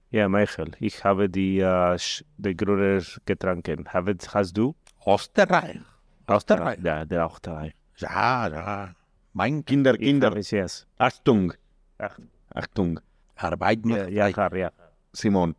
Ja, Michael, ich habe die Grüner getrunken. Hast du? Österreich. Österreich. Ja, der Österreich. Ja. Mein Kinder, Ich habe es jetzt. Achtung, Ach, Achtung, Arbeit macht ja, frei. ja. Simón.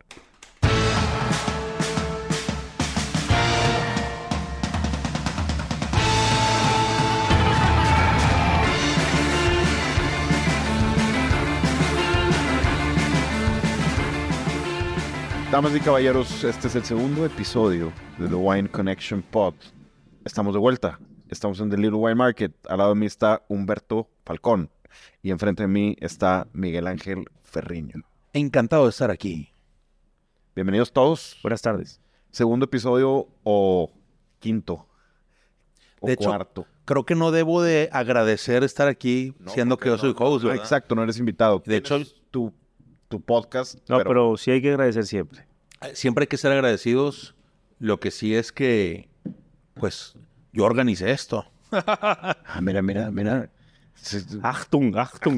Damas y caballeros, este es el segundo episodio de The Wine Connection Pod. Estamos de vuelta. Estamos en The Little Wine Market. Al lado de mí está Humberto Falcón. Y enfrente de mí está Miguel Ángel Ferriño. Encantado de estar aquí. Bienvenidos todos. Buenas tardes. Segundo episodio o quinto o De hecho, cuarto. Creo que no debo de agradecer estar aquí, siendo que yo soy host, ¿verdad? Exacto, no eres invitado. De hecho, Tienes tu podcast. No, pero sí hay que agradecer siempre. siempre hay que ser agradecidos. Lo que sí es que, pues, yo organicé esto. Mira. Achtung.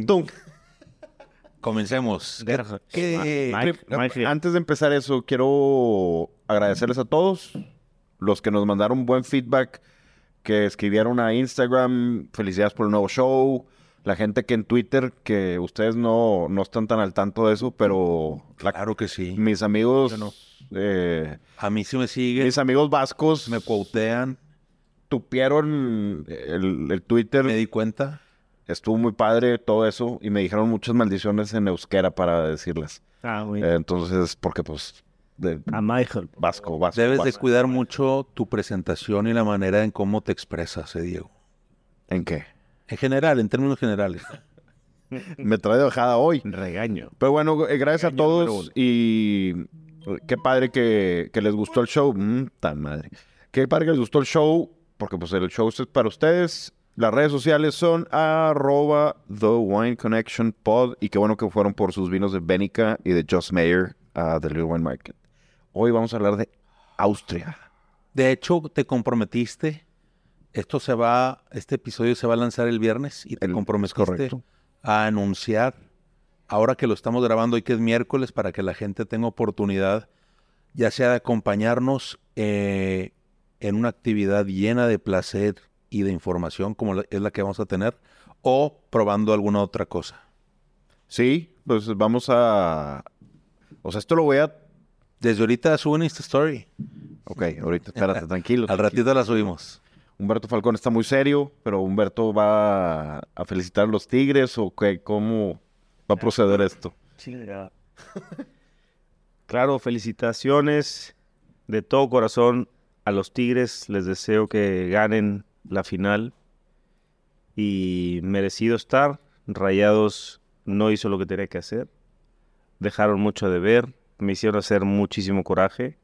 Comencemos. Michael. Antes de empezar eso, quiero agradecerles a todos los que nos mandaron buen feedback, que escribieron a Instagram, felicidades por el nuevo show, la gente que en Twitter, que ustedes no están tan al tanto de eso, pero Claro que sí. mis amigos, Yo no. eh, A mí sí me siguen, mis amigos vascos me quotean, tupieron el Twitter. me di cuenta. Estuvo muy padre todo eso y me dijeron muchas maldiciones en euskera para decirlas. Muy bien. Entonces, porque pues A Michael. vasco. Debes de vasco. cuidar mucho tu presentación y la manera en cómo te expresas, Diego. ¿En qué? En general, en términos generales. Me trae de bajada hoy. Regaño. Pero bueno, gracias a Regaño número todos uno. y qué padre que les gustó el show. Tan madre. Qué padre que les gustó el show, porque pues el show es para ustedes. Las redes sociales son @TheWineConnectionPod y qué bueno que fueron por sus vinos de Benica y de Joss Mayer a The Little Wine Market. Hoy vamos a hablar de Austria. De hecho, te comprometiste. Este episodio se va a lanzar el viernes y te Es comprometiste correcto. a anunciar, ahora que lo estamos grabando hoy que es miércoles, para que la gente tenga oportunidad, ya sea de acompañarnos en una actividad llena de placer y de información, como es la que vamos a tener, o probando alguna otra cosa. Sí, pues vamos a... O sea, esto lo voy a... Desde ahorita subo en Insta Story. Ok, ahorita, espérate, tranquilo. Al ratito la subimos. Humberto Falcón está muy serio, pero Humberto va a felicitar a los Tigres o qué, ¿cómo va a proceder esto? Chinga. Claro, felicitaciones de todo corazón a los Tigres. Les deseo que ganen la final. Y merecido estar. Rayados no hizo lo que tenía que hacer. Dejaron mucho de ver. Me hicieron hacer muchísimo coraje.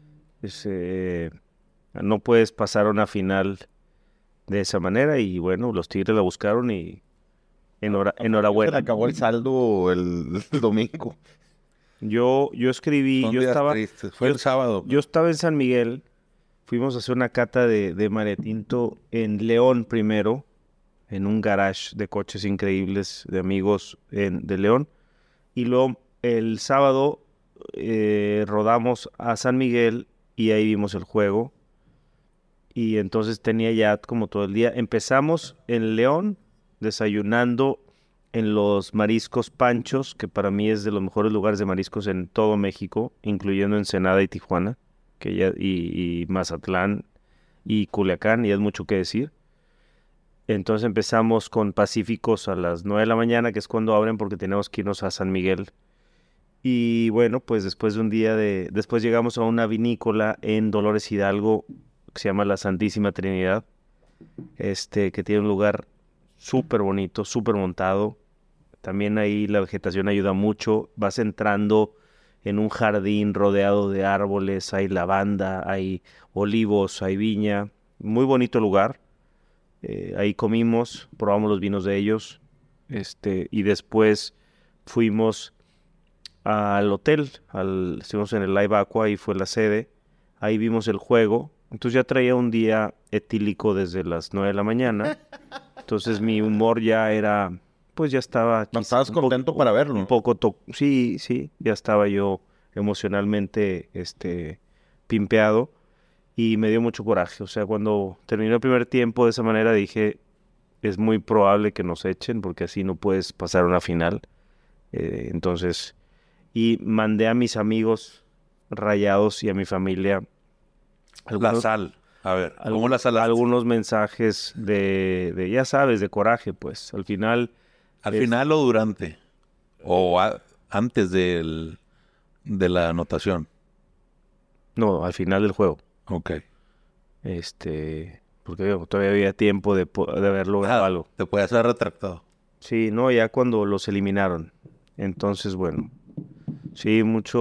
No puedes pasar a una final de esa manera. Y bueno, los Tigres la buscaron y Se le enhorabuena. acabó el saldo el domingo. Yo escribí, Son yo días estaba... tristes. Fue el sábado. Yo estaba en San Miguel, fuimos a hacer una cata de Maretinto en León primero, en un garage de coches increíbles de amigos de León, y luego el sábado rodamos a San Miguel y ahí vimos el juego, y entonces tenía ya como todo el día. Empezamos en León desayunando en los Mariscos Panchos, que para mí es de los mejores lugares de mariscos en todo México, incluyendo Ensenada y Tijuana, y Mazatlán y Culiacán, y es mucho que decir. Entonces empezamos con Pacíficos a las 9 de la mañana, que es cuando abren porque tenemos que irnos a San Miguel. Y bueno, pues después de un día después llegamos a una vinícola en Dolores Hidalgo, que se llama La Santísima Trinidad, que tiene un lugar súper bonito, súper montado. También ahí la vegetación ayuda mucho. Vas entrando en un jardín rodeado de árboles, hay lavanda, hay olivos, hay viña. Muy bonito lugar. Ahí comimos, probamos los vinos de ellos. Y después fuimos al hotel, estuvimos en el Live Aqua, y fue la sede. Ahí vimos el juego. Entonces ya traía un día etílico desde las 9 de la mañana. Entonces mi humor ya era, pues ya estaba... ¿Estabas contento para verlo? Un poco, sí, ya estaba yo emocionalmente pimpeado y me dio mucho coraje. O sea, cuando terminó el primer tiempo de esa manera dije, es muy probable que nos echen porque así no puedes pasar una final. Entonces, y mandé a mis amigos Rayados y a mi familia La sal. A ver, ¿cómo la salaste? algunos mensajes de, ya sabes, de coraje, pues. Al final, ¿Al final o durante? ¿O antes de la anotación? no, al final del juego. Ok. Porque todavía había tiempo de haber logrado algo. Te puedes haber retractado. Sí, no, ya cuando los eliminaron. Entonces, bueno, sí,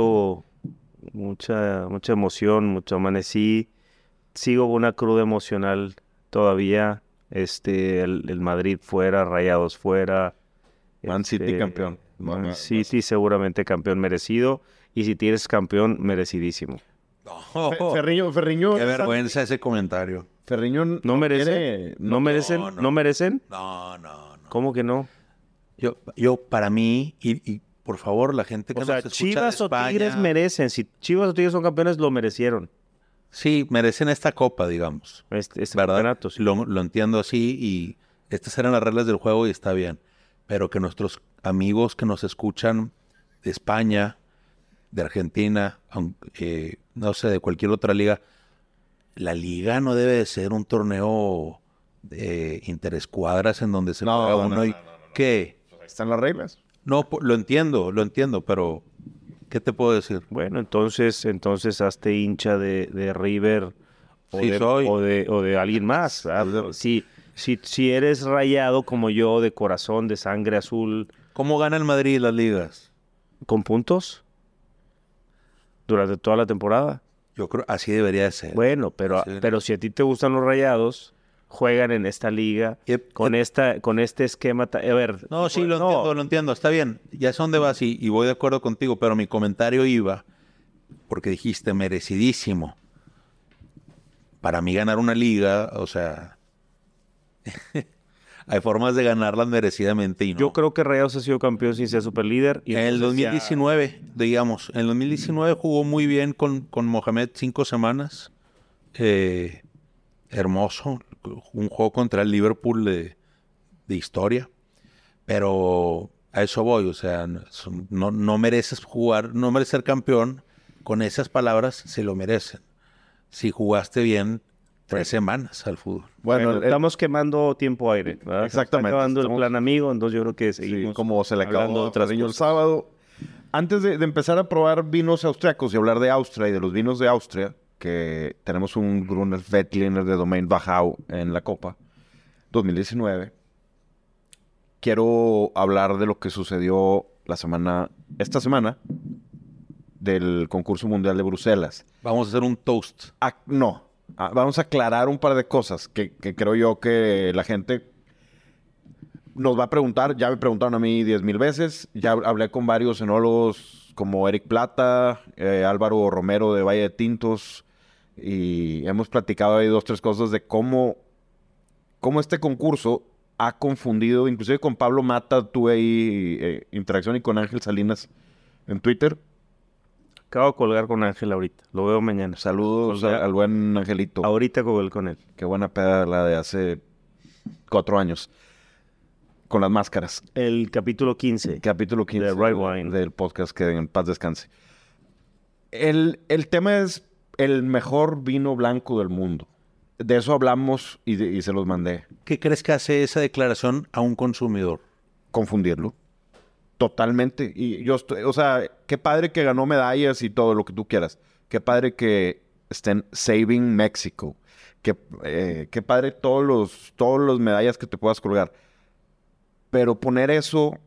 mucha emoción, mucho amanecí. Sigo con una cruda emocional todavía. El Madrid fuera, Rayados fuera. Man City campeón. Man City seguramente campeón merecido. Y si tienes campeón, merecidísimo. Ferriño. Qué vergüenza ese comentario. Ferriño ¿No merece? ¿No merecen? no. ¿No merecen? No. ¿Cómo que no? Yo para mí, y por favor, la gente que O sea, nos escucha Chivas de o España, Tigres merecen. Si Chivas o Tigres son campeones, lo merecieron. sí, merecen esta copa, digamos. Este ¿Verdad? campeonato, sí. Lo entiendo así y estas eran las reglas del juego y está bien. Pero que nuestros amigos que nos escuchan de España, de Argentina, no sé, de cualquier otra liga, la liga no debe de ser un torneo de interescuadras en donde se juega uno y... ¿Qué? Ahí están las reglas. No, lo entiendo, pero ¿qué te puedo decir? Bueno, entonces hazte hincha de River o, Sí, soy. o de alguien más. ¿Verdad? Si eres rayado como yo, de corazón, de sangre azul, ¿Cómo gana el Madrid las ligas? con puntos durante toda la temporada. Yo creo así debería de ser. Bueno, pero si a ti te gustan los Rayados, juegan en esta liga con este esquema. A ver, No, sí, lo entiendo, está bien. Ya sé dónde vas y voy de acuerdo contigo, pero mi comentario iba porque dijiste merecidísimo. Para mí ganar una liga, o sea, hay formas de ganarlas merecidamente y no. yo creo que Rayados ha sido campeón sin ser superlíder. Y En el entonces 2019, digamos, en el 2019 jugó muy bien con Mohamed 5 semanas. Hermoso. Un juego contra el Liverpool de historia. Pero a eso voy, o sea, no mereces jugar, no mereces ser campeón. Con esas palabras se lo merecen. Si jugaste bien 3 semanas al fútbol. Bueno, estamos quemando tiempo aire, ¿verdad? Exactamente. Está acabando el Estamos- plan amigo, entonces yo creo que seguimos. Sí, como se le hablando acabó de a otras Ferriño el cosas. sábado. Antes de empezar a probar vinos austriacos y hablar de Austria y de los vinos de Austria, que tenemos un Gruner Veltliner de Domaine Wachau en la Copa 2019, quiero hablar de lo que sucedió esta semana del concurso mundial de Bruselas. Vamos a hacer un toast. Vamos a aclarar un par de cosas que creo yo que la gente nos va a preguntar. Ya me preguntaron a mí 10,000 veces. Ya hablé con varios enólogos como Eric Plata, Álvaro Romero de Valle de Tintos, y hemos platicado ahí 2, 3 cosas de cómo este concurso ha confundido. Inclusive con Pablo Mata tuve ahí interacción, y con Ángel Salinas en Twitter. Acabo de colgar con Ángel ahorita. Lo veo mañana. Saludos Colgar. al buen Angelito. Ahorita colgué con él. Qué buena peda la de hace 4 años. Con las máscaras. El capítulo 15. Capítulo 15 De Right Wine. del podcast, que en paz descanse. El tema es el mejor vino blanco del mundo. De eso hablamos y se los mandé. ¿Qué crees que hace esa declaración a un consumidor? Confundirlo. Totalmente. Y yo estoy, o sea, qué padre que ganó medallas y todo lo que tú quieras. Qué padre que estén saving México. Qué padre todos los medallas que te puedas colgar. Pero poner eso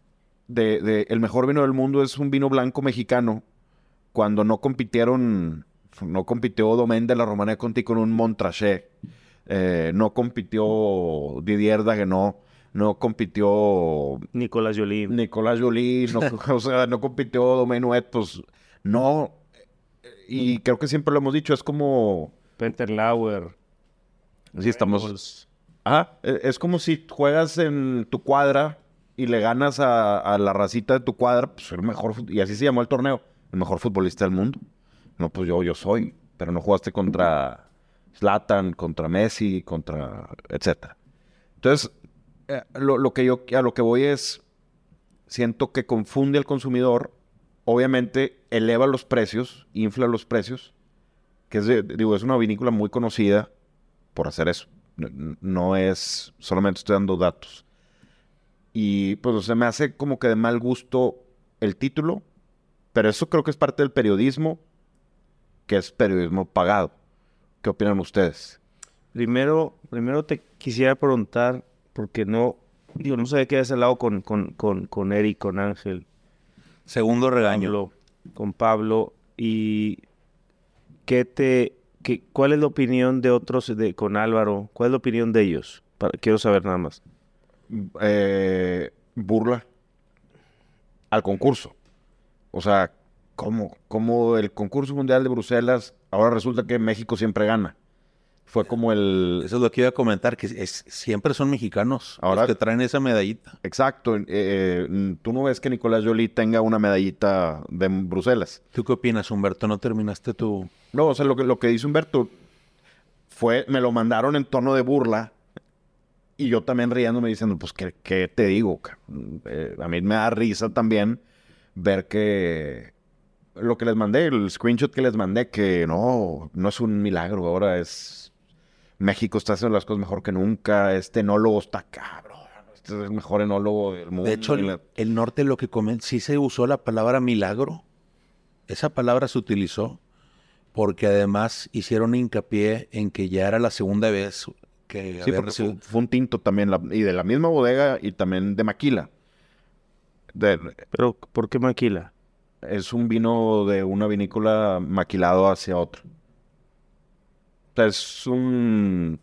de el mejor vino del mundo es un vino blanco mexicano, cuando no compitió Domaine de la Romanée Conti con un Montrachet, no compitió Didier Dagenot, no compitió Nicolás Jolie. Nicolás Jolie, o sea, no compitió Domaine Huet, pues no. Y creo que siempre lo hemos dicho, es como... Peter Lauer. Sí, estamos... es como si juegas en tu cuadra y le ganas a la racita de tu cuadra, pues el mejor, y así se llamó el torneo, el mejor futbolista del mundo. No, pues yo soy, pero no jugaste contra Zlatan, contra Messi, etcétera. Entonces, a lo que voy es, siento que confunde al consumidor, obviamente eleva los precios, infla los precios, que es una vinícola muy conocida por hacer eso. No es, solamente estoy dando datos. Y pues se me hace como que de mal gusto el título, pero eso creo que es parte del periodismo, que es periodismo pagado. ¿Qué opinan ustedes? Primero te quisiera preguntar, porque no sabía que habías hablado con Eric, con Ángel, Segundo regaño. con Pablo, y ¿cuál es la opinión de otros, con Álvaro? ¿Cuál es la opinión de ellos? Quiero saber nada más. Burla al concurso. O sea, ¿cómo el concurso mundial de Bruselas ahora resulta que México siempre gana? Fue como Eso es lo que iba a comentar, que siempre son mexicanos ahora, los que traen esa medallita. Exacto. Tú no ves que Nicolás Joly tenga una medallita de Bruselas. ¿Tú qué opinas, Humberto? ¿No terminaste tu...? No, o sea, lo que dice Humberto me lo mandaron en tono de burla y yo también riéndome diciendo, pues, ¿qué te digo? A mí me da risa también ver que lo que les mandé, el screenshot que les mandé, que no es un milagro, ahora es... México está haciendo las cosas mejor que nunca, este enólogo está cabrón, este es el mejor enólogo del mundo. De hecho, el norte lo que sí se usó la palabra milagro. Esa palabra se utilizó porque además hicieron hincapié en que ya era la segunda vez que sí, porque fue un tinto también, y de la misma bodega y también de Maquila. ¿Pero por qué Maquila? Es un vino de una vinícola maquilado hacia otra. O sea, es un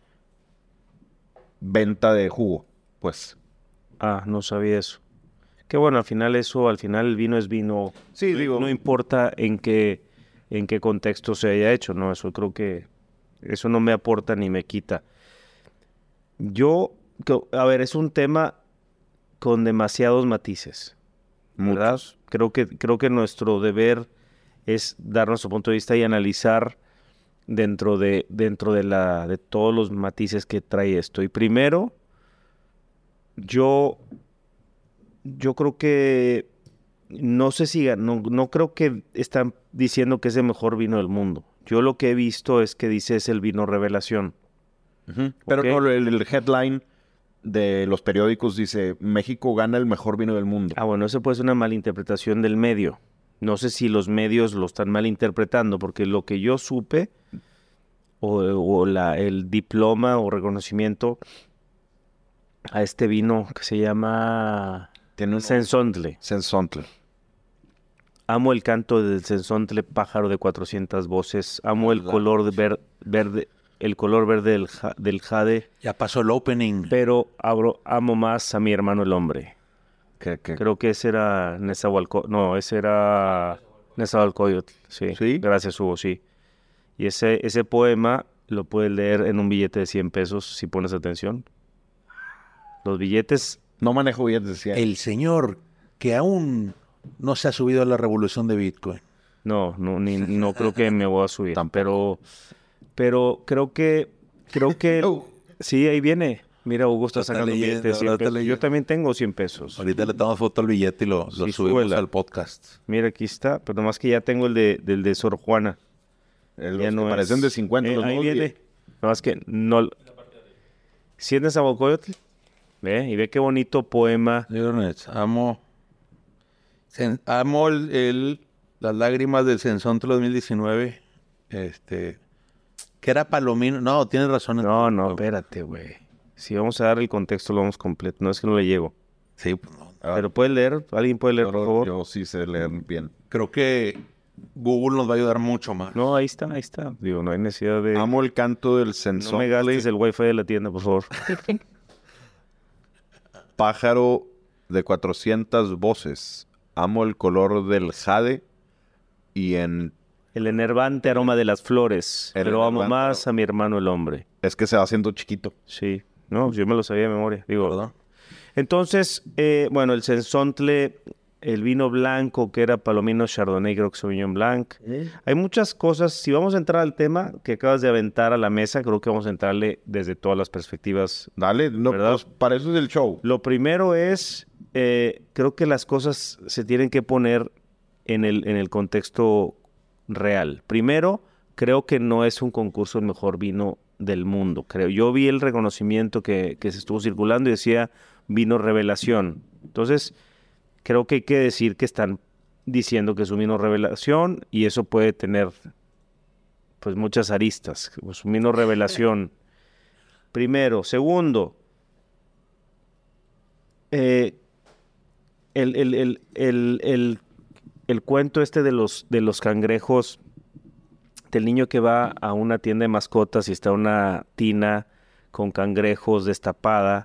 venta de jugo, pues. Ah, no sabía eso. Que bueno, al final el vino es vino. Sí, digo. No importa en qué contexto se haya hecho, ¿no? Eso creo que eso no me aporta ni me quita. A ver, es un tema con demasiados matices, ¿verdad? Creo que nuestro deber es dar nuestro punto de vista y analizar dentro de todos los matices que trae esto. Y primero, yo creo que no creo que están diciendo que es el mejor vino del mundo. Yo lo que he visto es que dice es el vino revelación. Pero ¿Okay? no, el headline de los periódicos dice México gana el mejor vino del mundo. Ah, bueno, eso puede ser una malinterpretación del medio. No sé si los medios lo están malinterpretando, porque lo que yo supe, el diploma o reconocimiento a este vino que se llama Sensontle. Amo el canto del Sensontle, pájaro de 400 voces. Amo el color verde, el color verde del jade. Ya pasó el opening. Pero amo más a mi hermano el hombre. Creo que ese era Nezahualcóyotl. No, ese era Nezahualcóyotl. Sí. Gracias, Hugo, sí. Y ese poema lo puedes leer en un billete de 100 pesos si pones atención. Los billetes... No manejo billetes de 100. El señor que aún no se ha subido a la revolución de Bitcoin. No creo que me voy a subir. Pero creo que sí, ahí viene. Mira, Hugo está sacando billetes de 100 pesos. Yo también tengo 100 pesos. Ahorita le damos foto al billete y lo subimos al podcast. Mira, aquí está. Pero nomás que ya tengo el de Sor Juana. Ya no parecen de 50. Ahí viene. Nomás que no... ¿Sí es Nezahualcóyotl? Ve, y ve qué bonito poema. Amo las lágrimas del Sensontle 2019. Que era Palomino. No, tienes razón. No, espérate, güey. Si vamos a dar el contexto, lo vamos completo. No es que no le llego. Sí, pues no. Pero puedes leer. ¿Alguien puede leer, por favor? Yo sí sé leer bien. Creo que Google nos va a ayudar mucho más. No, ahí está. Digo, no hay necesidad de... Amo el canto del Sensontle. No me gastes el wifi de la tienda, por favor. Pájaro de 400 voces. Amo el color del jade y el enervante aroma de las flores. Pero amo más a mi hermano el hombre. Es que se va haciendo chiquito. Sí. No, yo me lo sabía de memoria. Digo, ¿verdad? Entonces, bueno, el Sensontle el vino blanco que era Palomino Chardonnay, creo que Sauvignon Blanc. Hay muchas cosas. Si vamos a entrar al tema que acabas de aventar a la mesa, creo que vamos a entrarle desde todas las perspectivas. Dale, no, ¿verdad? pues, para eso es el show. Lo primero es, creo que las cosas se tienen que poner en el contexto real. Primero, creo que no es un concurso el mejor vino del mundo, creo. Yo vi el reconocimiento que se estuvo circulando y decía vino revelación. Entonces, creo que hay que decir que están diciendo que es un vino revelación y eso puede tener pues muchas aristas. Es un vino revelación. Primero. Segundo, el cuento este de los cangrejos, del niño que va a una tienda de mascotas y está una tina con cangrejos destapada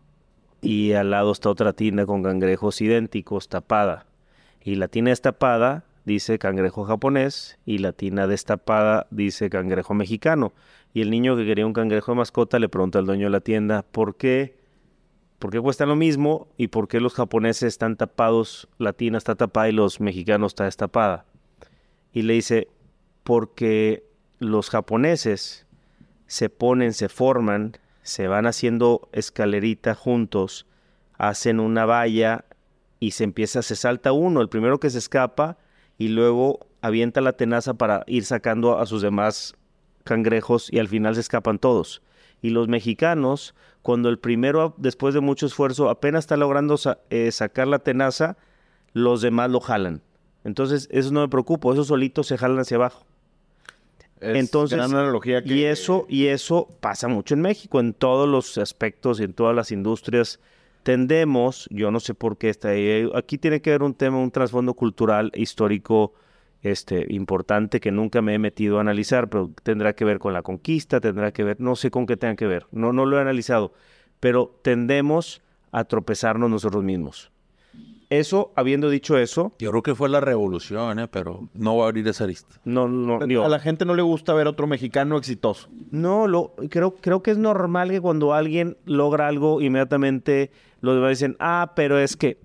y al lado está otra tina con cangrejos idénticos tapada. Y la tina destapada dice cangrejo japonés y la tina destapada dice cangrejo mexicano. Y el niño que quería un cangrejo de mascota le pregunta al dueño de la tienda, ¿por qué cuestan lo mismo y por qué los japoneses están tapados, la tina está tapada y los mexicanos está destapada? Y le dice, porque los japoneses se forman, se van haciendo escalerita juntos, hacen una valla y se salta uno, el primero que se escapa, y luego avienta la tenaza para ir sacando a sus demás cangrejos y al final se escapan todos. Y los mexicanos, cuando el primero, después de mucho esfuerzo, apenas está logrando sacar la tenaza, los demás lo jalan. Entonces, eso no me preocupa, esos solitos se jalan hacia abajo. Entonces, gran analogía que... y eso pasa mucho en México, en todos los aspectos y en todas las industrias. Tendemos, yo no sé por qué está ahí, aquí tiene que haber un tema, un trasfondo cultural, histórico, importante que nunca me he metido a analizar, pero tendrá que ver con la conquista, tendrá que ver, no sé con qué tenga que ver, no lo he analizado, pero tendemos a tropezarnos nosotros mismos. Eso, habiendo dicho eso... Yo creo que fue la revolución, pero no va a abrir esa lista. A la gente no le gusta ver otro mexicano exitoso. No, creo que es normal que cuando alguien logra algo, inmediatamente los demás dicen, pero es que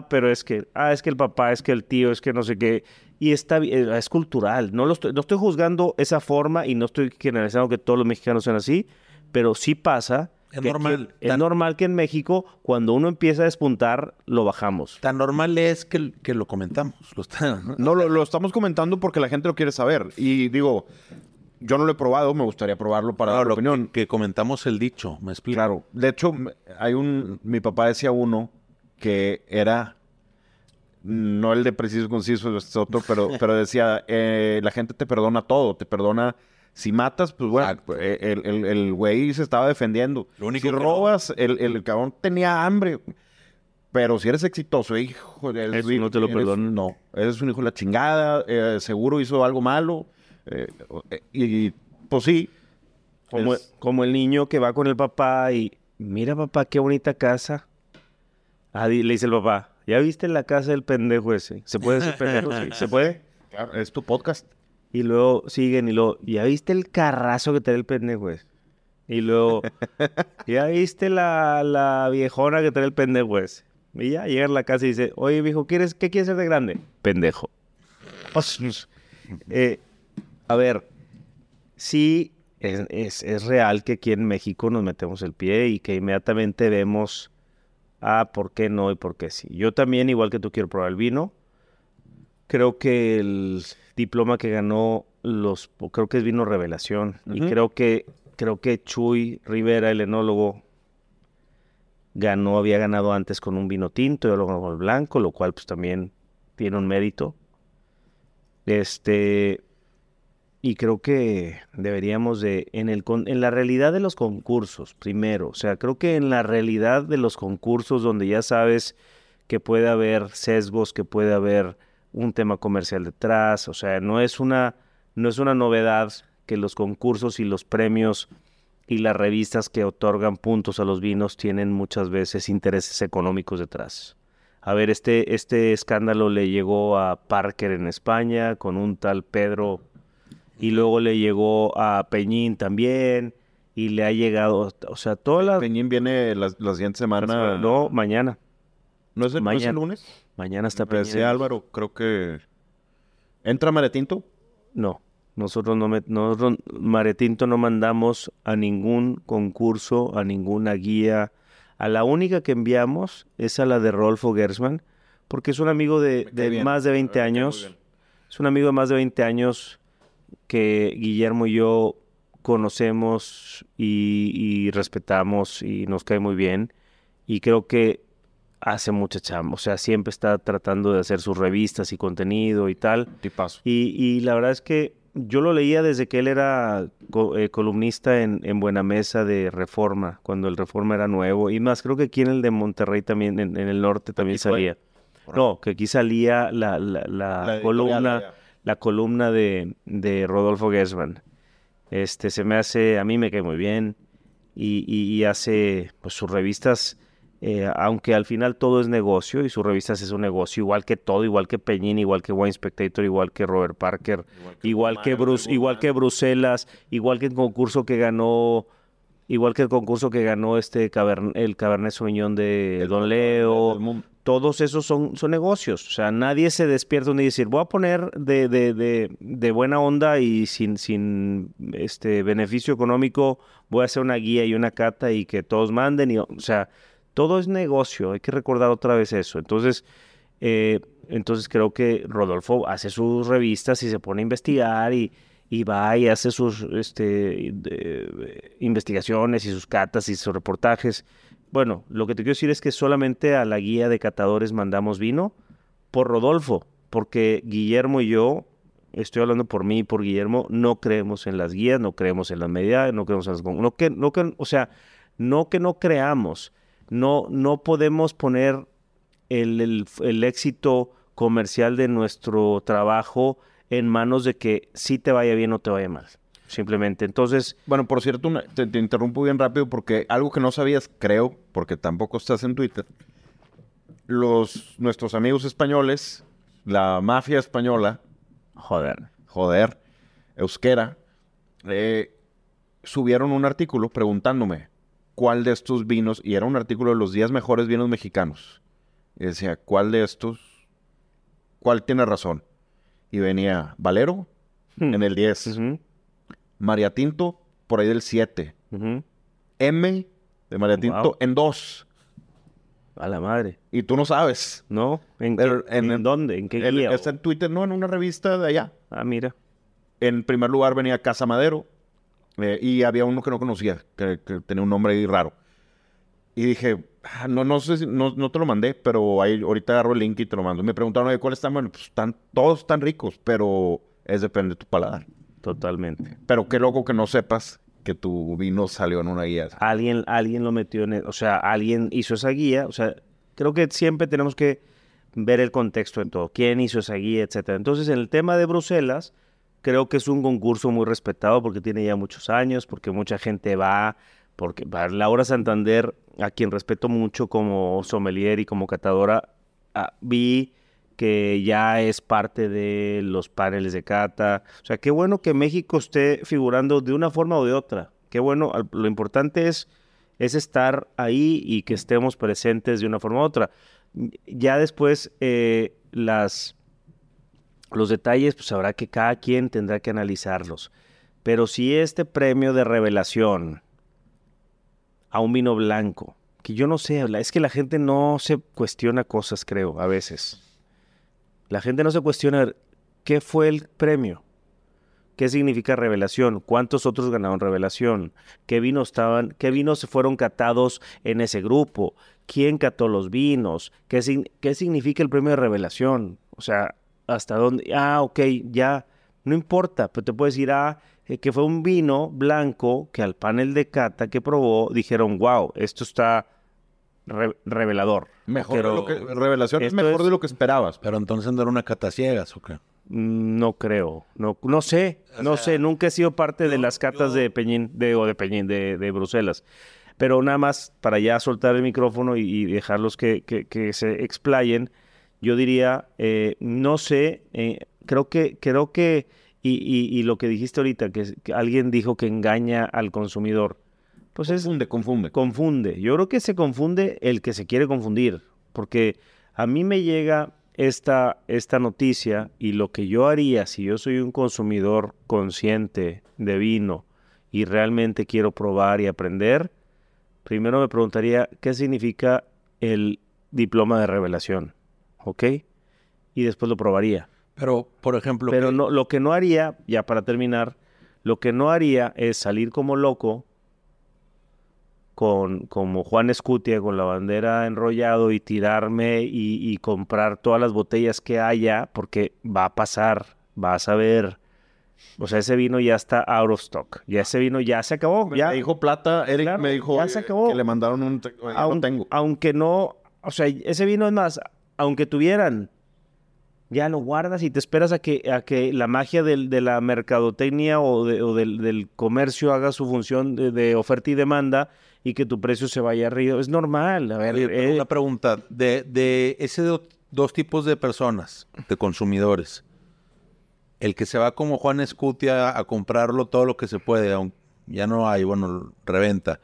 el papá, es que el tío, es que no sé qué. Y está bien, es cultural. No estoy juzgando esa forma y no estoy generalizando que todos los mexicanos sean así, pero sí pasa... Es normal. Es normal que en México, cuando uno empieza a despuntar, lo bajamos. Tan normal es que lo comentamos. No, lo estamos comentando porque la gente lo quiere saber. Y digo, yo no lo he probado, me gustaría probarlo para dar opinión. Que comentamos el dicho, me explico. Claro. De hecho, mi papá decía uno que era, no el de preciso conciso, es otro, pero decía, la gente te perdona todo, te perdona... Si matas, pues bueno, el güey se estaba defendiendo. Si robas, el cabrón tenía hambre. Pero si eres exitoso, hijo... Eso no te lo perdono. No, eres un hijo de la chingada, seguro hizo algo malo. Y pues sí. Como el niño que va con el papá y... Mira, papá, qué bonita casa. Le dice el papá, ¿ya viste la casa del pendejo ese? ¿Se puede ser pendejo? Sí, ¿se puede? Claro, es tu podcast. Y luego siguen y luego, ¿ya viste el carrazo que trae el pendejo ese? Y luego, ¿ya viste la viejona que trae el pendejo ese? Y ya llega a la casa y dice, oye, viejo, ¿qué quieres ser de grande? Pendejo. A ver, sí, es real que aquí en México nos metemos el pie y que inmediatamente vemos, ¿por qué no y por qué sí? Yo también, igual que tú, quiero probar el vino. Creo que el diploma que ganó creo que es vino revelación. Uh-huh. Y creo que Chuy Rivera, el enólogo, había ganado antes con un vino tinto y luego con el blanco, lo cual pues también tiene un mérito. Y creo que deberíamos en la realidad de los concursos, primero, o sea, creo que en la realidad de los concursos donde ya sabes que puede haber sesgos, que puede haber un tema comercial detrás, o sea, no es una novedad que los concursos y los premios y las revistas que otorgan puntos a los vinos tienen muchas veces intereses económicos detrás. A ver, este escándalo le llegó a Parker en España con un tal Pedro y luego le llegó a Peñín también y le ha llegado, o sea, Peñín viene la siguiente semana. No, mañana. ¿No es el lunes? Mañana está Me decía Peña. Álvaro, creo que... ¿Entra Maretinto? No, nosotros Maretinto no mandamos a ningún concurso, a ninguna guía. A la única que enviamos es a la de Rodolfo Gersman, porque es un amigo de más de 20 años. Es un amigo de más de 20 años que Guillermo y yo conocemos y respetamos y nos cae muy bien. Y creo que hace mucha chamba. O sea, siempre está tratando de hacer sus revistas y contenido y tal. Tipazo. Y la verdad es que yo lo leía desde que él era columnista en Buena Mesa de Reforma, cuando el Reforma era nuevo. Y más, creo que aquí en el de Monterrey también, en el norte también Aquí fue. salía. No, que aquí salía la editorial, columna de Rodolfo Gersman. Se me hace, a mí me cae muy bien y hace pues sus revistas, aunque al final todo es negocio y sus revistas es un negocio, igual que todo, igual que Peñín, igual que Wine Spectator, igual que Robert Parker, igual que Bruselas, igual que el concurso que ganó el Cabernet Sauvignon de Don Leo. Todos esos son negocios. O sea, nadie se despierta un día y dice, voy a poner de buena onda y sin beneficio económico, voy a hacer una guía y una cata y que todos manden. O sea, todo es negocio. Hay que recordar otra vez eso. Entonces creo que Rodolfo hace sus revistas y se pone a investigar y va y hace sus investigaciones y sus catas y sus reportajes. Bueno, lo que te quiero decir es que solamente a la guía de catadores mandamos vino por Rodolfo, porque Guillermo y yo, estoy hablando por mí y por Guillermo, no creemos en las guías, no creemos en las medidas, no creemos en las... no que no creamos, no podemos poner el éxito comercial de nuestro trabajo en manos de que sí te vaya bien o te vaya mal. Simplemente. Entonces, Bueno, por cierto, te interrumpo bien rápido porque algo que no sabías, creo, porque tampoco estás en Twitter, nuestros amigos españoles, la mafia española, joder, euskera, subieron un artículo preguntándome cuál de estos vinos, y era un artículo de los 10 mejores vinos mexicanos, y decía, ¿cuál de estos, cuál tiene razón? Y venía Valero en el 10, Ujú, Mariatinto por ahí del 7, ujú. M de Mariatinto Wow. en 2, A la madre. y tú no sabes. ¿No? ¿En Pero dónde? ¿En qué guía? Está en Twitter, no, en una revista de allá. Ah, mira. En primer lugar venía Casa Madero, y había uno que no conocía, que tenía un nombre ahí raro. Y dije, no sé si, no te lo mandé, pero ahí ahorita agarro el link y te lo mando. Me preguntaron, oye, ¿cuáles están? Bueno, pues todos están ricos, pero depende de tu paladar. Totalmente. Pero qué loco que no sepas que tu vino salió en una guía. Alguien lo metió o sea, alguien hizo esa guía. O sea, creo que siempre tenemos que ver el contexto en todo. ¿Quién hizo esa guía, etcétera? Entonces, en el tema de Bruselas, creo que es un concurso muy respetado porque tiene ya muchos años, porque mucha gente va, porque Laura Santander, a quien respeto mucho como sommelier y como catadora, vi que ya es parte de los paneles de cata. O sea, qué bueno que México esté figurando de una forma o de otra. Qué bueno, lo importante es estar ahí y que estemos presentes de una forma u otra. Ya después, los detalles, pues habrá que cada quien tendrá que analizarlos. Pero si este premio de revelación a un vino blanco, que yo no sé, es que la gente no se cuestiona cosas, creo, a veces. La gente no se cuestiona qué fue el premio, qué significa revelación, cuántos otros ganaron revelación, qué vinos se fueron catados en ese grupo, quién cató los vinos, qué significa el premio de revelación, o sea, hasta dónde, ok, ya, no importa, pero te puedes decir, que fue un vino blanco que al panel de cata que probó dijeron, wow, esto está revelador. Mejor revelación es mejor de lo que esperabas. Pero entonces no era una cata ciegas, ¿o qué? No creo, no sé, nunca he sido parte de las catas de Peñín, de Bruselas. Pero nada más para ya soltar el micrófono y dejarlos que se explayen, yo diría, no sé, creo que y lo que dijiste ahorita, que alguien dijo que engaña al consumidor, pues Confunde. confunde. Yo creo que se confunde el que se quiere confundir, porque A mí me llega esta noticia y lo que yo haría si yo soy un consumidor consciente de vino y realmente quiero probar y aprender, primero me preguntaría qué significa el diploma de revelación, ¿ok? Y después lo probaría. Pero, por ejemplo... Pero no, lo que no haría, ya para terminar, lo que no haría es salir como loco como Juan Escutia con la bandera enrollado y tirarme y comprar todas las botellas que haya, porque va a pasar, vas a ver. O sea, ese vino ya está out of stock. Ya ese vino ya se acabó. Ya, Me dijo Plata, Eric claro, me dijo ya se acabó. que le mandaron un... ya lo tengo. Aunque no, o sea, ese vino es más, aunque tuvieran, ya lo guardas y te esperas a que la magia de la mercadotecnia o del comercio haga su función de oferta y demanda y que tu precio se vaya arriba. Es normal. A ver, Oye, pero una pregunta. De ese dos tipos de personas, de consumidores, el que se va como Juan Escutia a comprarlo todo lo que se puede, aunque ya no hay, bueno, reventa,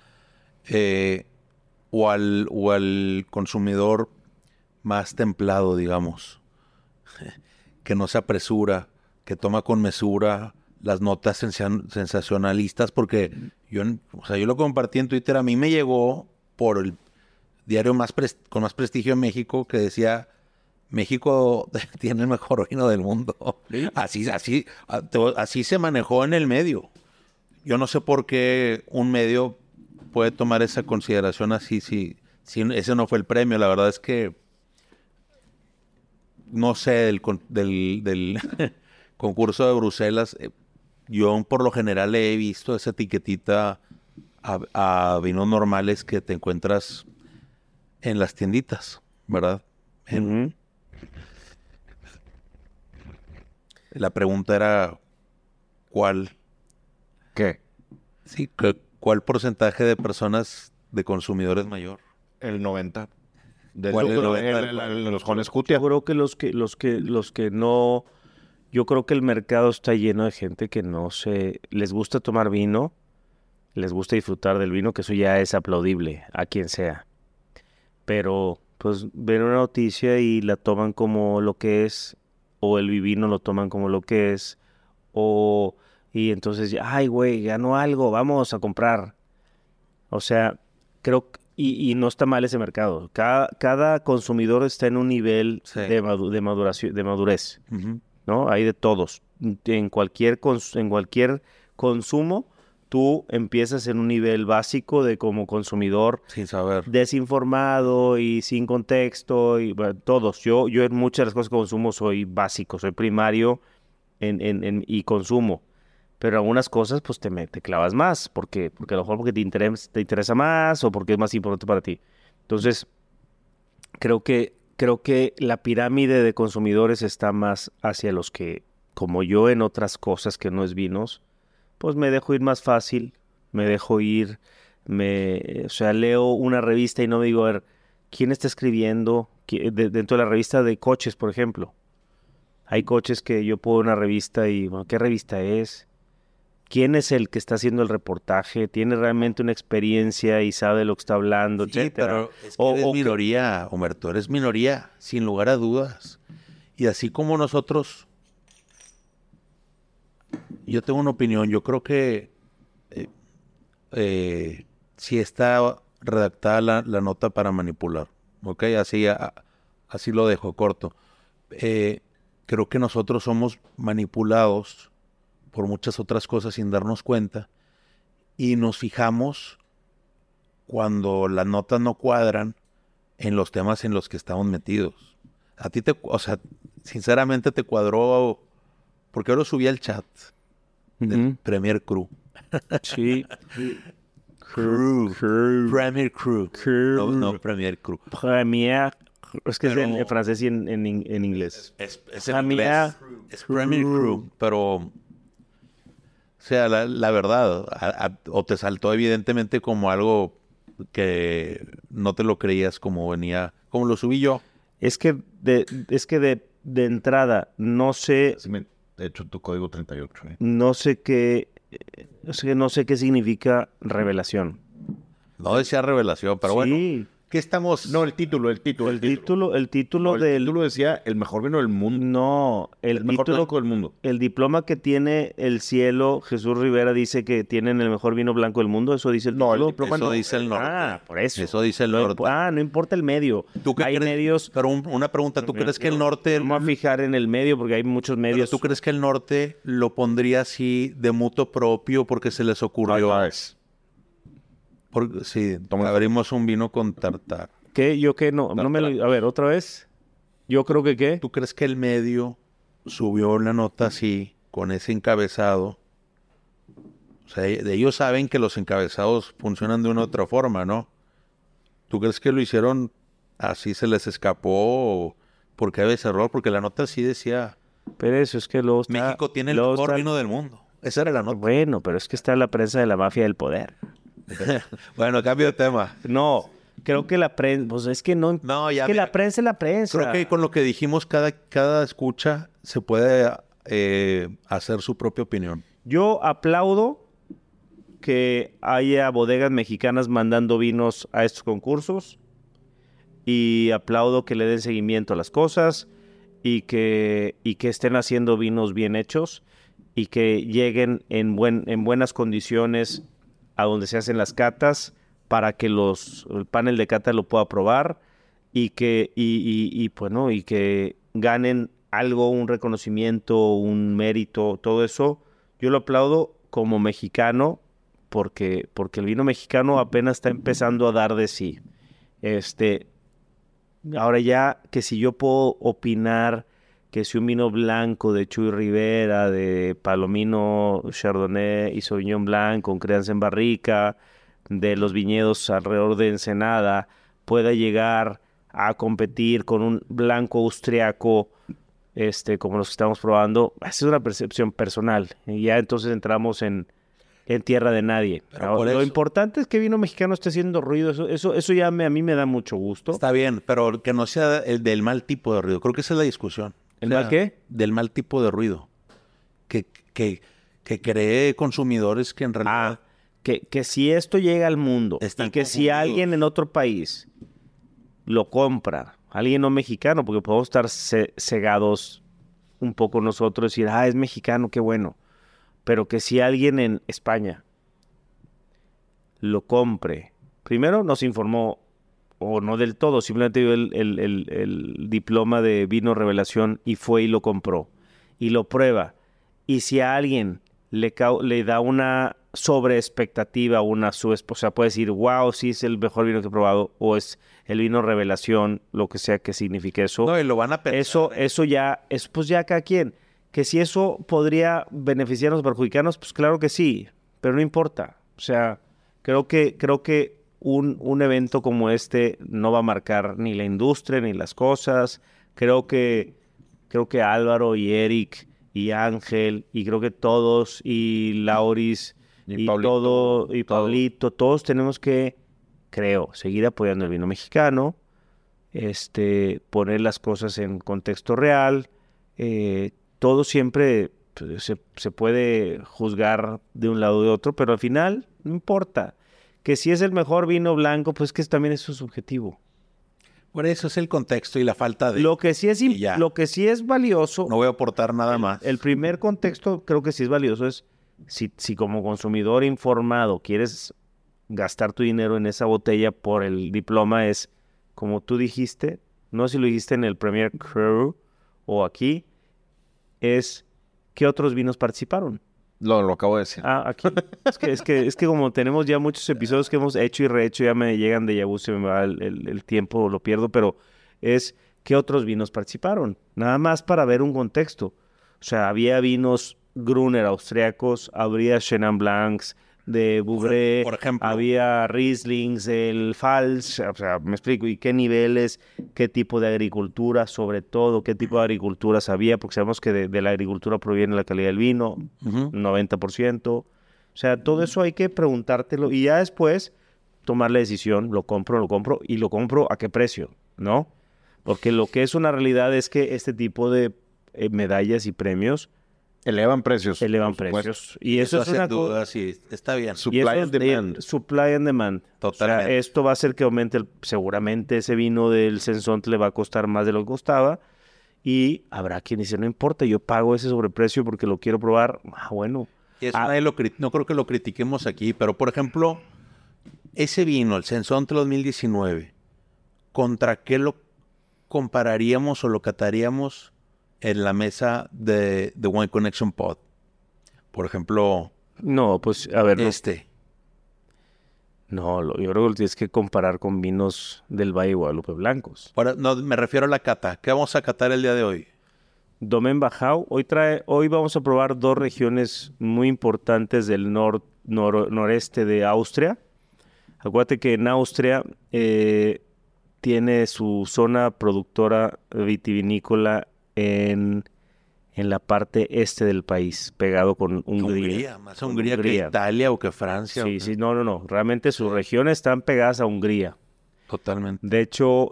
o al consumidor más templado, digamos, que no se apresura, que toma con mesura las notas sensacionalistas, porque yo lo compartí en Twitter, a mí me llegó por el diario con más prestigio en México, que decía: México tiene el mejor vino del mundo. ¿Sí? Así se manejó en el medio. Yo no sé por qué un medio puede tomar esa consideración así, si ese no fue el premio. La verdad es que no sé del concurso de Bruselas. Yo por lo general he visto esa etiquetita a vinos normales que te encuentras en las tienditas, ¿verdad? La pregunta era ¿cuál? ¿Qué? Sí, ¿cuál porcentaje de personas, de consumidores mayor? El 90. ¿Cuál es el 90? Los Juan Escutia. Yo creo que los que no, yo creo que el mercado está lleno de gente que no les gusta tomar vino, les gusta disfrutar del vino, que eso ya es aplaudible a quien sea. Pero pues ven una noticia y la toman como lo que es, o el vino lo toman como lo que es, y entonces, ay güey, ganó algo, vamos a comprar. O sea, creo que y no está mal ese mercado. Cada consumidor está en un nivel Sí. de maduración, de madurez, Uh-huh. ¿no? Hay de todos. En cualquier consumo, tú empiezas en un nivel básico de como consumidor Sin saber. desinformado y sin contexto, y bueno, todos. Yo en muchas de las cosas que consumo soy básico, soy primario y consumo. Pero algunas cosas, pues te clavas más, porque a lo mejor porque te interesa más o porque es más importante para ti. Entonces, creo que la pirámide de consumidores está más hacia los que, como yo en otras cosas que no es vinos, pues me dejo ir más fácil, me dejo ir, o sea, leo una revista y no me digo, a ver, ¿quién está escribiendo? Dentro de la revista de coches, por ejemplo. Hay coches que yo puedo ver una revista y, bueno, ¿qué revista es? ¿Quién es el que está haciendo el reportaje? ¿Tiene realmente una experiencia y sabe de lo que está hablando, Sí, etcétera? pero es que eres minoría, Homer, tú eres minoría, sin lugar a dudas. Y así como nosotros, yo tengo una opinión, yo creo que sí está redactada la nota para manipular, ¿ok? Así lo dejo corto. Creo que nosotros somos manipulados por muchas otras cosas sin darnos cuenta y nos fijamos cuando las notas no cuadran en los temas en los que estamos metidos. A ti o sea, sinceramente te cuadró, porque yo lo subí al chat del Premier Crew. Sí. Premier Crew. No, Premier Crew. Premier. Es que es en francés y en inglés. Es en inglés. Es Premier Crew, pero... O sea, la verdad, o te saltó evidentemente como algo que no te lo creías como venía, como lo subí yo. Es que de entrada no sé, Sí, de hecho, tu código 38. no sé qué significa revelación. No decía revelación, pero Sí. bueno, ¿Qué estamos? No, el título. El título No, el título decía el mejor vino del mundo. No, El mejor blanco del mundo. el diploma que tiene el cielo, Jesús Rivera dice que tienen el mejor vino blanco del mundo. Eso dice el No, el título. diploma Eso no. dice el norte. Ah, por eso. Eso dice el norte. No importa el medio. ¿Tú qué Hay crees? medios. Pero una pregunta, ¿tú crees que el norte... Vamos a fijar en el medio porque hay muchos pero medios. ¿tú crees que el norte lo pondría así de mutuo propio porque se les ocurrió? Sí, abrimos un vino con tartar. ¿Qué? ¿Yo qué? No me lo... A ver, otra vez. Yo creo que ¿qué? ¿Tú crees que el medio subió la nota así, con ese encabezado? O sea, ellos saben que los encabezados funcionan de una u otra forma, ¿no? ¿Tú crees que lo hicieron así, se les escapó? ¿O por qué había ese error? Porque la nota sí decía... Pero eso es que luego está... México tiene el mejor vino del mundo. Esa era la nota. Bueno, pero es que está la prensa de la mafia del poder. Bueno, cambio de tema. No, creo que la prensa... Pues es que no... No, ya es que la prensa es la prensa. Creo que con lo que dijimos, cada escucha se puede hacer su propia opinión. Yo aplaudo que haya bodegas mexicanas mandando vinos a estos concursos y aplaudo que le den seguimiento a las cosas y que estén haciendo vinos bien hechos y que lleguen en buenas condiciones a donde se hacen las catas para que el panel de cata lo pueda probar y que ganen algo, un reconocimiento, un mérito, todo eso. Yo lo aplaudo como mexicano porque el vino mexicano apenas está empezando a dar de sí. Ahora ya que si yo puedo opinar que si un vino blanco de Chuy Rivera, de Palomino Chardonnay y Sauvignon Blanc con crianza en barrica, de los viñedos alrededor de Ensenada, pueda llegar a competir con un blanco austriaco como los que estamos probando, esa es una percepción personal. Y ya entonces entramos en tierra de nadie. Lo importante es que vino mexicano esté haciendo ruido. Eso ya a mí me da mucho gusto. Está bien, pero que no sea el del mal tipo de ruido. Creo que esa es la discusión. ¿El mal qué? Del mal tipo de ruido. Que cree consumidores que en realidad... Que si esto llega al mundo y que si alguien en otro país lo compra, alguien no mexicano, porque podemos estar cegados un poco nosotros y decir, es mexicano, qué bueno. Pero que si alguien en España lo compre, primero nos informó, o no del todo, simplemente dio el diploma de vino revelación y fue y lo compró. Y lo prueba. Y si a alguien le da una sobreexpectativa, o sea, puede decir, wow, sí es el mejor vino que he probado, o es el vino revelación, lo que sea que signifique eso. No, y lo van a pensar. Eso ya, pues ya cada quien. Que si eso podría beneficiarnos o perjudicarnos, pues claro que sí, pero no importa. O sea, creo que un evento como este no va a marcar ni la industria ni las cosas. Creo que Álvaro y Eric y Ángel y creo que todos y Lauris y Pablito, todos tenemos que, creo, seguir apoyando el vino mexicano, poner las cosas en contexto real. Todo siempre se puede juzgar de un lado o de otro, pero al final no importa. Que si es el mejor vino blanco, pues que también eso es subjetivo. Bueno, eso es el contexto y la falta de... Lo que sí es valioso... No voy a aportar nada más. El primer contexto creo que sí es valioso es si como consumidor informado quieres gastar tu dinero en esa botella por el diploma, es como tú dijiste, no sé si lo dijiste en el Premier Cru o aquí, es ¿qué otros vinos participaron? Lo acabo de decir. Aquí. Es que como tenemos ya muchos episodios que hemos hecho y rehecho, ya me llegan de vu, se me va el tiempo, lo pierdo, pero es ¿qué otros vinos participaron? Nada más para ver un contexto. O sea, había vinos Gruner austriacos, habría Chenin Blancs de Bouvray, por ejemplo, había Rieslings, el Pfalz, o sea, me explico, y qué niveles, qué tipo de agricultura, sobre todo, qué tipo de agriculturas había, porque sabemos que de la agricultura proviene la calidad del vino, 90%. O sea, todo eso hay que preguntártelo y ya después tomar la decisión, lo compro y lo compro a qué precio, ¿no? Porque lo que es una realidad es que este tipo de medallas y premios Elevan precios. elevan por supuesto. precios. Y eso es sin una duda, cosa. sí, está bien. Supply and demand. Supply and demand. Totalmente. O sea, esto va a hacer que aumente, seguramente ese vino del Sensontle le va a costar más de lo que costaba. Y habrá quien dice, no importa, yo pago ese sobreprecio porque lo quiero probar. Ah, bueno. Y eso no creo que lo critiquemos aquí, pero por ejemplo, ese vino, el Sensontle 2019, ¿contra qué lo compararíamos o lo cataríamos en la mesa de Wine Connection Pod? Por ejemplo, No, pues, a ver, no, yo creo que lo tienes que comparar con vinos del Valle de Guadalupe blancos. no, me refiero a la cata. ¿Qué vamos a catar el día de hoy? Domaine Bajau, hoy vamos a probar dos regiones muy importantes del noreste de Austria. Acuérdate que en Austria tiene su zona productora vitivinícola en la parte este del país, pegado con Hungría. Más Hungría que Italia o que Francia. Sí, sí, no. Realmente sus regiones están pegadas a Hungría. Totalmente. De hecho,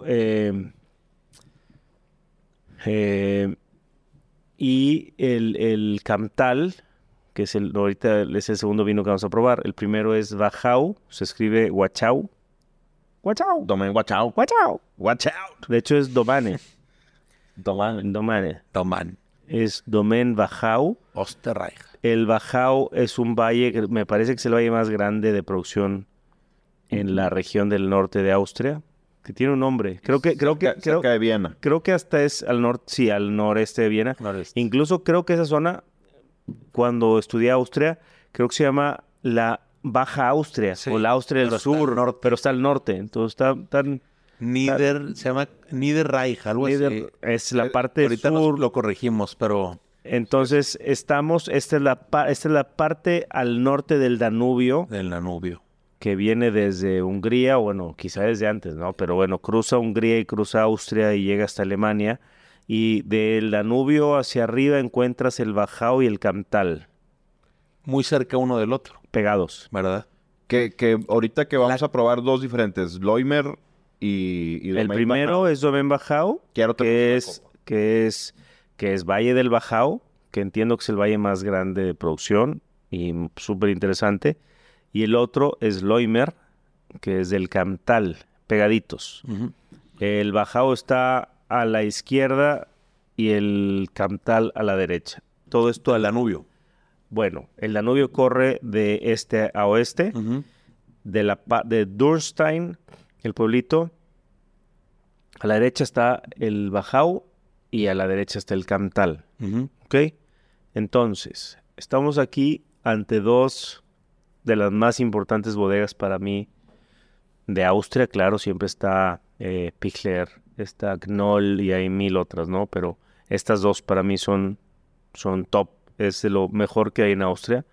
y el Camtal, que ahorita es el segundo vino que vamos a probar. El primero es Wachau, se escribe Wachau. Wachau. Domaine Wachau. Wachau. Watch out. De hecho es Domane. Domaine. Toman. Es Domaine Wachau. Österreich. El Wachau es un valle que me parece que es el valle más grande de producción en la región del norte de Austria, que tiene un nombre. Cerca de Viena. Creo que hasta es al norte, sí, al noreste de Viena. Noreste. Incluso creo que esa zona, cuando estudié Austria, creo que se llama la Baja Austria, Sí, o la Austria del pero está al Sur, norte. pero está al norte. Entonces está tan... Se llama Niederreich, algo así. Es la parte Ahorita sur. lo corregimos, pero Entonces esta es la parte al norte del Danubio, del Danubio. que viene desde Hungría, bueno, quizá desde antes, ¿no? Pero bueno, cruza Hungría y cruza Austria y llega hasta Alemania. Y del Danubio hacia arriba encuentras el Wachau y el Camtal, Muy cerca uno del otro, pegados. ¿verdad? Que ahorita que vamos a probar dos diferentes, Loimer y El Domaine primero Wachau. es Domaine Bajau, Quiero tener que una es, copa. que es Valle del Bajau, que entiendo que es el valle más grande de producción y súper interesante. Y el otro es Loimer, que es del Camtal, pegaditos. Ujú. El Bajau está a la izquierda y el Camtal a la derecha. Todo esto El Danubio. Bueno, el Danubio corre de este a oeste, Ujú. de Dürnstein, el pueblito. A la derecha está el Bajau y a la derecha está el Camtal. Ujú. ¿Ok? Entonces, estamos aquí ante dos de las más importantes bodegas para mí de Austria. Claro, siempre está Pichler, está Knoll y hay mil otras, ¿no? Pero estas dos para mí son top. Es de lo mejor que hay en Austria.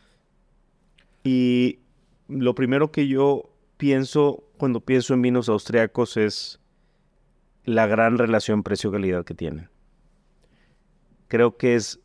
Y lo primero que yo pienso cuando pienso en vinos austriacos es la gran relación precio-calidad que tienen. Creo que es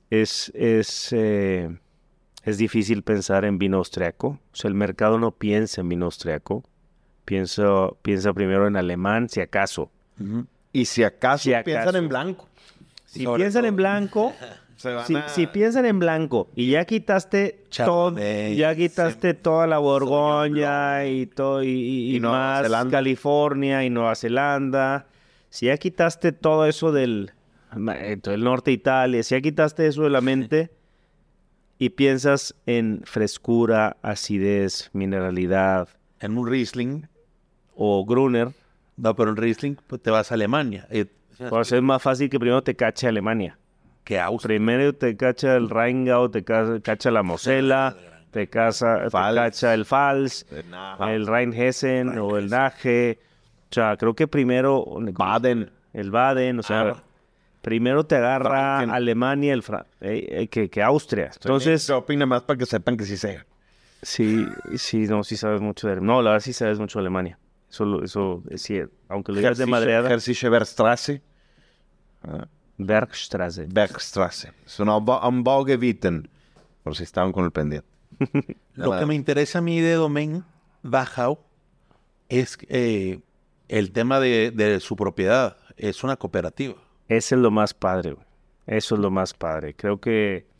difícil pensar en vino austriaco. O sea, el mercado no piensa en vino austriaco. Piensa primero en alemán, si acaso. Ujú. Y si acaso Si acaso. piensan en blanco. Si Sobre piensan todo. en blanco, Se van si piensan en blanco y ya quitaste Chardonnay, toda la Borgoña y todo y Y Nueva más Zelanda. California y Nueva Zelanda, si ya quitaste todo eso del norte de Italia, si ya quitaste eso de la mente y piensas en frescura, acidez, mineralidad En un Riesling, o Gruner, no, pero en Riesling pues, te vas a Alemania. pues es más fácil que primero te cache Alemania. Que Austria. Primero te cacha el Rheingau, te cacha la Mosela, te cacha el Pfalz, el Rheinhessen o el Nage. O sea, creo que primero el Baden, o sea, primero te agarra Franken. Alemania que Austria. Entonces, Shopping nada más para que sepan que sí sé. sí sabes mucho de Alemania. No, la verdad sí sabes mucho de Alemania. Eso es cierto. Aunque lo digas de madreada, Herzische Bergstrasse. Bergstrasse. Bergstrasse. Es un Baugebieten. Por si estaban con el pendiente. Lo que me interesa a mí de Domaine Wachau es el tema de su propiedad. Es una cooperativa. Ese es lo más padre, güey. Eso es lo más padre. Creo que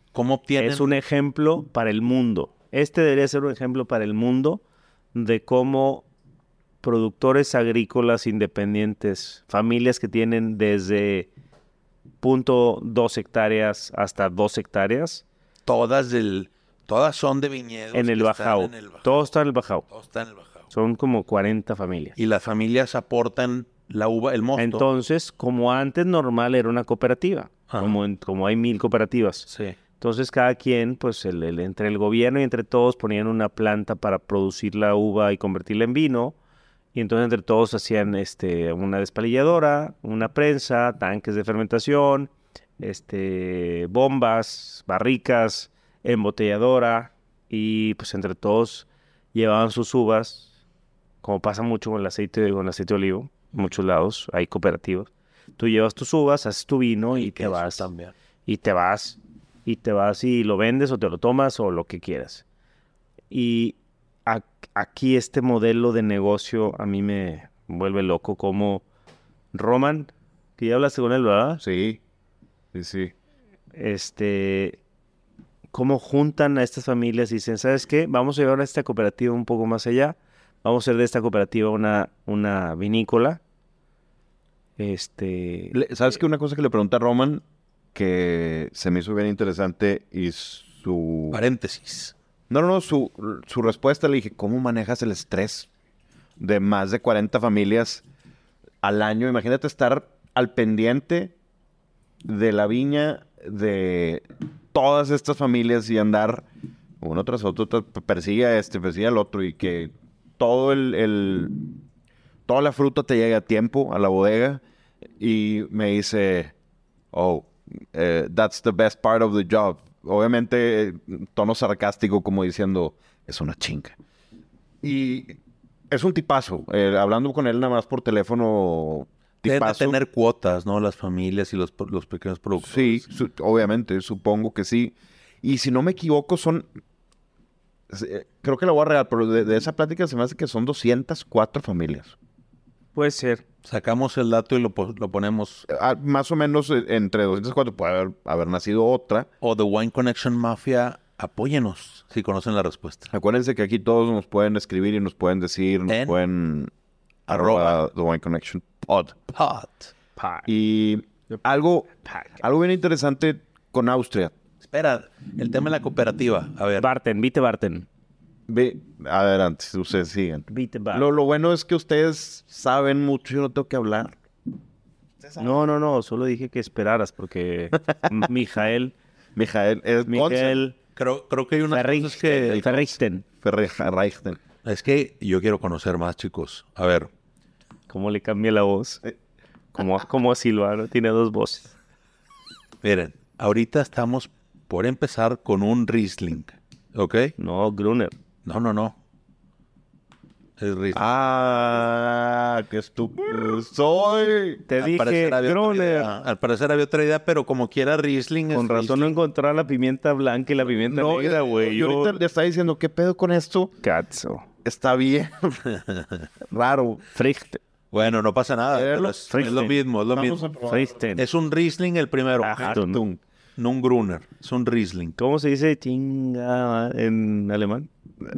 ¿Cómo obtienen? Es un ejemplo para el mundo. Este debería ser un ejemplo para el mundo de cómo productores agrícolas independientes, familias que tienen desde 0.2 hectáreas hasta 2 hectáreas Todas son de viñedos. en el que están Bajau. en el Bajau. Todo está en el Bajau. Todo está en el Bajau. Son como 40 familias. Y las familias aportan la uva, el mosto. Entonces, como antes normal era una cooperativa, Ajá. como hay 1000 cooperativas. Sí. Entonces cada quien, pues entre el gobierno y entre todos ponían una planta para producir la uva y convertirla en vino. Y entonces entre todos hacían una despalilladora, una prensa, tanques de fermentación, bombas, barricas, embotelladora. Y pues entre todos llevaban sus uvas, como pasa mucho con el aceite de olivo, en muchos lados hay cooperativas. Tú llevas tus uvas, haces tu vino y te queso vas. también. Y te vas y lo vendes o te lo tomas o lo que quieras. Y aquí este modelo de negocio a mí me vuelve loco, como Roman, que ya hablaste con él, ¿verdad? Sí, sí. Cómo juntan a estas familias y dicen, ¿sabes qué? Vamos a llevar a esta cooperativa un poco más allá. Vamos a hacer de esta cooperativa una vinícola. ¿Sabes qué? Una cosa que le pregunté a Roman que se me hizo bien interesante y su... Paréntesis. No, su respuesta le dije, ¿cómo manejas el estrés de más de 40 familias al año? Imagínate estar al pendiente de la viña de todas estas familias y andar uno tras otro, persigue a persigue al otro y que todo toda la fruta te llegue a tiempo a la bodega. Y me dice, that's the best part of the job. Obviamente, tono sarcástico como diciendo, es una chinga. Y es un tipazo. Hablando con él nada más por teléfono, Deben de tipazo. tener cuotas, ¿no? Las familias y los pequeños productores. Sí, obviamente, supongo que sí. Y si no me equivoco, creo que la voy a regalar, pero de esa plática se me hace que son 204 familias. Puede ser. Sacamos el dato y lo ponemos. Más o menos entre 204 puede haber nacido otra. O The Wine Connection Mafia, apóyenos si conocen la respuesta. Acuérdense que aquí todos nos pueden escribir y nos pueden decir, nos pueden @ The Wine Connection Pod. Y algo bien interesante con Austria. Espera, el tema de la cooperativa. A ver. Vite Barten. Adelante, ustedes sigan. Vite Barten. Lo bueno es que ustedes saben mucho, yo no tengo que hablar. No, solo dije que esperaras porque Mijael Creo que hay una Ferrichten. Ferrichten. Es que yo quiero conocer más, chicos. A ver. ¿Cómo le cambia la voz? Como Silvano, tiene 2 voces. Miren, ahorita estamos por empezar con un Riesling, ¿ok? No, Gruner. No. Es Riesling. Qué estúpido soy. Te dije Gruner. Al parecer había otra idea, pero como quiera Riesling. Con razón no encontrar la pimienta blanca y la pimienta negra, güey. Yo ahorita le estaba diciendo, ¿qué pedo con esto? Cazzo. Está bien. Raro. Frichten. Bueno, no pasa nada. Pero es lo mismo, Frichten. Es un Riesling el primero. Achtung. No un Gruner, es un Riesling. ¿Cómo se dice chinga en alemán?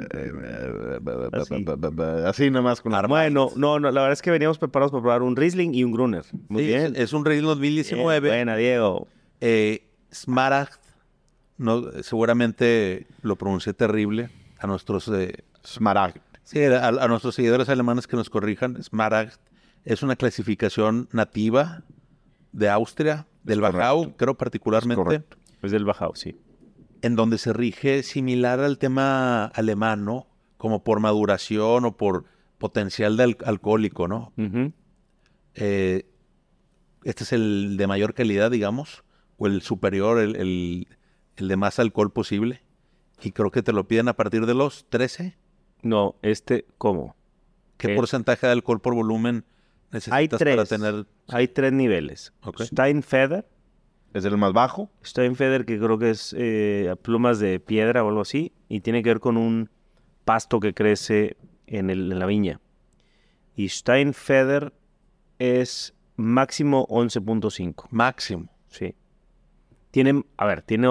Así nada más con Bueno, no, la verdad es que veníamos preparados para probar un Riesling y un Gruner. Muy bien. Es un Riesling 2019. Buena, Diego. Smaragd, no, seguramente lo pronuncié terrible a nuestros... Smaragd. Sí, a nuestros seguidores alemanes que nos corrijan. Smaragd es una clasificación nativa de Austria, del Bajau, creo particularmente. Es del Bajau, sí. En donde se rige similar al tema alemán, ¿no? Como por maduración o por potencial de alcohólico, ¿no? Uh-huh. Este es el de mayor calidad, digamos, o el superior, el de más alcohol posible. Y creo que te lo piden a partir de los 13. No, ¿cómo? ¿Qué porcentaje de alcohol por volumen necesitas para tener? Hay 3 niveles. Okay. Steinfeder. ¿Es el más bajo? Steinfeder, que creo que es plumas de piedra o algo así, y tiene que ver con un pasto que crece en la viña. Y Steinfeder es máximo 11.5. Máximo. Sí. Tiene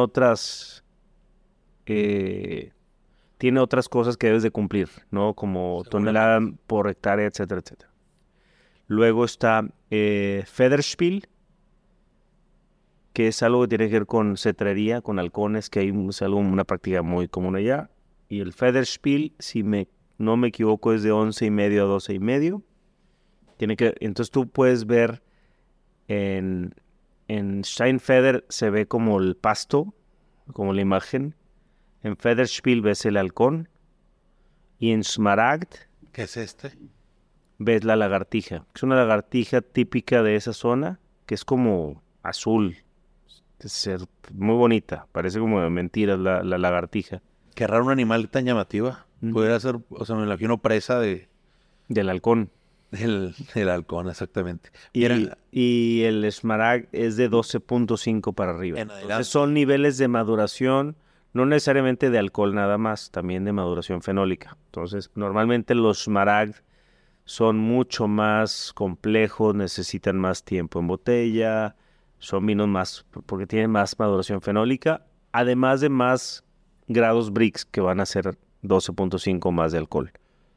otras cosas que debes de cumplir, ¿no? Como tonelada por hectárea, etcétera, etcétera. Luego está Federspiel, que es algo que tiene que ver con cetrería, con halcones, que es una práctica muy común allá. Y el Federspiel, no me equivoco, es de 11,5 a 12,5. Entonces tú puedes ver en Steinfeder se ve como el pasto, como la imagen. En Federspiel ves el halcón. Y en Smaragd ¿Qué es este? ves la lagartija. Es una lagartija típica de esa zona, que es como azul. Es muy bonita. Parece como de mentiras la lagartija. Qué raro un animal tan llamativa. Pudiera ser, o sea, me imagino presa Del halcón. del halcón, exactamente. Y el Smaragd es de 12,5 para arriba. Entonces son niveles de maduración, no necesariamente de alcohol nada más, también de maduración fenólica. Entonces, normalmente los Smaragd son mucho más complejos, necesitan más tiempo en botella, son vinos más, porque tienen más maduración fenólica, además de más grados Brix, que van a ser 12,5 más de alcohol.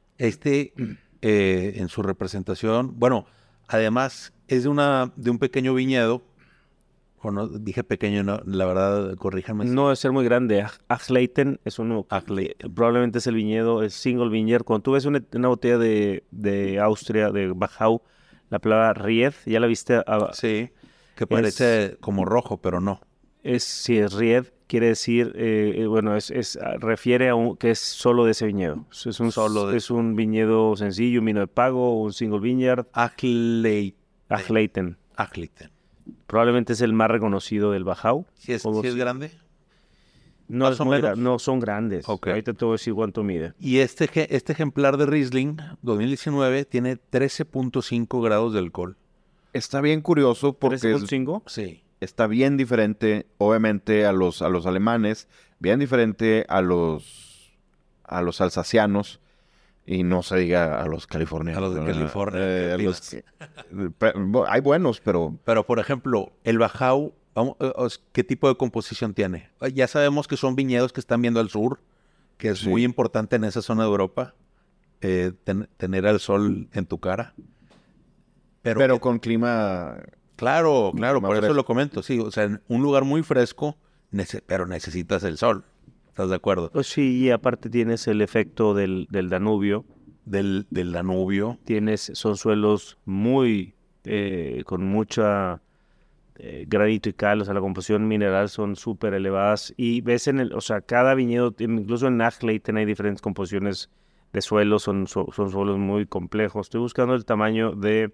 En su representación, bueno, además es de un pequeño viñedo, o no, dije pequeño, no, la verdad, corríjanme. No debe ser muy grande. Achleiten es uno, probablemente es el viñedo, es single vineyard. Cuando tú ves una botella de Austria, de Wachau, la palabra Ried, ¿ya la viste? Sí, que parece como rojo, pero no. Sí, es Ried, quiere decir, refiere a que es solo de ese viñedo. Es un viñedo sencillo, un vino de pago, un single vineyard. Achleiten. Probablemente es el más reconocido del Wachau. ¿Sí es grande? No, no son grandes. Okay. Ahorita te voy a decir cuánto mide. Y este ejemplar de Riesling 2019 tiene 13,5 grados de alcohol. Está bien curioso porque... ¿13,5? Sí. Está bien diferente, obviamente, a los alemanes, bien diferente a los alsacianos, y no se diga a los californianos. A los de California. Hay buenos, pero... Pero, por ejemplo, el Wachau, ¿qué tipo de composición tiene? Ya sabemos que son viñedos que están viendo al sur, que es muy importante en esa zona de Europa, tener el sol en tu cara. Pero con clima... Claro, por eso lo comento, sí, o sea, en un lugar muy fresco, pero necesitas el sol, ¿estás de acuerdo? Pues sí, y aparte tienes el efecto del Danubio. Del Danubio. Son suelos con mucha granito y cal, o sea, la composición mineral son súper elevadas, y ves cada viñedo, incluso en Achleiten hay diferentes composiciones de suelos, son suelos muy complejos. Estoy buscando el tamaño de...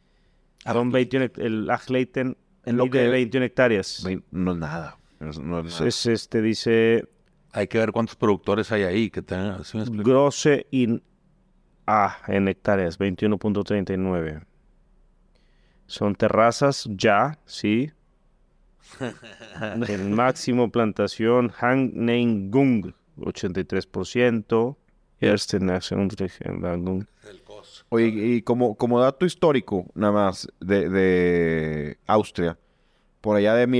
el Achleiten de 21 hectáreas. No es nada. No es nada. Dice... Hay que ver cuántos productores hay ahí que tengan... Grosse en hectáreas, 21,39. Son terrazas ya, ¿sí? El máximo plantación, Hangneingung, 83%. Oye, y como dato histórico, nada más, de Austria, por allá de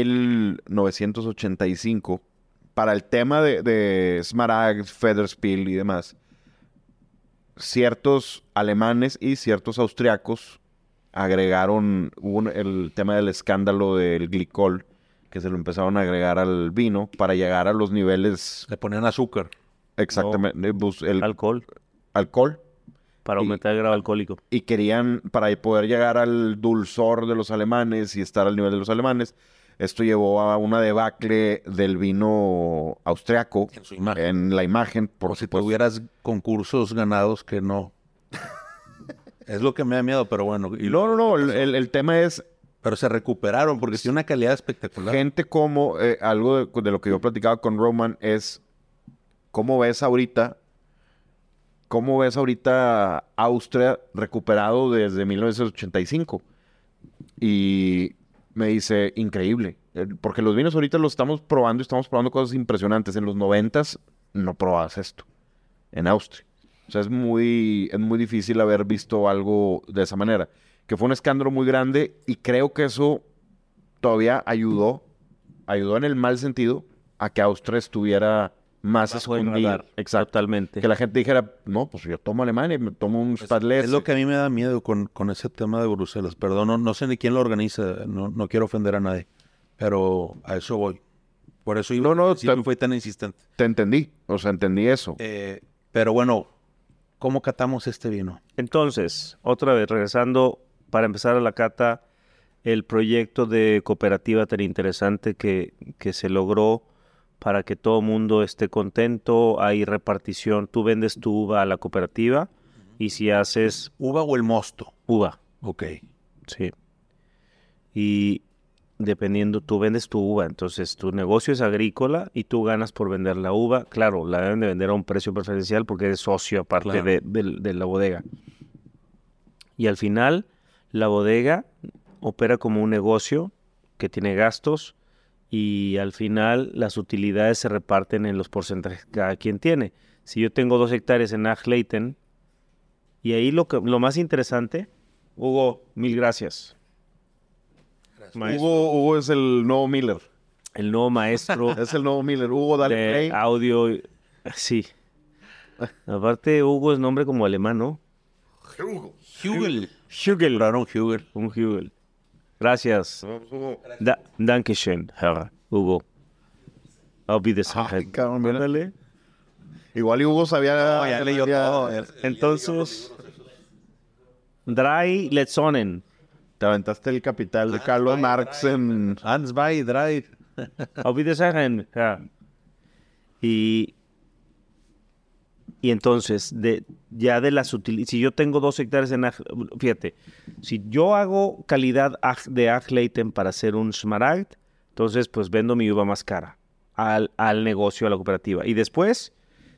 1985, para el tema de Smaragd, Federspiel y demás, ciertos alemanes y ciertos austriacos agregaron el tema del escándalo del glicol, que se lo empezaron a agregar al vino para llegar a los niveles... Le ponían azúcar. Exactamente. No, alcohol. Para aumentar el grado alcohólico. Y querían, para poder llegar al dulzor de los alemanes y estar al nivel de los alemanes, esto llevó a una debacle del vino austriaco en su imagen. En la imagen. Por si tuvieras concursos ganados que no. Es lo que me da miedo, pero bueno. No. El tema es... Pero se recuperaron porque tiene una calidad espectacular. Gente como... algo de lo que yo platicaba con Roman es... ¿Cómo ves ahorita Austria recuperado desde 1985? Y me dice, increíble. Porque los vinos ahorita los estamos probando y estamos probando cosas impresionantes. En los 90s no probabas esto. En Austria. O sea, es muy difícil haber visto algo de esa manera. Que fue un escándalo muy grande y creo que eso todavía ayudó ayudó en el mal sentido a que Austria estuviera más Bajo el escondido. radar. Exacto. Totalmente. Que la gente dijera, no, pues yo tomo Alemania y me tomo un Spadless. Es lo que a mí me da miedo con ese tema de Bruselas. Perdón, no sé ni quién lo organiza, no quiero ofender a nadie, pero a eso voy. Por eso No, fui tan insistente. te entendí. O sea, entendí eso. Pero bueno, ¿cómo catamos este vino? Entonces, otra vez, regresando para empezar a la cata, el proyecto de cooperativa tan interesante que se logró para que todo el mundo esté contento, hay repartición, tú vendes tu uva a la cooperativa y si haces ¿Uva o el mosto? uva, Ok. sí, y dependiendo, tú vendes tu uva, entonces tu negocio es agrícola y tú ganas por vender la uva, claro, la deben de vender a un precio preferencial porque eres socio aparte Claro. de la bodega. Y al final, la bodega opera como un negocio que tiene gastos y al final las utilidades se reparten en los porcentajes que cada quien tiene. Si yo tengo 2 hectáreas en Achleiten, y ahí lo más interesante, Hugo, mil gracias. Maestro, Hugo es el nuevo Miller. el nuevo maestro Es el nuevo Miller. Hugo, dale de play. audio. Sí. Aparte, Hugo es nombre como alemán, ¿no? Hugel. Hugel. Claro, un Hugel. Un Hugel. Gracias. Dankeschön, Herr Hugo. Auf Wiedersehen. Ay, cabrón, mira. Ándale. Igual y Hugo sabía... ya leyó todo. Entonces, Drei Lezonen. Te aventaste el Capital de Carlos Marx en... Hans by Drive. Auf Wiedersehen, Herr. Y entonces, ya de las utilidades, si yo tengo 2 hectáreas fíjate, si yo hago calidad de Achleiten para hacer un Smaragd, entonces pues vendo mi uva más cara al negocio, a la cooperativa. Y después,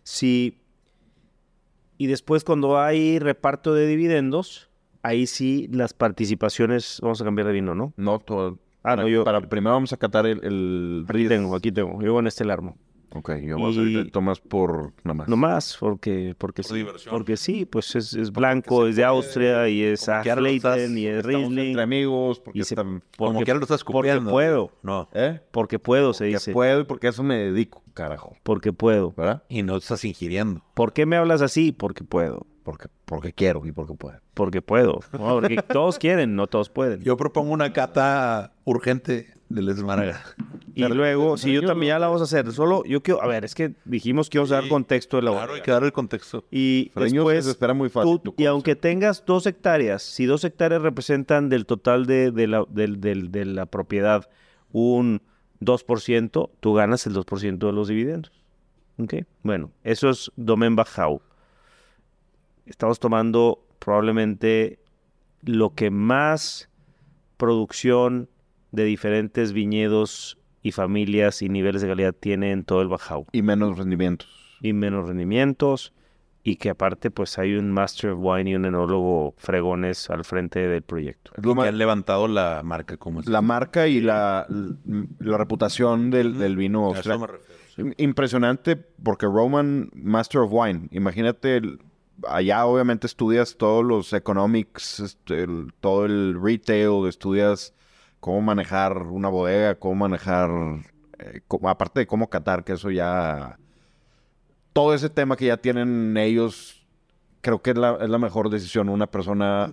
cuando hay reparto de dividendos, ahí sí las participaciones, vamos a cambiar de vino, ¿no? No, todo... Primero vamos a catar el... Aquí tengo, yo en este larmo. Ok, yo voy a hacer ahorita tomas por nada más. No más, porque sí. diversión. Porque sí, pues es blanco, es de Austria, y es Achleiten, y es Riesling. Entre amigos, porque Y se- están... Como quiera lo estás Porque copiando. puedo. No. Porque puedo, se Porque dice. puedo y porque a eso me dedico, carajo. Porque puedo. ¿Verdad? Y no estás ingiriendo. ¿Por qué me hablas así? Porque puedo. Porque quiero y porque puedo. Porque puedo. No, porque todos quieren, no todos pueden. Yo propongo una cata urgente del Esmaraga. Y luego, si yo también ya la vamos a hacer, solo yo quiero, a ver, es que dijimos que íbamos a dar contexto de la Claro, hay bodega. que dar el contexto. Y Freños después, se espera muy fácil. y aunque tengas 2 hectáreas, si 2 hectáreas representan del total de la propiedad un 2%, tú ganas el 2% de los dividendos. ¿Ok? Bueno, eso es Domaine Bachau. Estamos tomando probablemente lo que más producción de diferentes viñedos y familias y niveles de calidad tiene en todo el Bachau. Y menos rendimientos. Y menos rendimientos, y que aparte pues hay un Master of Wine y un enólogo fregones al frente del proyecto. Es lo Que más- han levantado la marca como es. la marca y la reputación del vino A eso me austriaco. refiero. Sí. Impresionante porque Roman, Master of Wine. Imagínate, allá obviamente estudias todos los economics, todo el retail, estudias cómo manejar una bodega, cómo manejar, aparte de cómo catar, que eso ya... Todo ese tema que ya tienen ellos, creo que es la mejor decisión. Una persona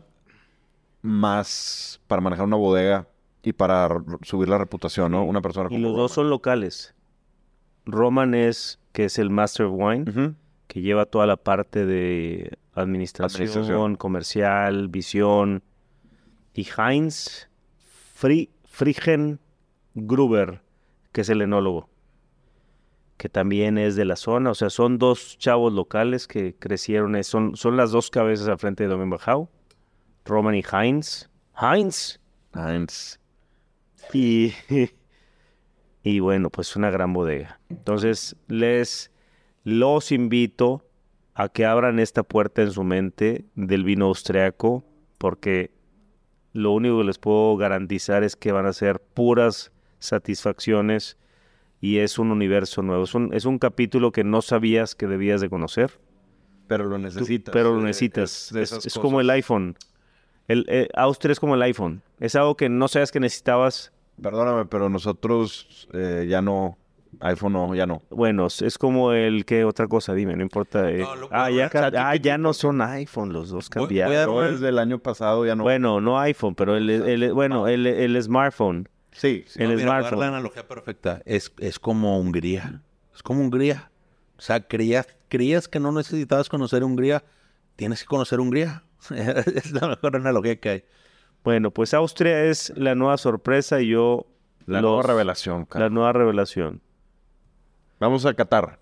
más para manejar una bodega y para subir la reputación, ¿no? Una persona Y como los dos Roman. son locales. Roman que es el Master of Wine, Ujú. que lleva toda la parte de administración. Comercial, visión. Y Heinz Frigen Gruber, que es el enólogo, que también es de la zona. O sea, son 2 chavos locales que crecieron, son las 2 cabezas al frente de Domaine Bachau, Roman y Heinz. Heinz. Y, y bueno, pues una gran bodega. Entonces, los invito a que abran esta puerta en su mente del vino austriaco, porque lo único que les puedo garantizar es que van a ser puras satisfacciones y es un universo nuevo. Es un capítulo que no sabías que debías de conocer. Pero lo necesitas. Pero lo necesitas. de esas Es como el iPhone. Austria es como el iPhone. Es algo que no sabías que necesitabas Perdóname, pero nosotros ya no, iPhone no, ya no. Bueno, es como el que otra cosa, dime, no importa. Ya no son iPhone, los dos cambiaron. voy a dar Yo desde el año pasado ya no. Bueno, no iPhone, pero el smartphone. Sí, sí. El No, mira, voy a dar smartphone. la analogía perfecta. Es como Hungría. Es como Hungría. O sea, creías que no necesitabas conocer Hungría. Tienes que conocer Hungría. Es la mejor analogía que hay. Bueno, pues Austria es la nueva sorpresa y yo... La nueva revelación, La cara. nueva revelación. Vamos a Qatar.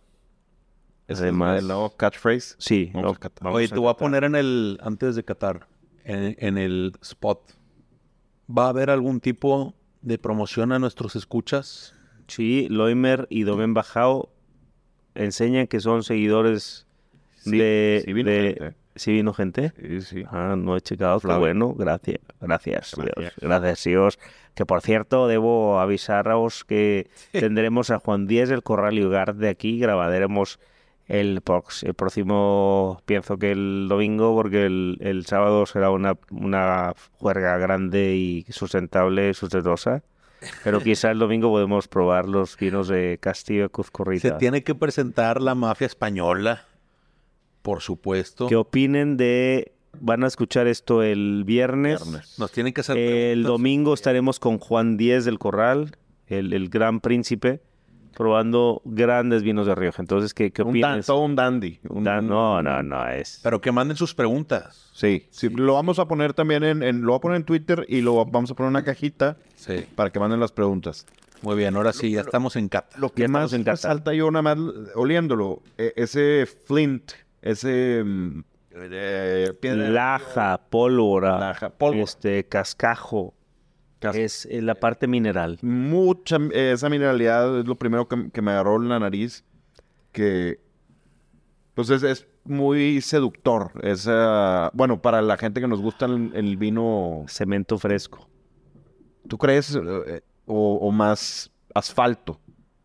Ese Además- es el nuevo catchphrase. Sí. Vamos a Qatar. vamos Oye, a te voy a Qatar. poner antes de Qatar, en el spot. ¿Va a haber algún tipo de promoción a nuestros escuchas? Sí, Loimer y Domen Bajao enseñan que son seguidores Sí, sí vino gente. ¿Sí vino gente? Sí, sí. Ah, no he checado, qué Flavio. bueno, gracias, Dios, gracias Dios. Que por cierto, debo avisaros que tendremos a Juan Díez del Corral y Hogar de aquí, grabaremos el próximo, pienso que el domingo, porque el sábado será una juerga grande y sustentable, sustentosa. Pero quizá el domingo podemos probar los vinos de Castillo de Se Cuzcorrita. tiene que presentar la mafia española, por supuesto. ¿Qué opinen de... Van a escuchar esto el viernes. Nos tienen que hacer El preguntas. domingo estaremos con Juan Díez del Corral, el gran príncipe, probando grandes vinos de Rioja. Entonces, ¿qué opinas? Todo un dandy. No, es... Pero que manden sus preguntas. Sí, sí, lo vamos a poner también lo voy a poner en Twitter y lo vamos a poner en una cajita Sí. para que manden las preguntas. Muy bien, ahora sí, ya estamos en Cata. Lo que Ya más estamos en me Qatar. salta yo nada más oliéndolo, ese flint, ese piedra de Laja, pólvora, Laja, pólvora. cascajo, es la parte mineral. mucha, esa mineralidad es lo primero que me agarró en la nariz, que pues es muy seductor. Bueno, para la gente que nos gusta el vino, Cemento fresco. ¿tú crees? O más asfalto.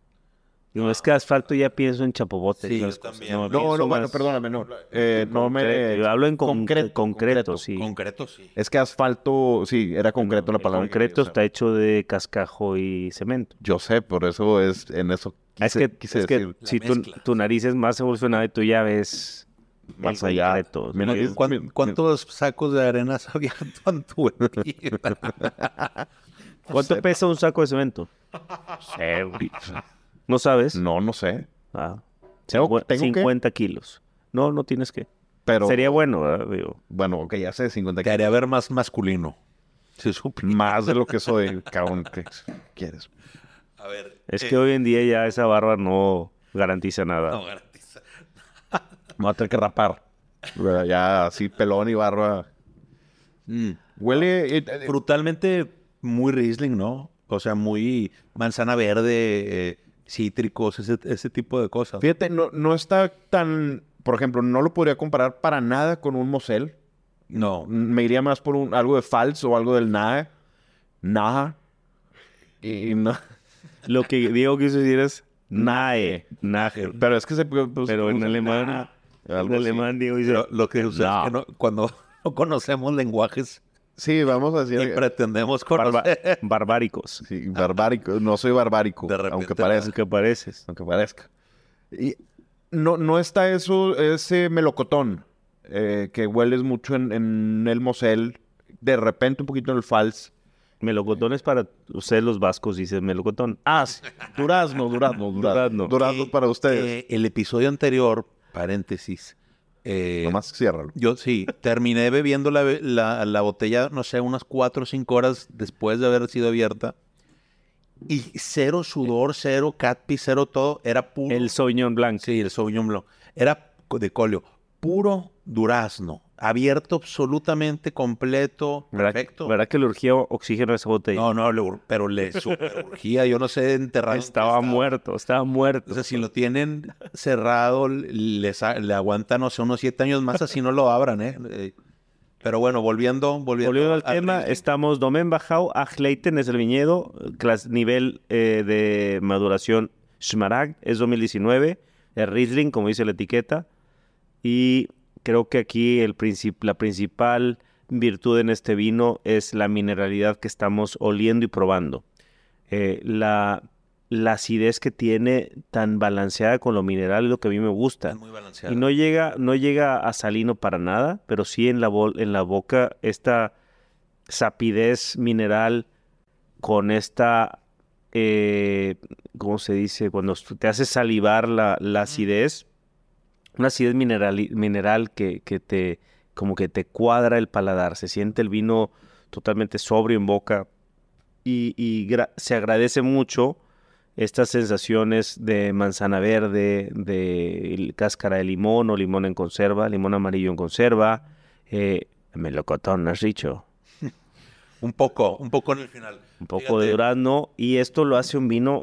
No, es que asfalto ya pienso en chapobotes. Sí, y yo esas cosas. también. No, No, pienso bueno, más perdóname, no. No me... Yo hablo en concreto, concreto, sí. Concreto, sí. Es que asfalto, sí, era concreto la El palabra. que concreto quería usar. está hecho de cascajo y cemento. Yo sé, por eso en eso quise Es que decir. si La mezcla. tu nariz es más evolucionada y tú ya ves Más el allá. concreto. Mira, ¿no? ¿Cuántos sacos de arena sabían tú en tu vida? ¿Cuánto pesa un saco de cemento? sé, güey. ¿No sabes? No sé. Ah, ¿Tengo que? 50 kilos. No tienes que. Pero, Sería bueno, ¿verdad? Digo, bueno, ok, ya sé, 50 Te haría ver más masculino. Sí, más de lo que soy, cabrón, ¿qué quieres? A ver. es que hoy en día ya esa barba no garantiza nada. No garantiza. Me voy a tener que rapar. Ya así, pelón y barba. Huele... Brutalmente muy Riesling, ¿no? O sea, muy manzana verde, cítricos, ese tipo de cosas. Fíjate, no está tan... Por ejemplo, no lo podría comparar para nada con un Mosel. No. Me iría más por algo de Pfalz o algo del Nahe. Nahe. Y no... Lo que Diego quiso decir es Nahe. Pero es que se... pues, Pero en alemán, algo así. Diego dice... Pero lo que sucede es que cuando no conocemos lenguajes Sí, vamos a y decir... pretendemos conocer... barbáricos. Sí, barbárico. No soy barbárico, De repente aunque parezca. Que pareces. Aunque parezca. Y no está ese melocotón que hueles mucho en el Mosel. De repente un poquito en el Pfalz. Melocotón es para ustedes los vascos, dicen melocotón. Ah, sí. Durazno. Durazno para ustedes. El episodio anterior, paréntesis, Nomás ciérralo. yo sí, terminé bebiendo la botella, no sé, unas 4 o 5 horas después de haber sido abierta. Y cero sudor, cero catpi, cero todo. Era puro... El Sauvignon Blanc. Sí, el Sauvignon Blanc. Era de colio. Puro durazno. Abierto absolutamente, completo, perfecto. ¿Verdad que le urgía oxígeno a esa botella? No, pero le super urgía. Yo no sé enterrado. Estaba muerto. O sea, si lo tienen cerrado, le aguantan, no sé, unos 7 años más, así no lo abran, ¿eh? Pero bueno, volviendo al tema, Riesling. estamos Domen Bajau, Achleiten es el viñedo, nivel de maduración Smaragd, es 2019, el Riesling, como dice la etiqueta, y creo que aquí la principal virtud en este vino es la mineralidad que estamos oliendo y probando. La acidez que tiene tan balanceada con lo mineral es lo que a mí me gusta. Es muy balanceado. Y no llega a salino para nada, pero sí en la boca esta sapidez mineral con esta, ¿cómo se dice? Cuando te hace salivar la acidez, una acidez mineral que te, como que te cuadra el paladar. Se siente el vino totalmente sobrio en boca y se agradece mucho estas sensaciones de manzana verde, de cáscara de limón o limón en conserva, limón amarillo en conserva, melocotón, ¿no has dicho? Un poco en el final. Un poco Fíjate, de durazno, y esto lo hace un vino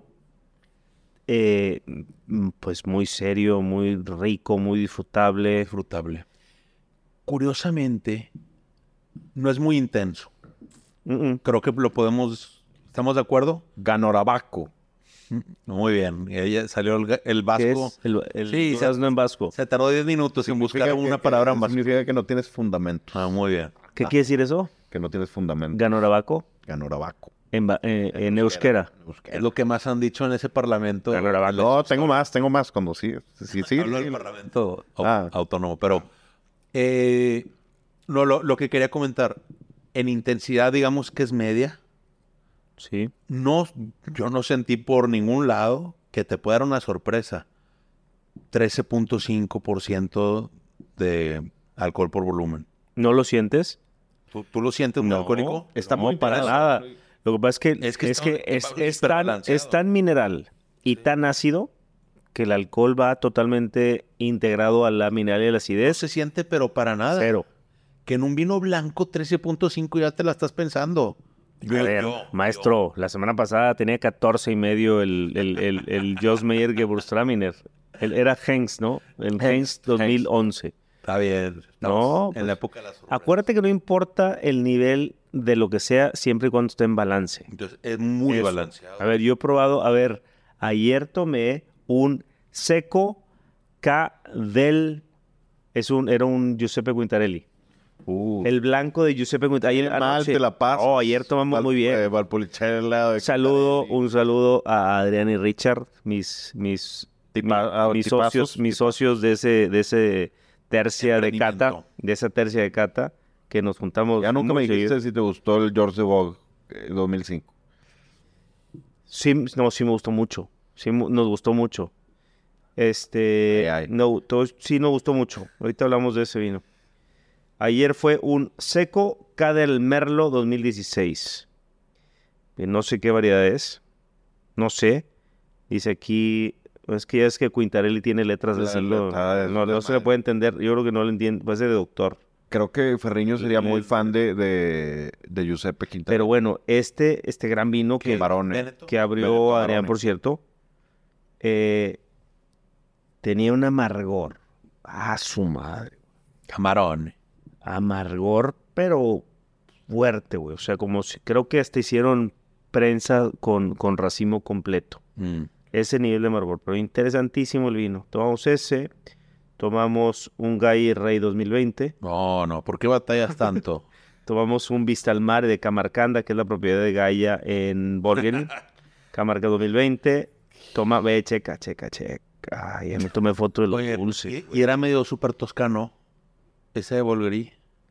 pues muy serio, muy rico, muy disfrutable. disfrutable. Curiosamente, no es muy intenso. Creo que lo podemos... ¿Estamos de acuerdo? Ganorabaco. Muy bien. Ella salió el ¿Qué vasco. es? El Sí, durazno en vasco. Se tardó 10 minutos en buscar una palabra más. Significa que no tienes fundamento. Ah, muy bien. ¿Qué quiere decir eso? Que no tienes fundamento. Ganorabaco Ganorabaco. en euskera. Es lo que más han dicho en ese parlamento. No, tengo más cuando sí. Sí. Hablo del parlamento Ah. autónomo. Pero no, lo que quería comentar, en intensidad digamos que es media. Sí. No, yo no sentí por ningún lado que te pueda dar una sorpresa. 13.5% de alcohol por volumen. ¿No lo sientes? ¿Tú lo sientes muy No, alcohólico? está No, muy para pesado. nada. Lo que pasa es que está es tan mineral y tan ácido que el alcohol va totalmente integrado a la mineral y a la No acidez. se siente, pero para nada. Cero. Que en un vino blanco 13.5 ya te la estás pensando. A ver, maestro, la semana pasada tenía 14 y medio el Joss Meyer Gewürztraminer. Era Heinz, ¿no? El Heinz 2011. Está bien. No, en la época de la sorpresa. Acuérdate que no importa el nivel de lo que sea, siempre y cuando esté en balance. Entonces, es muy Eso. balanceado. A ver, yo he probado, ayer tomé un seco K del, era un Giuseppe Quintarelli. El blanco de Giuseppe Quintarelli. Ayer Mal anoche- te la pasas. ayer tomamos muy bien. Valpolicella. Un saludo a Adrián y Richard, mis socios de ese tercia de cata, que nos juntamos. Ya nunca me muy dijiste seguido. si te gustó el George de Vogue 2005. Sí, no, sí me gustó mucho. Sí, nos gustó mucho. Ay. No, sí nos gustó mucho. Ahorita hablamos de ese vino. Ayer fue un seco K del Merlot 2016. No sé qué variedad es. No sé. Dice aquí... Es que Quintarelli tiene letras de siglo. No se le puede entender. Yo creo que no lo entiendo. Puede ser de doctor. Creo que Ferriño sería muy fan de Giuseppe Quintana. Pero bueno, este gran vino que abrió Veneto Adrián, Barone. por cierto, tenía un amargor. Su madre. Camarón. Amargor, pero fuerte, güey. O sea, como si creo que hasta hicieron prensa con racimo completo. Ese nivel de amargor, pero interesantísimo el vino. Tomamos ese, tomamos un Gay Rey 2020, No, ¿por qué batallas tanto? tomamos un Vista al Mar de Camarcanda, que es la propiedad de Gaia en Borgen, Camarca 2020. Checa. Ay, ya me tomé foto de los Oye, dulces. y era medio súper toscano. Ese de Bolguerí.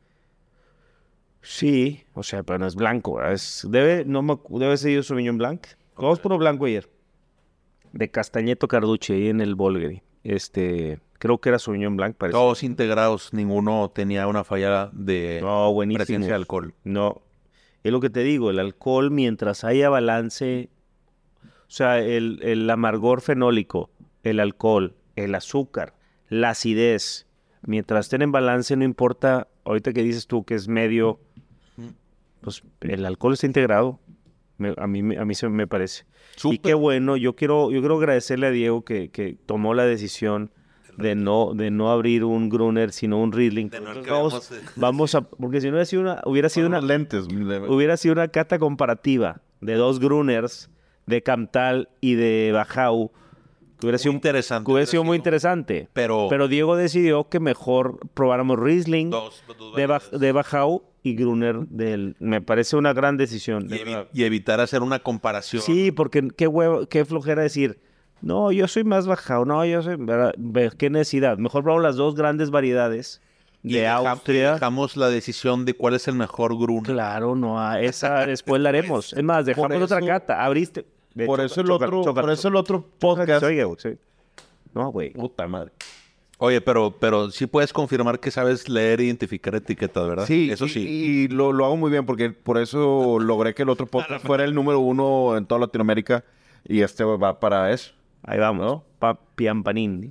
Sí, o sea, pero no es blanco, ¿verdad? Debe ser Sauvignon Blanc. Vamos por uno blanco ayer. De Castañeto Carducci, ahí en el Bolgheri. Creo que era Sauvignon Blanc, parece. Todos integrados, ninguno tenía una falla de No, buenísimo. presencia de alcohol. No, es lo que te digo, el alcohol, mientras haya balance, o sea, el amargor fenólico, el alcohol, el azúcar, la acidez, mientras estén en balance, no importa, ahorita que dices tú que es medio, pues el alcohol está integrado. A mí se me parece. Súper. Y qué bueno, yo quiero agradecerle a Diego que tomó la decisión de no abrir un Gruner, sino un Riesling. De no el que Porque si no hubiera sido una lentes. hubiera sido una cata comparativa de dos Gruners, de Camtal y de Bajau, que hubiera sido interesante. que hubiera sido muy interesante. Pero Pero Diego decidió que mejor probáramos Riesling dos de Bajau y Gruner me parece una gran decisión. Y evitar hacer una comparación. Sí, porque qué flojera decir, no, yo soy más bajado, no, yo soy... Qué necesidad. Mejor probamos las dos grandes variedades de Austria. Dejamos la decisión de cuál es el mejor Gruner. Claro, no, esa después la haremos. Es más, dejamos otra cata. Abriste. Por eso el otro podcast. Oye, güey, sí. No, güey. Puta madre. Oye, pero sí puedes confirmar que sabes leer e identificar etiquetas, ¿verdad? Sí, eso sí. Y lo hago muy bien porque por eso logré que el otro podcast fuera el número 1 en toda Latinoamérica y este va para eso. Ahí vamos, ¿no? Pianpanini.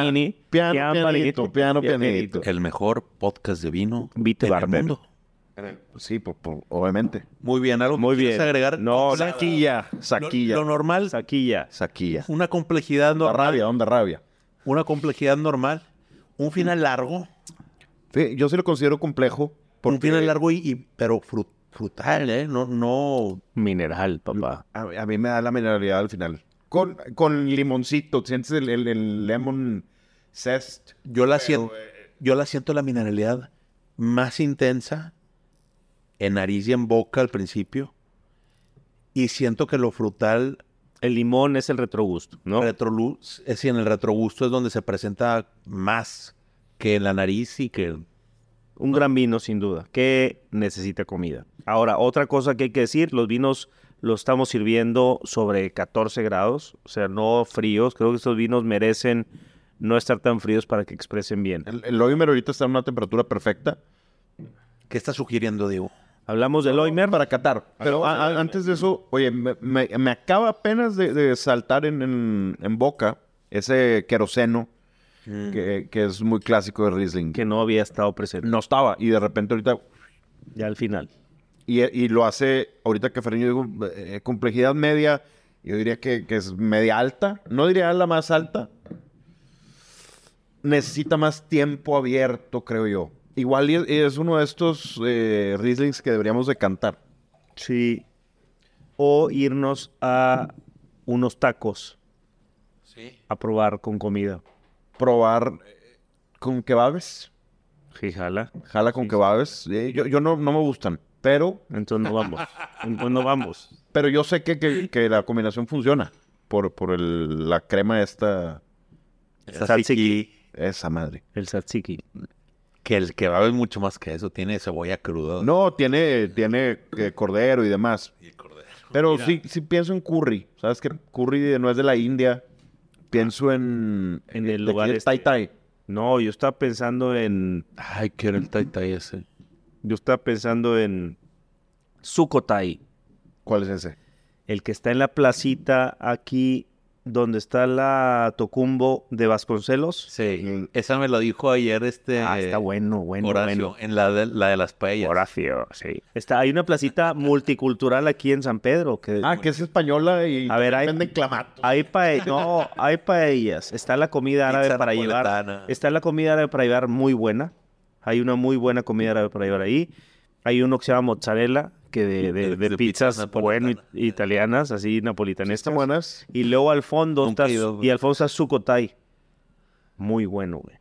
Pianito. El mejor podcast de vino Vite del Barber. mundo. Sí, obviamente. Muy bien, algo Muy que quieres bien. agregar. No, Saquilla. Lo normal, Saquilla. una complejidad normal. Onda rabia. Una complejidad normal. Un final largo. Sí, yo sí lo considero complejo. Un final largo pero frutal, ¿eh? No. Mineral, papá. A mí me da la mineralidad al final. Con limoncito, sientes el lemon zest. Yo la siento la mineralidad más intensa en nariz y en boca al principio. Y siento que lo frutal, El limón es el retrogusto, ¿no? en el retrogusto es donde se presenta más que en la nariz y que... Un gran vino, sin duda, que necesita comida. Ahora, otra cosa que hay que decir, los vinos los estamos sirviendo sobre 14 grados, o sea, no fríos. Creo que estos vinos merecen no estar tan fríos para que expresen bien. El Loimer ahorita está en una temperatura perfecta. ¿Qué está sugiriendo, Diego? Hablamos del Loimer. Para catar. Pero antes de eso, oye, me acaba apenas de saltar en boca ese queroseno que es muy clásico de Riesling. Que no había estado presente. No estaba. Y de repente ahorita... Ya al final. Y lo hace, ahorita que Ferreño dijo, complejidad media, yo diría que es media alta. No diría la más alta. Necesita más tiempo abierto, creo yo. Igual es uno de estos Rieslings que deberíamos de cantar. Sí. O irnos a unos tacos Sí. a probar con comida. Probar con kebabes. Fíjala. Jala con kebabes. Yo no me gustan, pero Entonces no vamos. Entonces no vamos. yo sé que la combinación funciona por la crema esta, Tzatziki. esa madre. El tzatziki. Que el kebab es mucho más que eso. Tiene cebolla cruda. No, tiene cordero y demás. Y el cordero. Pero sí pienso en curry. ¿Sabes qué? Curry no es de la India. Pienso en el de lugar aquí, el este. Thai Thai. No, yo estaba pensando en... Ay, que era el tai ese. Yo estaba pensando en Sukhothai. ¿Cuál es ese? El que está en la placita aquí donde está la Tocumbo de Vasconcelos. Sí. Esa me lo dijo ayer Está bueno. Horacio, en la de las paellas. Horacio, sí. Hay una placita multicultural aquí en San Pedro. Que es española y A ver, venden clamatos. hay paellas. Está la comida árabe Pizza para llevar. napoletana. Está la comida árabe para llevar muy buena. Hay una muy buena comida árabe para llevar ahí. Hay uno que se llama mozzarella, que de pizzas napolitanas. italianas, así napolitanescas. Están buenas. Y luego al fondo Nunca está, he ido, güey. y al fondo está Sukhothai. Muy bueno, güey.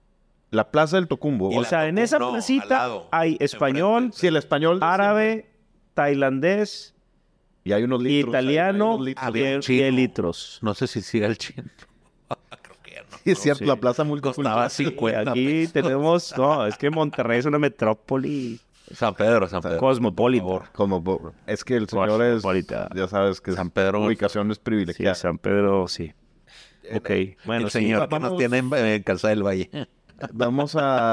La Plaza del Tocumbo. Y O la sea, en esa no, al placita lado, hay español, enfrente. Sí, el español. árabe, tailandés, Y hay unos litros. italiano hay unos litros. Había un y chino. litros. No sé si siga el chino. Creo que ya no. Sí, es cierto, sí. la Plaza Costaba multicultural. 50 Aquí tenemos... No, es que Monterrey es una metrópoli San Pedro. cosmopolita. Es que el señor es, Cosmopolita. ya sabes que San Pedro. ubicaciones Sí, privilegiadas. San Pedro, sí. Ok, bueno, el sí. señor que nos tiene en Calzada del Valle. Vamos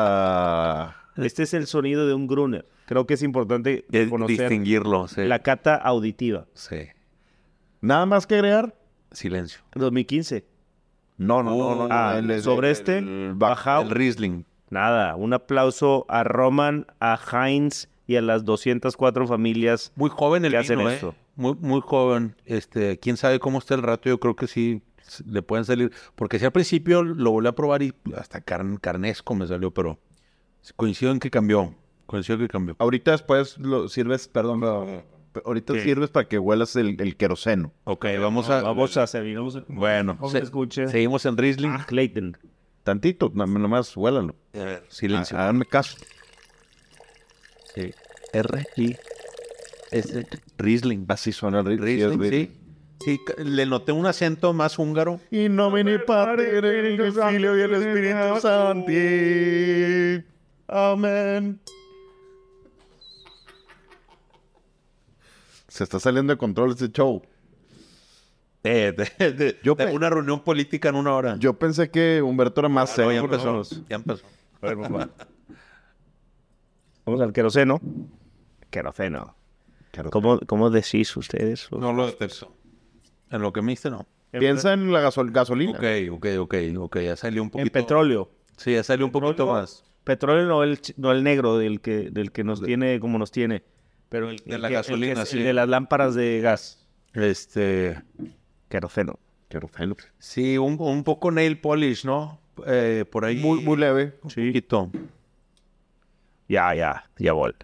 a... Este es el sonido de un Gruner. Creo que es importante conocer Distinguirlo, sí. la cata auditiva. Sí. ¿Nada más que agregar? Silencio. 2015. No. sobre este, bajado. El Riesling. Nada, un aplauso a Roman, a Heinz y a las 204 familias. Muy joven el ¿Qué hacen vino, esto? Muy joven. Quién sabe cómo está el rato. Yo creo que sí le pueden salir. Porque si al principio lo volví a probar y hasta carnesco me salió, pero coincido en que cambió. Ahorita después lo sirves, perdón, ahorita ¿Qué? sirves para que huelas el queroseno. Ok, vamos a servir. Bueno, Escuche. seguimos en Riesling. Clayton. Tantito, nomás huélalo. A ver, silencio. Háganme caso. Sí. R-I-S. Riesling. Así suena el Riesling, sí. Sí, le noté un acento más húngaro. Y no vine Patri, el Filio y el Espíritu Santo. Amén. Se está saliendo de control este show. De una reunión política en 1 hora. Yo pensé que Humberto era más No, serio. ya empezó. Ya empezó. A ver, vamos al queroseno. Queroseno. ¿Cómo decís ustedes? No lo detesto. En lo que me diste, no. Piensa en la gasolina. Ok. Ya salió un poquito. En petróleo. Sí, ya salió un poquito más. Petróleo no el negro del que nos tiene como nos tiene. Pero De la gasolina, el sí. de las lámparas de gas. Queroseno. Queroseno. Sí, un poco nail polish, ¿no? Por ahí. Muy leve. Un poquito. Ya vol.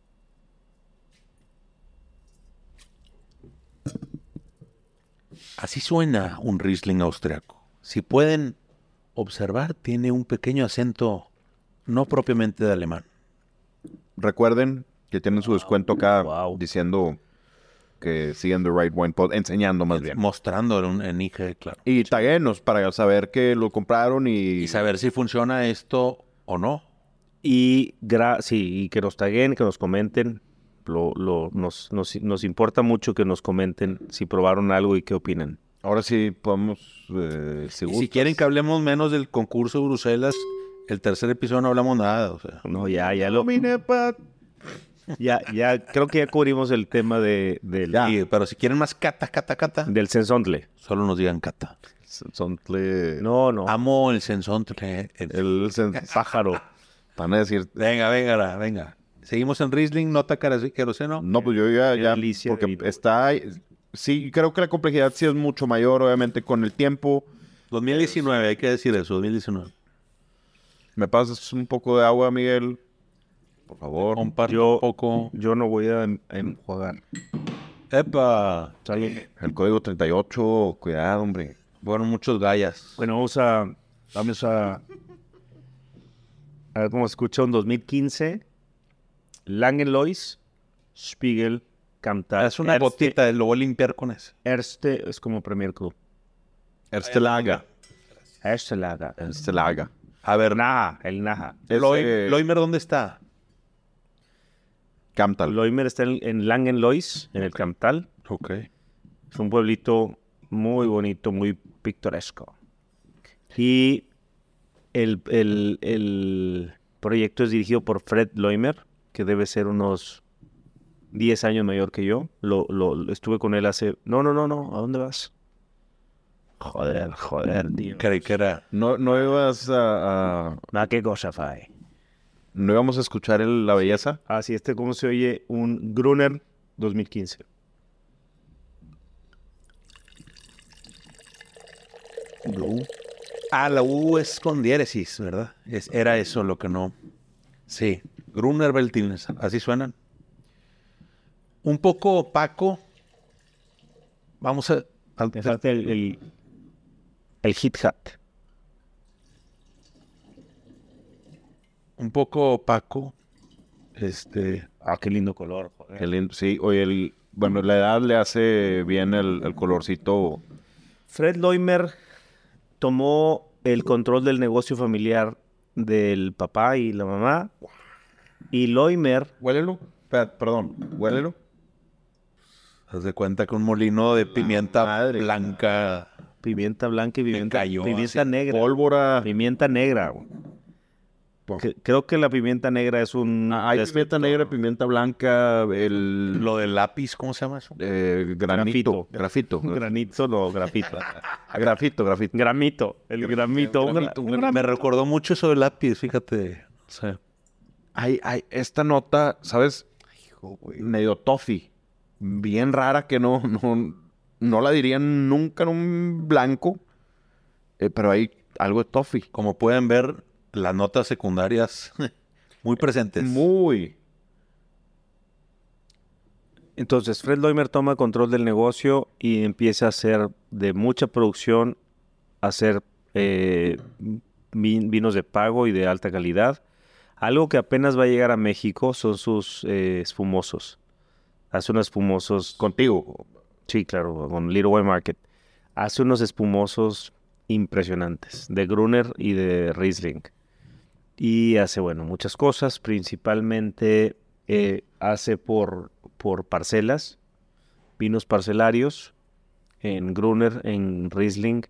Así suena un Riesling austriaco. Si pueden observar, tiene un pequeño acento no propiamente de alemán. Recuerden que tienen su descuento acá Wow. diciendo que siguen The Right Wine Pod, enseñando más bien. Mostrándolo en IG, claro. Y taguenos para saber que lo compraron Y saber si funciona esto o no. Y que nos taguen, que nos comenten. Nos importa mucho que nos comenten si probaron algo y qué opinan. Ahora sí podemos... Y si quieren que hablemos menos del concurso de Bruselas, el tercer episodio no hablamos nada. O sea. No, ya creo que ya cubrimos el tema del Sí, pero si quieren más cata, del sensontle. solo nos digan cata. Sensontle... No. Amo el sensontle. El Pájaro. Van a decir... Venga. Seguimos en Riesling, nota queroseno. No, pues yo ya delicia de porque vino. está... Sí, creo que la complejidad sí es mucho mayor, obviamente, con el tiempo. 2019, hay que decir eso, 2019. ¿Me pasas un poco de agua, Miguel? Por favor. Comparte un poco. Yo no voy a enjuagar. ¡Epa! El código 38, cuidado, hombre. Fueron muchos gallas. Bueno, vamos a ver cómo se escucha un 2015. Langenlois, Spiegel, Camtal. Es una gotita, lo voy a limpiar con eso. Erste es como Premier Club. Erste Lager. Erste Lager. Erste Lager. A ver, El Naja. Loimer, ¿dónde está? Camtal. Loimer está en Langenlois, en el Camtal. Ok. Es un pueblito muy bonito, muy pintoresco. Y el proyecto es dirigido por Fred Loimer, que debe ser unos 10 años mayor que yo. Estuve con él hace... No. ¿A dónde vas? Joder, tío. Creí que era... No ibas a... ¿Qué cosa, Fai? ¿No íbamos a escuchar la belleza? Ah, sí, ¿cómo se oye? Un Gruner 2015. La U es con diéresis, ¿verdad? Era eso lo que no... Sí, Gruner Veltliner, así suenan. Un poco opaco. Vamos a... Me falta el Hit Hat. Un poco opaco. Qué lindo color, joder. Qué lindo. Sí, oye, bueno, la edad le hace bien el colorcito. Fred Loimer tomó el control del negocio familiar del papá y la mamá. Y Loimer... Huélelo. Perdón, huélelo. Haz de cuenta que un molino de pimienta blanca... Pimienta blanca y pimienta así, negra. Pólvora. Pimienta negra. Creo que la pimienta negra es un... Hay pimienta negra, pimienta blanca, Lo del lápiz, ¿cómo se llama eso? Grafito. Granito, no, grafito. Grafito. Gramito. El gramito. Me recordó mucho eso del lápiz, fíjate. O sea, Hay esta nota, ¿sabes? Medio toffee. Bien rara que no la dirían nunca en un blanco. Pero hay algo de toffee. como pueden ver, las notas secundarias muy presentes. Muy. Entonces, Fred Loimer toma control del negocio y empieza a hacer de mucha producción, a hacer vinos de pago y de alta calidad. Algo que apenas va a llegar a México son sus espumosos. Hace unos espumosos. Contigo. Sí, claro, con Little White Market. Hace unos espumosos impresionantes, de Gruner y de Riesling. Y hace, bueno, muchas cosas, principalmente hace por parcelas, vinos parcelarios, en Gruner, en Riesling,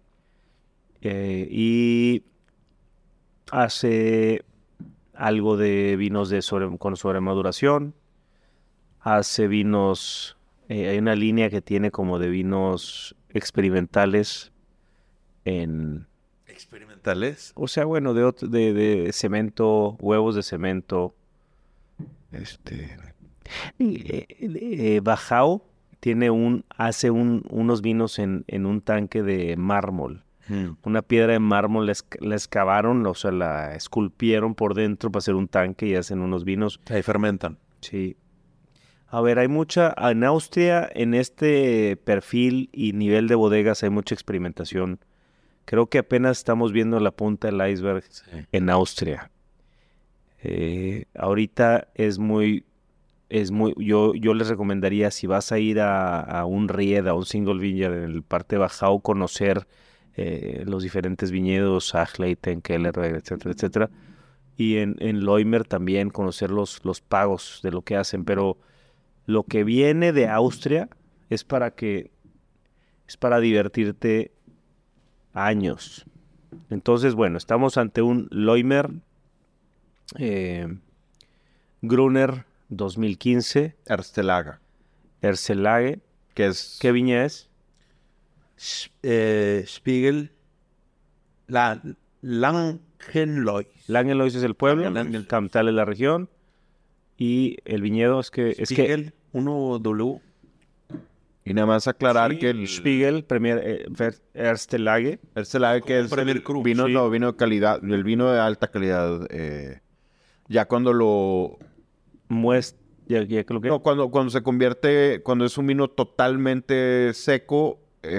y hace algo de vinos con sobremaduración, hace vinos, hay una línea que tiene como de vinos experimentales ¿Experimentales? o sea, bueno, de cemento, huevos de cemento. Bajao hace unos vinos en un tanque de mármol. Una piedra de mármol la excavaron, o sea, la esculpieron por dentro para hacer un tanque y hacen unos vinos. Ahí fermentan. Sí. A ver, en Austria, en este perfil y nivel de bodegas hay mucha experimentación. Creo que apenas estamos viendo la punta del iceberg en Austria. Ahorita yo les recomendaría, si vas a ir a un Ried, a un single vineyard en el parte Bajau, conocer los diferentes viñedos, Achleiten, Keller, etcétera, etcétera. Y en Loimer también conocer los pagos de lo que hacen. Pero lo que viene de Austria es para divertirte años. Entonces, bueno, estamos ante un Loimer Gruner 2015 Erstelaga. Erzelage. Que es... ¿Qué viña es? Spiegel. Langenlois. Langenlois es el pueblo, Langenlois. Camptal es la región, y el viñedo Spiegel, 1W. Y nada más aclarar Sí, que el... Spiegel, Erzelage. Erstelaga, que es Premier el Cru, vino, sí. no, vino de calidad, el vino de alta calidad. Ya cuando lo... Ya que lo que... No, cuando se convierte, cuando es un vino totalmente seco,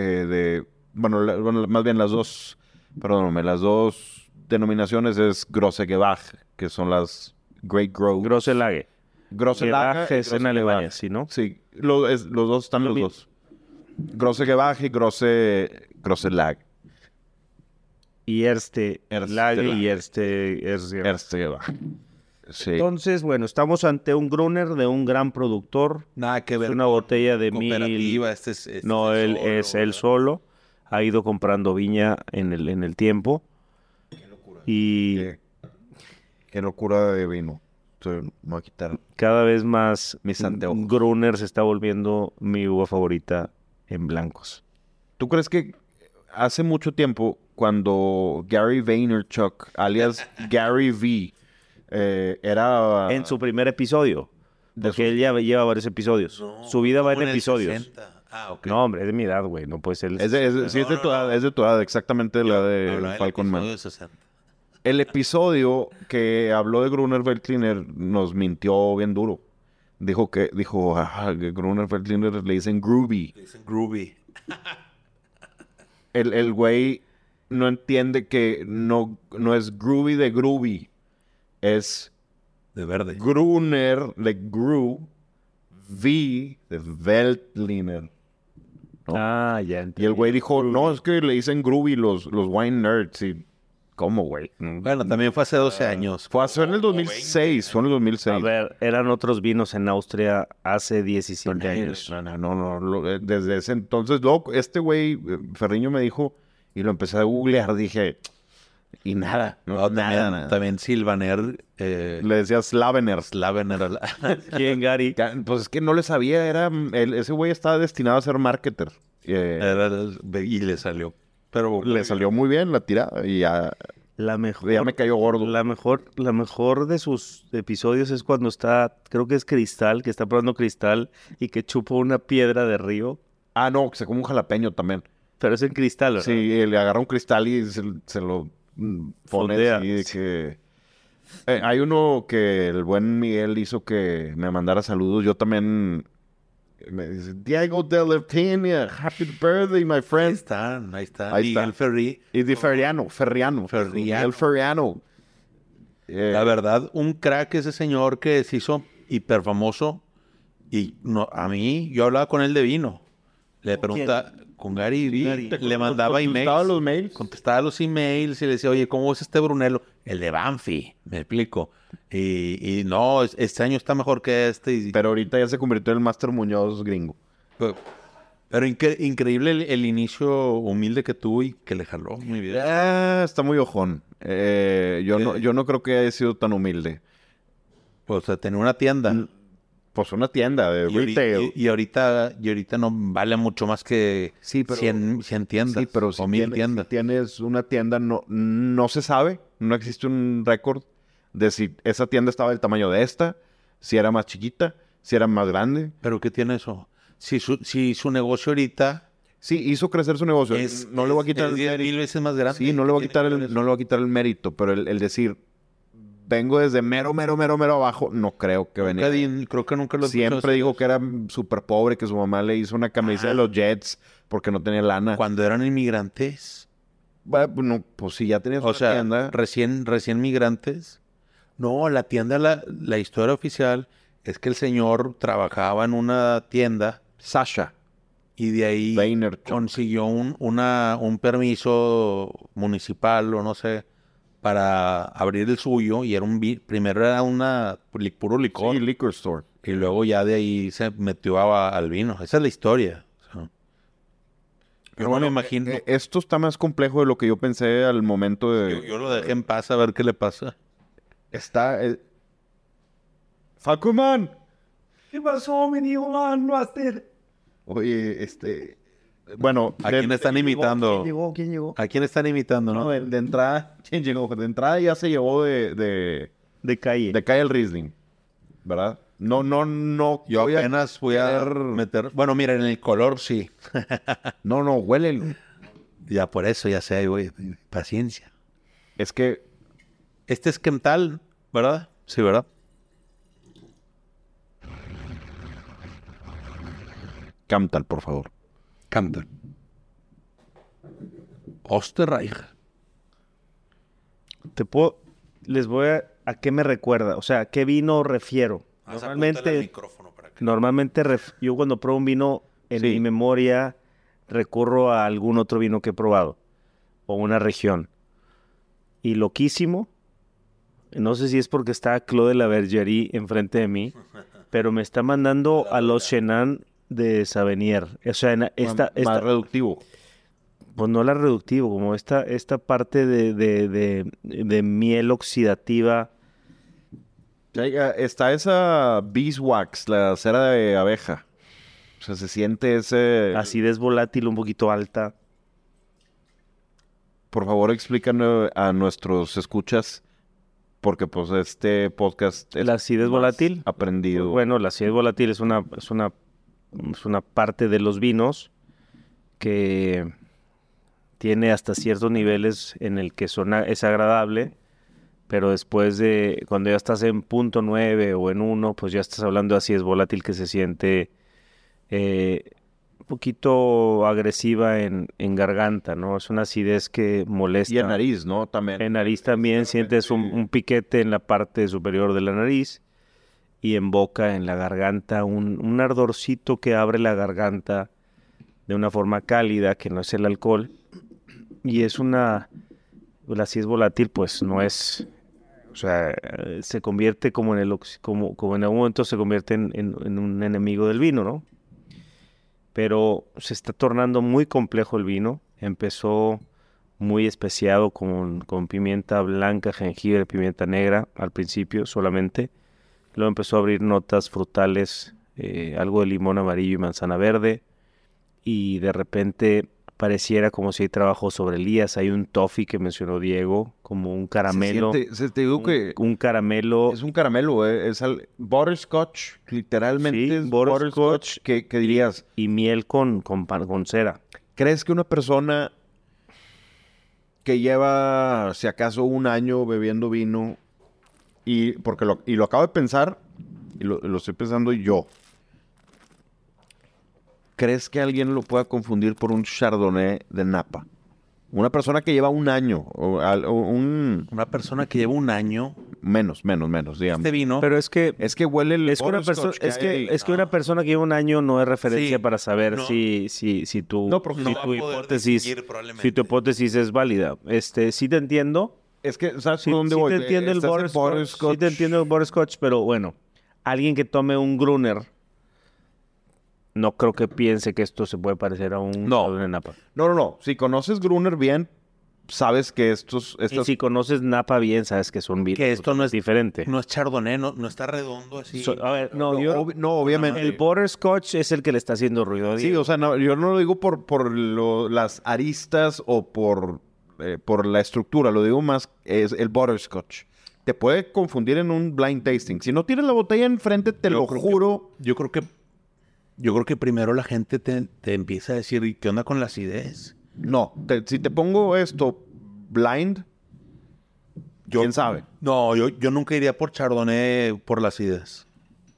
más bien las dos denominaciones es Grossegebach, que son las Great Growth. Grosselage. Grosselage Gebach es en Alemania, ¿sí, no? Sí, los dos están los dos. Grossegebach y Grosselage. Y Erzelage y Erzelage. Erstgebach. Sí. Entonces, bueno, estamos ante un Gruner de un gran productor. Nada que ver. Es una botella de cooperativa. 1000. No, él es él solo. Ha ido comprando viña en el tiempo. Qué locura. Y Qué locura de vino. Me voy a quitar. cada vez más Mis anteojos. Gruner se está volviendo mi uva favorita en blancos. ¿Tú crees que hace mucho tiempo, cuando Gary Vaynerchuk, alias Gary V, era... En su primer episodio. De Porque él ya lleva varios episodios. Su vida va en el episodios. 60. Ah, ok. No, hombre, es de mi edad, güey. No puede ser. sí, es de tu edad, es de tu edad, exactamente la de Hablaba del Falcon Man. episodio de 60. El episodio que habló de Gruner Veltliner nos mintió bien duro. Dijo que Gruner Veltliner le dicen groovy. Le dicen groovy. El güey no entiende que no es groovy de groovy. Es De verde. Gruner de Gru, V de Veltliner. ¿no? Ah, ya entendí. Y el güey dijo, no, es que le dicen groovy los wine nerds. Y, ¿cómo, güey? Bueno, también fue hace 12 años. Fue en el 2006, fue en el 2006. A ver, eran otros vinos en Austria hace 17 años. No. Desde ese entonces, luego, este güey, Ferriño me dijo, y lo empecé a googlear, dije, y nada, No, nada. También Silvaner. Le decía Slavener. Slavener. ¿Quién, Gary? Pues es que no le sabía, ese güey estaba destinado a ser marketer. Y le salió. Pero Le salió muy bien la tirada y ya Ya me cayó gordo. La mejor de sus episodios es cuando está, creo que es Cristal, que está probando Cristal y que chupa una piedra de río. Ah, no, que se come un jalapeño también. Pero es en Cristal, ¿verdad? Sí, le agarra un cristal y se lo pone Fondea. así de que... hay uno que el buen Miguel hizo que me mandara saludos. Yo también... Me dice, Diego de Leptinia, happy birthday, my ahí friend. están. Ahí Miguel está. Ferri. Y de Ferriano. El Ferriano. La verdad, un crack ese señor que se hizo hiper famoso. Y no, a mí, yo hablaba con él de vino. Le preguntaba, con Gary, le mandaba emails. Contestaba los emails y le decía, oye, ¿cómo es este Brunello? El de Banfi, me explico. Y no, este año está mejor que este. Pero ahorita ya se convirtió en el Master Muñoz gringo. Pero increíble el inicio humilde que tuvo y que le jaló muy bien. Está muy ojón. Yo no creo que haya sido tan humilde. O sea, tenía una tienda. Pues una tienda de retail. Y ahorita no vale mucho más que Sí, pero 100 tiendas. Sí, pero o 1000 tiendas. si tienes una tienda, no se sabe. No existe un récord de si esa tienda estaba del tamaño de esta, si era más chiquita, si era más grande. ¿Pero qué tiene eso? Si su negocio ahorita Sí, hizo crecer su negocio. No le voy a quitar es 10,000 veces más grande. Sí, no le voy a quitar el mérito, pero el decir, vengo desde mero abajo, no creo que venía. Creo que nunca lo Siempre dijo que era súper pobre, que su mamá le hizo una camisa de los Jets porque no tenía lana. Cuando eran inmigrantes. Bueno, pues sí, ya tenías O una sea, tienda. recién migrantes. No, la tienda, la historia oficial es que el señor trabajaba en una tienda Sasha. y de ahí Vaynerchuk. consiguió un permiso municipal o no sé para abrir el suyo y era primero era puro licor Sí, liquor store. y luego ya de ahí se metió al vino. Esa es la historia. O sea, Pero yo no me bueno, imagino. esto está más complejo de lo que yo pensé al momento de... Yo lo dejé en paz a ver qué le pasa. Está... ¡Facuman! ¿Qué pasó, mi hijo? No hacer. Oye, Bueno... ¿A quién están imitando? ¿Quién llegó? ¿A quién están imitando, no? No, de entrada... ¿Quién llegó? De entrada ya se llevó de calle. de calle el Riesling. ¿Verdad? No... Yo voy a apenas voy a querer- meter... Bueno, mira, en el color sí. No, huélelo. Ya por eso, ya sé, güey. Paciencia. Es que... Este es Quental, ¿verdad? Sí, ¿verdad? Camtal, por favor. Camden. Osterreich. Les voy a qué me recuerda, o sea, a qué vino refiero. Normalmente yo cuando pruebo un vino en Sí. mi memoria recurro a algún otro vino que he probado o una región. Y loquísimo, no sé si es porque está Clos de la Vergerie enfrente de mí, pero me está mandando a los Chenin de Savenier. O sea, Más reductivo. pues no la reductivo, como esta parte de miel oxidativa. Está esa beeswax, la cera de abeja. O sea, se siente ese... Acidez volátil un poquito alta. Por favor, explícanos a nuestros escuchas, porque pues este podcast es ¿La acidez más volátil? aprendido. Bueno, la acidez volátil es una parte de los vinos que tiene hasta ciertos niveles en el que es agradable, pero después de cuando ya estás en 0.9 o en 1, pues ya estás hablando de acidez volátil que se siente un poquito agresiva en garganta, ¿no? Es una acidez que molesta. Y en nariz, ¿no? También. En nariz también sientes un piquete en la parte superior de la nariz y en boca, en la garganta, un ardorcito que abre la garganta de una forma cálida, que no es el alcohol. Y es la acidez volátil, pues no es, o sea, se convierte como como en algún momento se convierte en un enemigo del vino, ¿no? Pero se está tornando muy complejo el vino. Empezó muy especiado con pimienta blanca, jengibre, pimienta negra al principio solamente. Luego empezó a abrir notas frutales, algo de limón amarillo y manzana verde. Y de repente pareciera como si hay trabajo sobre Elías. Hay un toffee que mencionó Diego, como un caramelo. Te digo que Un caramelo. es un caramelo, es butterscotch, literalmente Sí, es butterscotch. que dirías, Y miel con cera. ¿crees que una persona que lleva, si acaso, un año bebiendo vino, porque lo acabo de pensar, y lo estoy pensando yo, ¿crees que alguien lo pueda confundir por un Chardonnay de Napa? Una persona que lleva un año, Una persona que lleva un año menos, digamos. Este vino... Pero es que Es que huele el es que una persona butterscotch es que hay. es que una persona que lleva un año no es referencia Sí, para saber no. si tu No, porque si no va a tu poder hipótesis distinguir probablemente. si tu hipótesis es válida. Sí te entiendo. Es que, ¿sabes Sí, por dónde sí voy? te entiendo el Estás en butterscotch. Sí te entiendo el butterscotch, pero bueno, alguien que tome un Gruner no creo que piense que esto se puede parecer a un No. Chardonnay Napa. No. Si conoces Gruner bien, sabes que Y estas... si conoces Napa bien, sabes que son vinos Que esto no es diferente. No es chardonnay, no está redondo así. A ver, no, yo no, obviamente. el butterscotch es el que le está haciendo ruido a Sí, Diego. o sea, no, yo no lo digo por las aristas o por la estructura, lo digo más, es el butterscotch. Te puede confundir en un blind tasting. Si no tienes la botella enfrente, te Yo lo creo juro. Yo creo que primero la gente te empieza a decir, ¿y qué onda con la acidez? No, si te pongo esto blind, ¿quién sabe? No, yo nunca iría por chardonnay por la acidez.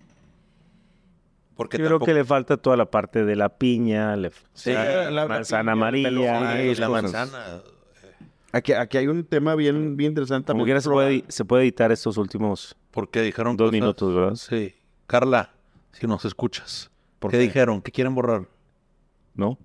Porque Yo creo que le falta toda la parte de la piña, Sí, la manzana piña, amarilla. melón, la cosas. manzana. Aquí hay un tema bien interesante Como también. quiera se puede editar estos últimos Porque dijeron 2 cosas- minutos, ¿verdad? Sí. Carla, si nos escuchas. ¿Por ¿Qué qué? dijeron? ¿Qué quieren borrar? ¿No?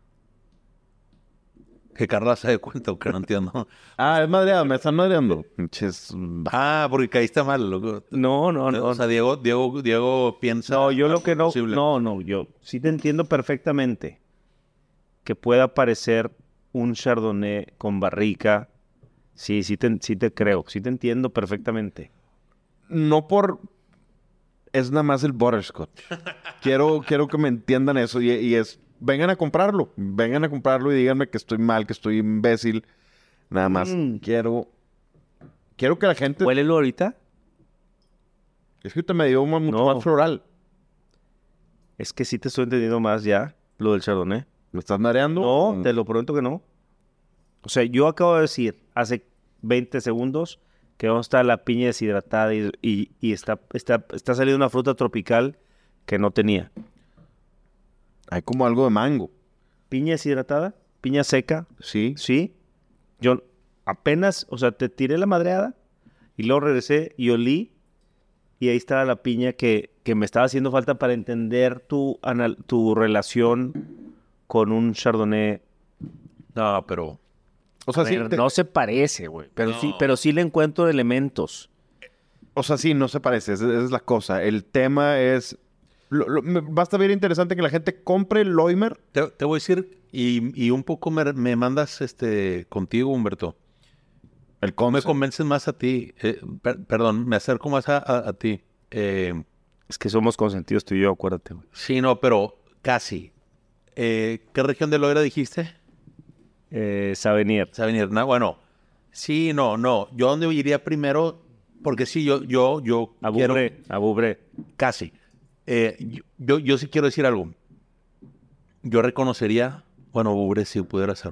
Que Carla se dé cuenta o que no entiendo. Ah, es madreado, me están madreando. Pinches, Porque caíste mal, loco. No. O sea, Diego piensa... No, yo lo que no... posible. No, yo sí te entiendo perfectamente que pueda parecer un Chardonnay con barrica. Sí te creo. Sí te entiendo perfectamente. no por... Es nada más el butterscotch. quiero que me entiendan eso. Y es... Vengan a comprarlo. Vengan a comprarlo y díganme que estoy mal, que estoy imbécil. Nada más quiero que la gente... Huélelo ahorita. Es que te me dio mucho No. más floral. Es que sí te estoy entendiendo más ya lo del Chardonnay. ¿Me estás mareando? No, te lo prometo que no. O sea, yo acabo de decir hace 20 segundos que donde está la piña deshidratada y está saliendo una fruta tropical que no tenía. Hay como algo de mango. Piña deshidratada, piña seca, Sí. sí. Yo apenas, o sea, te tiré la madreada y luego regresé y olí y ahí estaba la piña que me estaba haciendo falta para entender tu relación con un Chardonnay. No, pero... O sea, sí, No se parece, güey, pero sí le encuentro elementos. o sea, sí, no se parece. Esa es la cosa. El tema es... va a estar bien interesante que la gente compre el Loimer. Te voy a decir, y un poco me mandas contigo, Humberto. El Me concept. convences más a ti. Perdón, me acerco más a ti. Es que somos consentidos tú y yo, acuérdate, güey. Sí, no, pero casi. ¿Qué región de Loira dijiste? Savenier. Sabenir. Bueno, sí, no. Yo dónde iría primero, porque sí, yo quiero... A Boubré. Casi. Yo sí quiero decir algo. Yo reconocería... Bueno, Boubré si pudiera ser.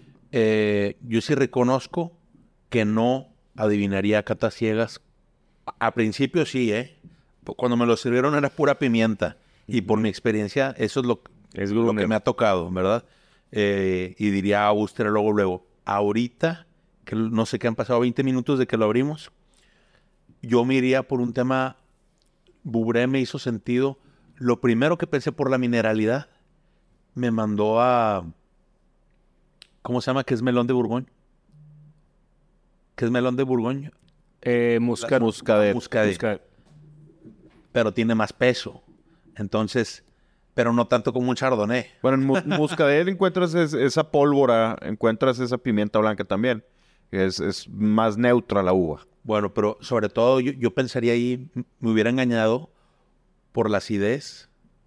Yo sí reconozco que no adivinaría catas ciegas. A principio sí, Cuando me lo sirvieron era pura pimienta. Y por mi experiencia, eso es lo Es que Gruner. me ha tocado, ¿verdad? Y diría Auster luego. Ahorita, que no sé qué han pasado 20 minutos de que lo abrimos, yo me iría por un tema... Boubré me hizo sentido. Lo primero que pensé por la mineralidad me mandó a... ¿Cómo se llama? ¿Qué es melón de Bourgogne? ¿Qué es melón de Bourgogne? Muscadet. Muscadet. Pero tiene más peso. Entonces, pero no tanto como un chardonnay. Bueno, en Muscadet encuentras esa pólvora, encuentras esa pimienta blanca también. Es más neutra la uva. Bueno, pero sobre todo yo pensaría ahí, me hubiera engañado por la acidez.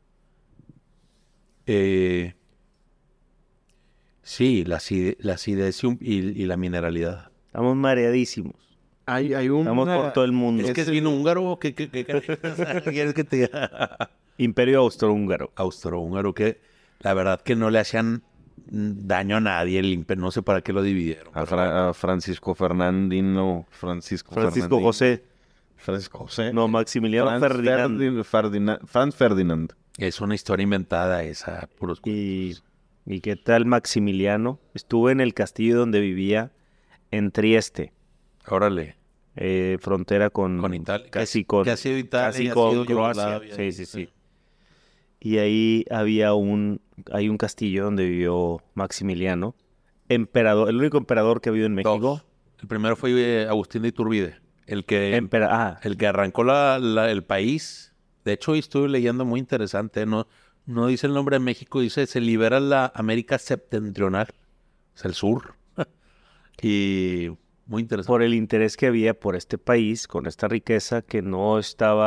Sí, la acidez y la mineralidad. Estamos mareadísimos. Hay Estamos por todo el mundo. ¿Es que es vino húngaro o qué quieres que te diga? Imperio Austrohúngaro. Austrohúngaro, que la verdad que no le hacían daño a nadie, no sé para qué lo dividieron. A Francisco Fernandino. Francisco José. Francisco José. No, Maximiliano Ferdinand. Franz Ferdinand. Es una historia inventada esa. Puros... ¿Y qué tal Maximiliano? Estuve en el castillo donde vivía en Trieste. Órale. frontera Con Italia. casi Que con, ha sido Italia casi y ha con sido Croacia. Yugoslavia. Sí. Y ahí hay un castillo donde vivió Maximiliano, emperador, el único emperador que ha habido en México. Dos. El primero fue Agustín de Iturbide, el que arrancó el país. De hecho, hoy estuve leyendo muy interesante, no dice el nombre de México, dice se libera la América septentrional, o sea, el sur. Y muy interesante. Por el interés que había por este país, con esta riqueza que no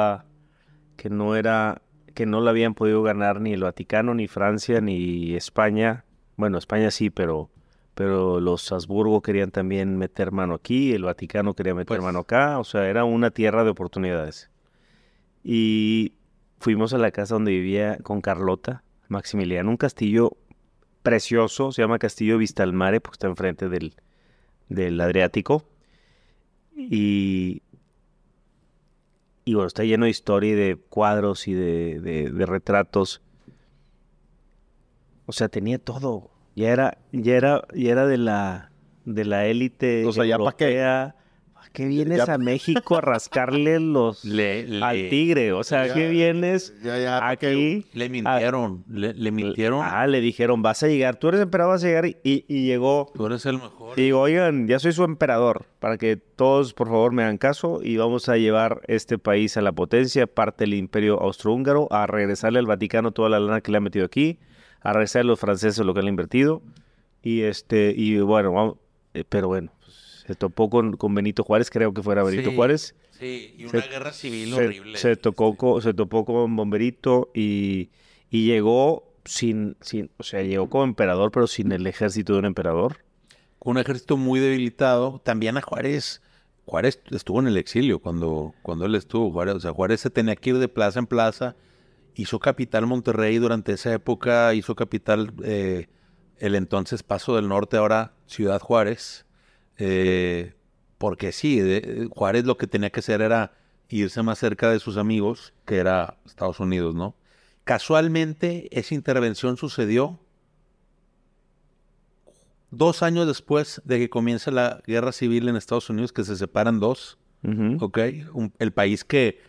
la habían podido ganar ni el Vaticano, ni Francia, ni España. Bueno, España sí, pero los Habsburgo querían también meter mano aquí, el Vaticano quería meter mano acá, o sea, era una tierra de oportunidades. Y fuimos a la casa donde vivía con Carlota, Maximiliano, un castillo precioso, se llama Castillo Vistalmare, porque está enfrente del Adriático. Y bueno, está lleno de historia y de cuadros y de retratos. O sea, tenía todo. Ya era de la élite O sea, ¿ya pa' qué? europea. ¿Para qué vienes Ya- a México a rascarle al tigre? O sea, ¿qué vienes ya, ¿pa' qué? aquí? Le mintieron, le mintieron. Le dijeron, vas a llegar, tú eres emperador, vas a llegar y llegó. Tú eres el mejor. Y digo, oigan, ya soy su emperador, para que todos, por favor, me hagan caso y vamos a llevar este país a la potencia, parte del imperio austrohúngaro, a regresarle al Vaticano toda la lana que le han metido aquí, a regresarle a los franceses lo que le han invertido. Y bueno, pero bueno, pues, se topó con Benito Juárez, creo que fuera Benito Sí, Juárez. Sí, y una guerra civil Se, horrible. se topó con Bomberito y llegó o sea, llegó como emperador, pero sin el ejército de un emperador. Con un ejército muy debilitado. También a Juárez estuvo en el exilio cuando él estuvo. O sea, Juárez se tenía que ir de plaza en plaza. Hizo capital Monterrey durante esa época. Hizo capital el entonces Paso del Norte, ahora Ciudad Juárez. Porque sí, Juárez lo que tenía que hacer era irse más cerca de sus amigos, que era Estados Unidos, ¿no? Casualmente, esa intervención sucedió 2 años después de que comienza la guerra civil en Estados Unidos, que se separan dos, ¿ok? El país que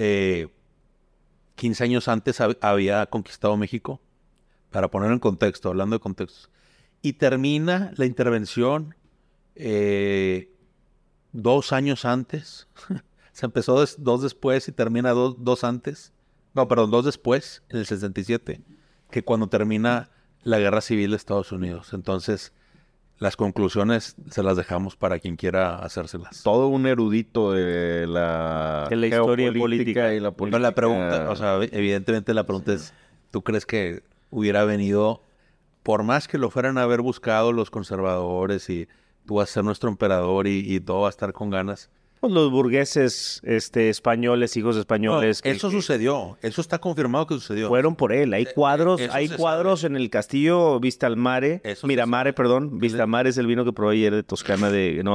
15 años antes había conquistado México, para ponerlo en contexto, hablando de contextos. Y termina la intervención 2 años antes. Se empezó 2 después y termina 2 antes. No, perdón, 2 después, en el 67, que cuando termina la guerra civil de Estados Unidos. Entonces, las conclusiones se las dejamos para quien quiera hacérselas. Todo un erudito de la historia geopolítica política. y la No, política. la pregunta, o sea, evidentemente la pregunta es, ¿tú crees que hubiera venido, por más que lo fueran a haber buscado los conservadores y tú vas a ser nuestro emperador y todo va a estar con ganas? Pues los burgueses españoles, hijos españoles. No, eso sucedió. Eso está confirmado que sucedió. Fueron por él. Hay cuadros, eso hay se cuadros sabe. en el castillo Vistalmare. Eso se Miramare, sabe. perdón. Vistamare es el vino que probé ayer de Toscana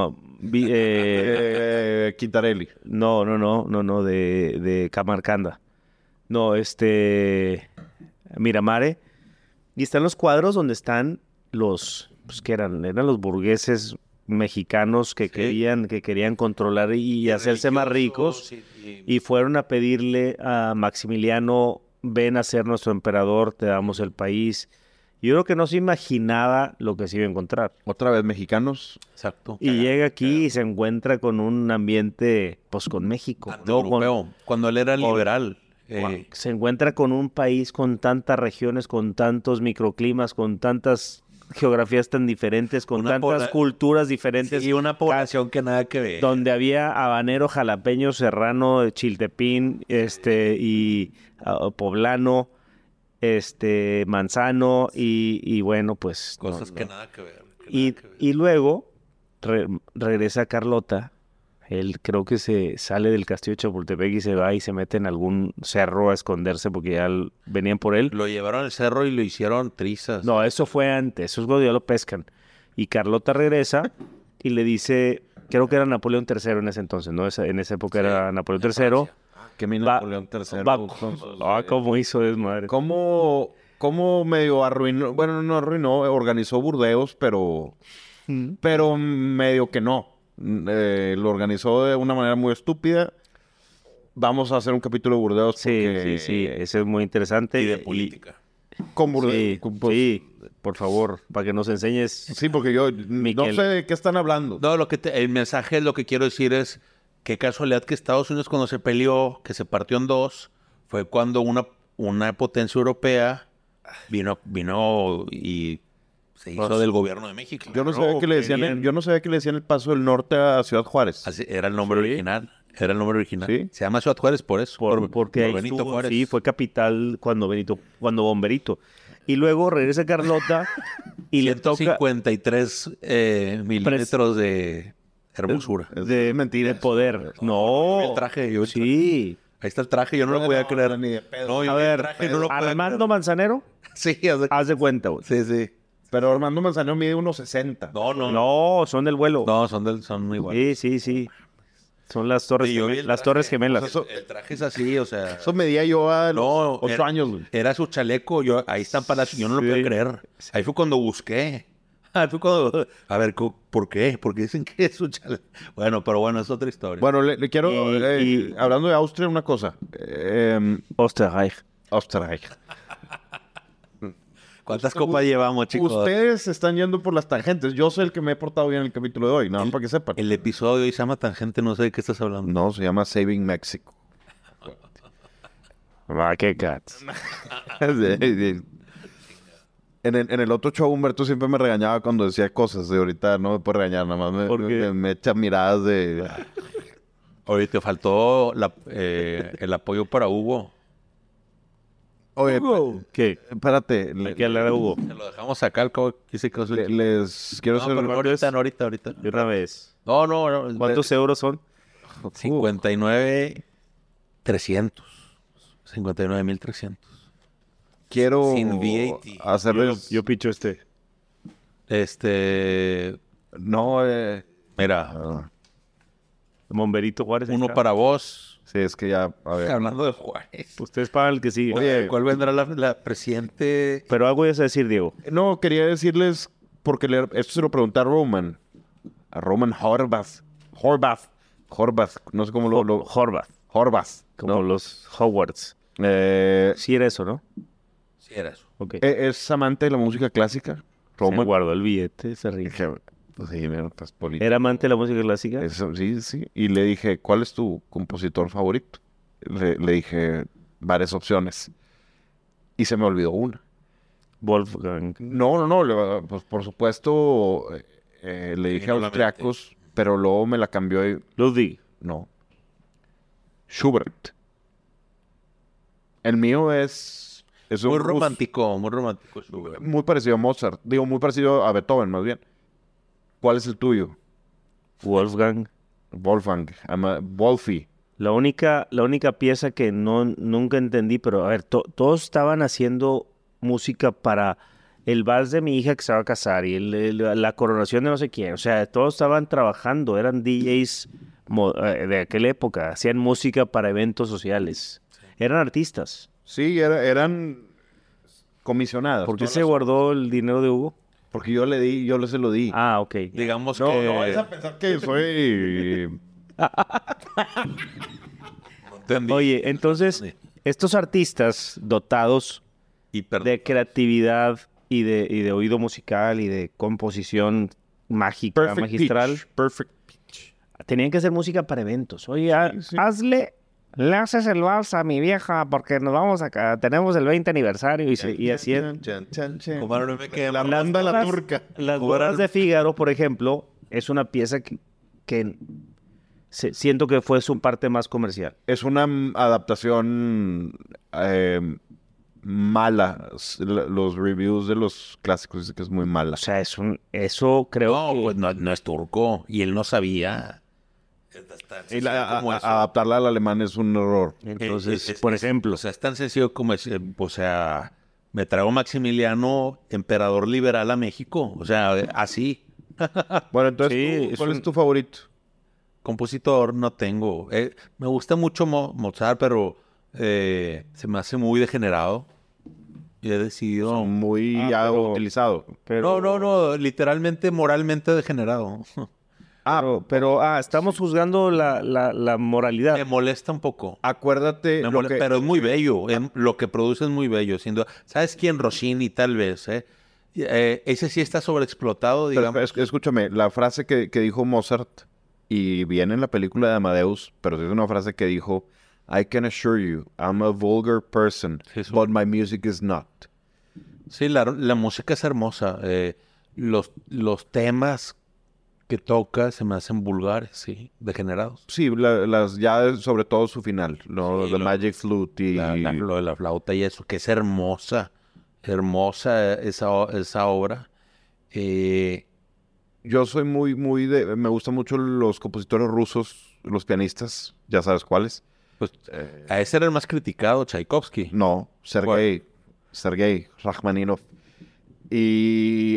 Quintarelli. No, de Camarcanda. No, Miramare. Y están los cuadros donde están pues que eran los burgueses mexicanos que querían controlar y hacerse más ricos. Y fueron a pedirle a Maximiliano, ven a ser nuestro emperador, te damos el país. Yo creo que no se imaginaba lo que se iba a encontrar. Otra vez mexicanos. Exacto. Y llega aquí y se encuentra con un ambiente, pues con México. Antieuropeo. Cuando él era liberal. Se encuentra con un país con tantas regiones, con tantos microclimas, con tantas geografías tan diferentes, con tantas culturas diferentes. Y una población que nada que ver. Donde había habanero, jalapeño, serrano, chiltepín, y poblano, manzano y bueno, pues... Cosas que nada que ver. Y luego regresa Carlota. Él creo que se sale del castillo de Chapultepec y se va y se mete en algún cerro a esconderse porque ya venían por él. Lo llevaron al cerro y lo hicieron trizas. No, eso fue antes, eso es cuando ya lo pescan. Y Carlota regresa y le dice, creo que era Napoleón III en ese entonces, ¿no? En esa época era Napoleón III. Que mi Napoleón III. ¿Cómo hizo desmadre? ¿Cómo medio arruinó? Bueno, no arruinó, organizó Burdeos, pero medio que no. Lo organizó de una manera muy estúpida. Vamos a hacer un capítulo de Burdeos Sí, porque... sí, ese es muy interesante. Y de política. Con Burdeos. Sí, sí, por favor, para que nos enseñes. Sí, porque yo no Miquel. sé de qué están hablando. No, el mensaje, lo que quiero decir es qué casualidad que Estados Unidos cuando se peleó, que se partió en dos, fue cuando una potencia europea vino y se hizo del gobierno de México. Yo no sabía que le decían, yo no sabía que le decían el Paso del Norte a Ciudad Juárez. Así, era el nombre original. Era el nombre original. ¿Sí? Se llama Ciudad Juárez por eso. Porque por ahí Benito estuvo, Juárez. sí, fue capital cuando Bomberito. Y luego regresa Carlota y le toca 153 milímetros de hermosura. de mentira, de poder. No, El traje, yo sí. Ahí está el traje, yo no lo podía creer. Ni de pedo. No, yo A vi el ver, traje, no lo podía Armando Manzanero, creer. Sí, haz de cuenta, güey. sí, sí. Pero Armando Manzanero mide 1.60. No, son del vuelo. No, son muy buenos. Sí. Son las torres, Sí, yo vi el las traje. torres gemelas. O sea, El traje es así, o sea. Eso medía yo a los No, 8 años, güey. Era su chaleco, ahí están palacios, yo no lo Sí. podía creer. Ahí fue cuando busqué. Ahí fue cuando, a ver, ¿por qué? Porque dicen que es su chaleco. Bueno, es otra historia. Bueno, le quiero... hablando de Austria, una cosa. Österreich. Österreich. ¿Cuántas copas llevamos, chicos? Ustedes están yendo por las tangentes. Yo soy el que me he portado bien en el capítulo de hoy. Nada más para que sepan. El episodio de hoy se llama Tangente, no sé de qué estás hablando. No, se llama Saving Mexico. Va, qué cats. En el otro show, Humberto siempre me regañaba cuando decía cosas. De ahorita no me puede regañar, nada más ¿Por qué? me echa miradas de... Oye, te faltó el apoyo para Hugo. Oye, ¿Qué? espérate. Hay que hablar a Hugo. Te lo dejamos acá, al cabo que se quedó solito. Les quiero No, hacer... pero ahorita. De una vez. No. ¿Cuántos euros son? 59,300. 59,300. Quiero Sin VAT. hacerles... Yo picho este. No, Mira, Bomberito Juárez. ahí uno está. para vos. sí, es que ya... A ver. Hablando de Juárez. Ustedes pagan el que sigue. Oye, ¿cuál vendrá la presidente? Pero algo ibas a decir, Diego. No, quería decirles... Porque esto se lo pregunté a Roman. A Roman Horvath. No sé cómo lo... Horvath. Horvath. Como ¿no? los Hogwarts. Sí era eso, ¿no? Sí, era eso. Ok. ¿Es amante de la música clásica? Se Roman. guardó el billete, se ríe. Dije, pues sí, mira, estás político. ¿Era amante de la música clásica? Sí. Y le dije, ¿cuál es tu compositor favorito? Le dije varias opciones. Y se me olvidó una. Wolfgang. No. Pues por supuesto, le dije vino a la austriacos, pero luego me la cambió y... Ludwig. No. Schubert. El mío es un Muy ruso romántico. Schubert. muy parecido a Mozart. Digo, muy parecido a Beethoven, más bien. ¿Cuál es el tuyo? Wolfgang. Wolfgang. Wolfie. La única pieza que nunca entendí, pero a ver, todos estaban haciendo música para el vals de mi hija que se va a casar y la coronación de no sé quién. O sea, todos estaban trabajando, eran DJs de aquella época, hacían música para eventos sociales. Eran artistas. Sí, eran comisionadas. ¿Por qué todas se las- guardó el dinero de Hugo? Porque yo se lo di. Ah, ok. Digamos No, que... no vayas a pensar que soy... No entendí. Oye, entonces, Sí. estos artistas dotados de creatividad y de oído musical y de composición mágica, magistral, Perfect pitch. tenían que hacer música para eventos. Oye, sí. le haces el vals a mi vieja porque nos vamos acá, tenemos el 20 aniversario y así es. Como no me quedé La banda la turca. Las Como era- bodas de Fígaro, por ejemplo, es una pieza que siento que fue su parte más comercial. Es una adaptación mala. Los reviews de los clásicos dicen que es muy mala. O sea, eso creo No, que... pues no es turco. Y él no sabía. Y adaptarla al alemán es un error. Entonces, por ejemplo, O sea, es tan sencillo como es, o sea, me traigo Maximiliano, emperador liberal a México. O sea, así. Bueno, entonces, Sí, ¿cuál es es tu favorito? Compositor no tengo. Me gusta mucho Mozart, pero se me hace muy degenerado. Y he decidido... Muy ya pero- utilizado. pero... No, literalmente, moralmente degenerado. Estamos juzgando la moralidad. Me molesta un poco. Acuérdate Pero es muy bello. Lo que produce es muy bello. ¿Sabes quién? Rossini, tal vez. Ese sí está sobreexplotado, Pero digamos. escúchame, la frase que dijo Mozart, y viene en la película de Amadeus, pero sí es una frase que dijo, I can assure you, I'm a vulgar person, Eso. but my music is not. Sí, la música es hermosa. Los temas que toca se me hacen vulgares, sí, degenerados. Sí, ya sobre todo su final, Sí, The Magic Flute y... Lo de la flauta y eso, que es hermosa esa obra. Yo soy me gustan mucho los compositores rusos, los pianistas, ya sabes cuáles. Pues a ese era el más criticado, Tchaikovsky. No, Sergei Rachmaninoff. Y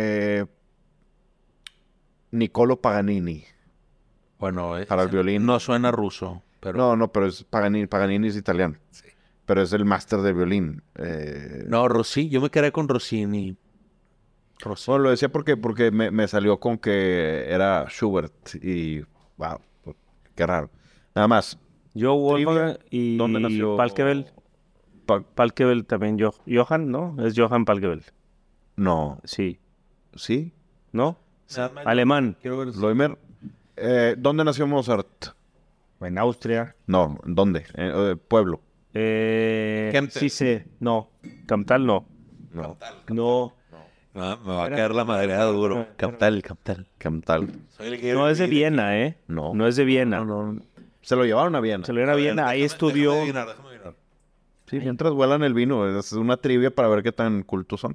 Niccolo Paganini. Bueno, Para el violín. no suena ruso, pero... No, pero es Paganini es italiano. Sí. Pero es el máster de violín. No, Rossini, yo me quedé con Rossini. Bueno, lo decía porque me salió con que era Schubert y... Wow, qué raro. Nada más. Yo, Wolfgang y ¿Dónde nació? Pachelbel. Pachelbel también, Johann, ¿no? Es Johann Pachelbel. No. Sí. ¿Sí? ¿No? Nada más- Alemán. Quiero ver... Loimer. ¿Dónde nació Mozart? En Austria. No, ¿dónde? Pueblo. Kempten. Sí sé. No. Camtal no. No. No. Me va a caer la madreada duro. Captal. Camtal. No es de Viena, ¿eh? No. No es de Viena. No. Se lo llevaron a Viena. Se lo dieron a Viena. Ahí estudió. Déjame adivinar. Sí, mientras vuelan el vino. Es una trivia para ver qué tan cultos son.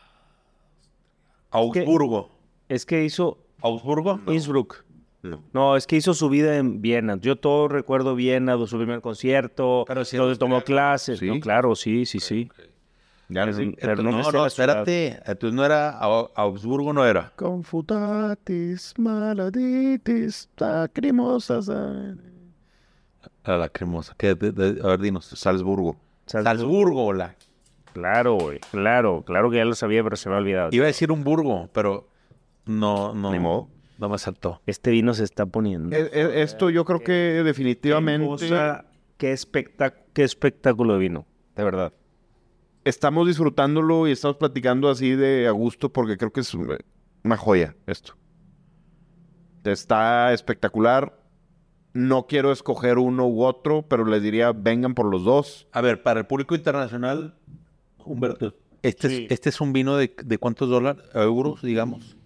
Augsburgo. Es que hizo ¿Augsburgo? Innsbruck. No. No, es que hizo su vida en Viena. Yo todo recuerdo Viena, su primer concierto, Pero sí donde tomó austriaco. clases. Sí. No, claro, sí. Ya Pero- sí. pero no me sé No, la ciudad. espérate. Entonces no era... Augsburgo no era. Confutatis, maladitis, lacrimosas. La lacrimosa. A ver, dinos. Salzburgo. Salzburgo, la... Claro, güey. Claro que ya lo sabía, pero se me ha olvidado. Iba a decir un burgo, pero no. Ni modo. No me saltó. Este vino se está poniendo. Esto yo creo que definitivamente Qué espectáculo de vino, de verdad. estamos disfrutándolo y estamos platicando así de a gusto porque creo que es una joya esto. Está espectacular. No quiero escoger uno u otro, pero les diría vengan por los dos. A ver, para el público internacional, Humberto, este es un vino de ¿cuántos euros, digamos?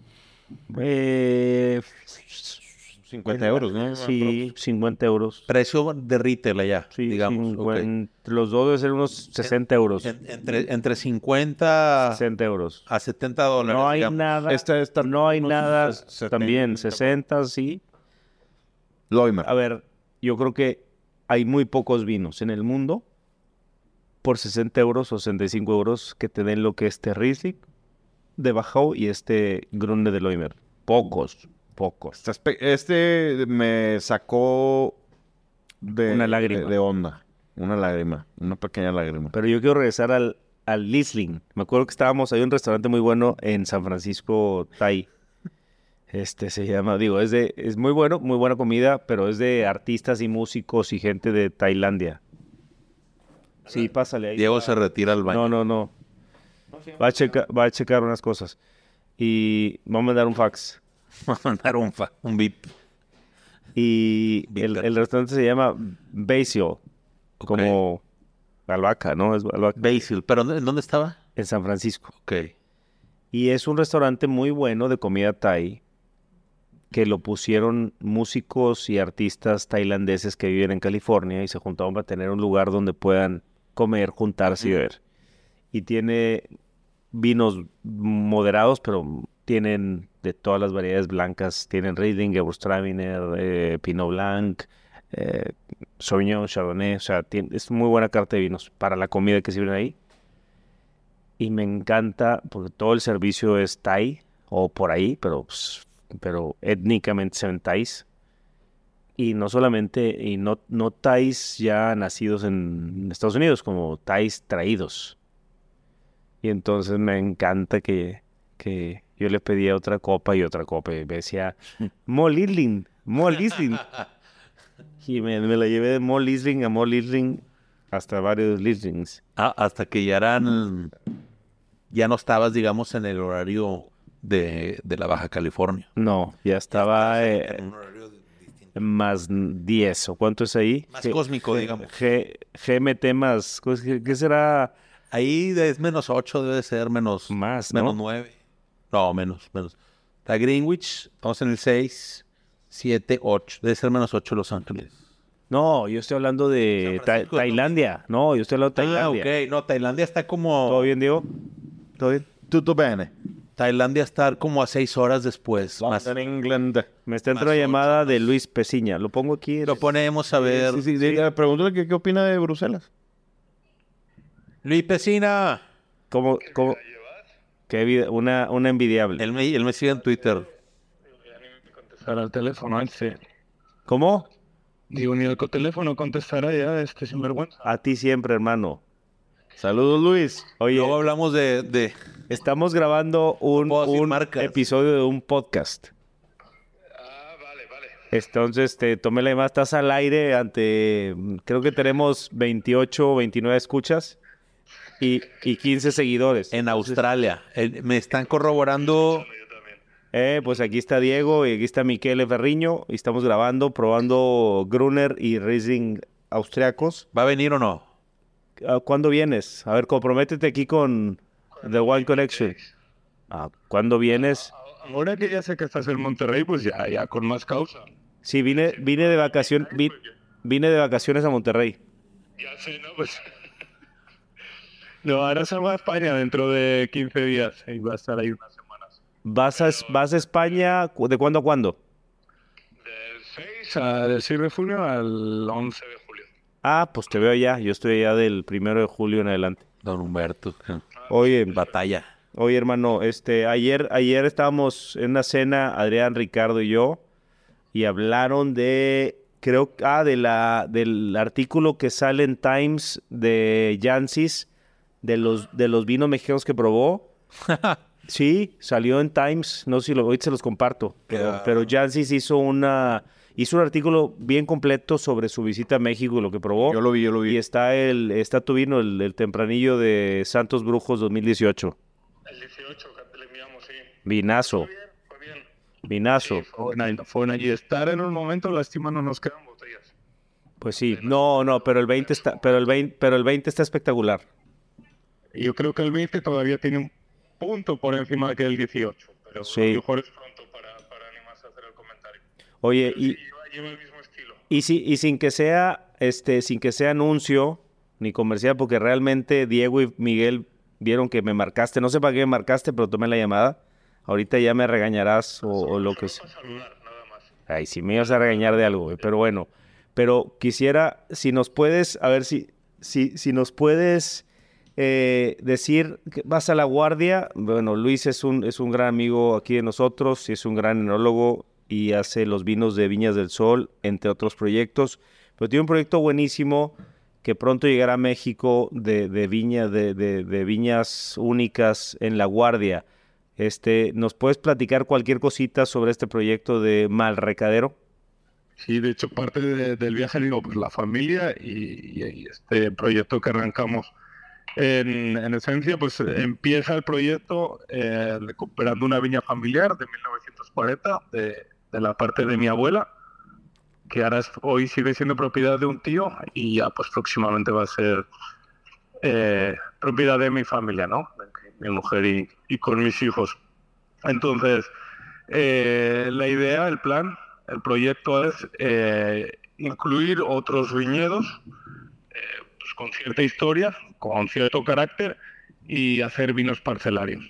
50 euros, ¿no? Sí, 50 euros. Precio de retail allá, Sí, digamos. ok. entre los dos debe ser unos 60 euros. Entre 50 60 euros. a 70 dólares. No hay digamos. nada. Está No hay unos nada. 70. También 60, sí. Loimer. A ver, yo creo que hay muy pocos vinos en el mundo por 60 euros o 65 euros que te den lo que este Riesling de Wachau y este Grüne de Loimer. Pocos. Este me sacó de Una lágrima. de onda. Una lágrima. Una pequeña lágrima. Pero yo quiero regresar al Riesling. Me acuerdo que estábamos, hay un restaurante muy bueno en San Francisco, Thai. Se llama, es muy bueno, muy buena comida, pero es de artistas y músicos y gente de Tailandia. Sí, pásale ahí. Diego se retira al baño. No. Va a checar unas cosas. Y vamos a mandar un fax. Vamos a mandar un VIP. Y el restaurante se llama Basil, como albahaca, ¿no? Es albahaca. Basil. ¿Pero en dónde estaba? En San Francisco. Ok. Y es un restaurante muy bueno de comida thai que lo pusieron músicos y artistas tailandeses que viven en California y se juntaron para tener un lugar donde puedan comer, juntarse y beber. Y tiene vinos moderados, pero tienen de todas las variedades blancas. Tienen Riesling, Gewürztraminer, Pinot Blanc, Sauvignon, Chardonnay. O sea, es muy buena carta de vinos para la comida que sirven ahí. Y me encanta porque todo el servicio es Thai o por ahí, pero étnicamente se ven Thais. Y no solamente, y no Thais ya nacidos en Estados Unidos, como Thais traídos. Y entonces me encanta que Yo le pedía otra copa y me decía, Mo Liesling, Mo Liesling. Y me la llevé de Mo Liesling a Mo Liesling hasta varios Lieslings. Hasta que ya no estabas, digamos, en el horario de la Baja California. No, ya estaba En un horario distinto. más 10. ¿O cuánto es ahí? Más cósmico, digamos. GMT más, ¿qué será? Ahí es -8, debe ser menos Más, ¿no? -9. No, menos. Está Greenwich, estamos en el 6, 7, 8. Debe ser -8 Los Ángeles. No, yo estoy hablando de San Francisco, Tailandia. No, yo estoy hablando de Tailandia. Ok. No, Tailandia está como... ¿Todo bien, Diego? ¿Todo bien? Tutto bene. Tailandia está como a 6 horas después. London, England. Me está entrando Más una llamada 8, de Luis Peciña. Lo pongo aquí. Lo ponemos a ver. Sí. Pregúntale qué opina de Bruselas. Luis Pesina. ¿Cómo? Una envidiable. Él me sigue en Twitter. Contestará al teléfono, sí. ¿Cómo? Digo, ni el teléfono contestará ya este sinvergüenza. A ti siempre, hermano. Saludos, Luis. Oye, Luego hablamos de... estamos grabando un puedo decir marcas. episodio de un podcast. Vale. Entonces, te tomé la llamada. Estás al aire ante... Creo que tenemos 28 o 29 escuchas y 15 seguidores. En Australia. Me están corroborando... Pues aquí está Diego y aquí está Miquel Ferriño y estamos grabando, probando Gruner y Riesling austriacos. ¿Va a venir o no? ¿Cuándo vienes? A ver, comprométete aquí con The Wine Connection. ¿Cuándo vienes? Ahora que ya sé que estás en Monterrey, pues ya con más causa. Sí, vine de vacaciones, vine de vacaciones a Monterrey. Ya sé, ¿no? Pues... No, ahora salgo a España dentro de 15 días y va a estar ahí unas semanas. ¿Vas a España de cuándo a cuándo? Del 6 de junio al 11 de julio. Pues te veo allá. Yo estoy allá del 1 de julio en adelante. Don Humberto. Oye, Batalla. hermano, ayer estábamos en una cena, Adrián, Ricardo y yo, y hablaron del artículo que sale en Times de Jancis, de los vinos mexicanos que probó. Sí, salió en Times, no sé si ahorita se los comparto, pero Jancis hizo un artículo bien completo sobre su visita a México y lo que probó. Yo lo vi. Y está tu vino, el tempranillo de Santos Brujos 2018. El 18 que le enviamos, sí. Vinazo. Fue bien. Vinazo. Sí, fue una y estar en un momento, lástima, no nos quedan botellas. Pues sí. No, pero el 20 está espectacular. Yo creo que el 20 todavía tiene un punto por encima que el 18, pero Sí. a lo mejor es pronto para animarse a hacer el comentario. Oye, Pero sí, lleva el mismo estilo. y sin que sea anuncio ni comercial, porque realmente Diego y Miguel vieron que me marcaste. No sé para qué me marcaste, pero tomé la llamada. Ahorita ya me regañarás o lo que sea. Para saludar, nada más. Ay, si me ibas a regañar de algo, güey, pero bueno. Pero quisiera, si nos puedes, a ver si nos puedes decir que vas a La Guardia. Bueno, Luis es un gran amigo aquí de nosotros, y es un gran enólogo y hace los vinos de Viñas del Sol, entre otros proyectos. Pero tiene un proyecto buenísimo que pronto llegará a México de viñas únicas en La Guardia. ¿Nos puedes platicar cualquier cosita sobre este proyecto de Malrecadero? Sí, de hecho, parte del viaje, digo, pues la familia y este proyecto que arrancamos. En esencia, pues empieza el proyecto recuperando una viña familiar de 1940 de la parte de mi abuela, que hoy sigue siendo propiedad de un tío y ya pues próximamente va a ser propiedad de mi familia, ¿no? De mi mujer y con mis hijos. Entonces, la idea, el plan, el proyecto es incluir otros viñedos pues, con cierta historia, con cierto carácter y hacer vinos parcelarios.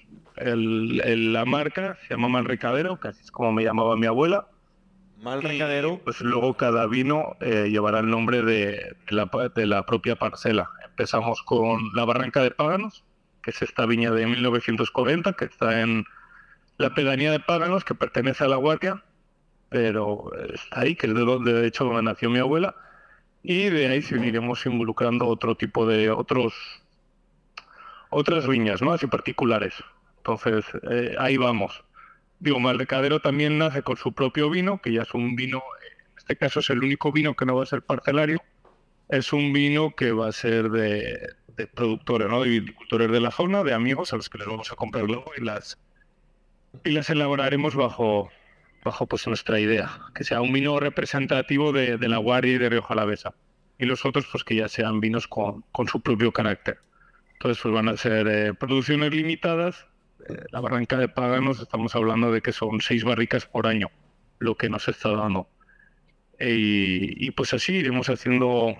La marca se llama Malrecadero, que así es como me llamaba mi abuela. Malrecadero. Pues luego cada vino llevará el nombre de la propia parcela. Empezamos con la Barranca de Páganos, que es esta viña de 1940, que está en la pedanía de Páganos, que pertenece a La Guardia, pero está ahí, que es de hecho donde nació mi abuela, y de ahí seguiremos involucrando otro tipo de otras viñas, ¿no? Así particulares. Entonces, ahí vamos. Digo, Malrecadero también nace con su propio vino, que ya es un vino, en este caso es el único vino que no va a ser parcelario. Es un vino que va a ser de productores, ¿no? De viticultores de la zona, de amigos a los que les vamos a comprar luego y las elaboraremos bajo pues nuestra idea, que sea un vino representativo de La Guardia y de Rioja Alavesa. Y los otros, pues que ya sean vinos con su propio carácter. Entonces, pues van a ser producciones limitadas. La barranca de Páganos, estamos hablando de que son 6 barricas por año, lo que nos está dando. Y pues así iremos haciendo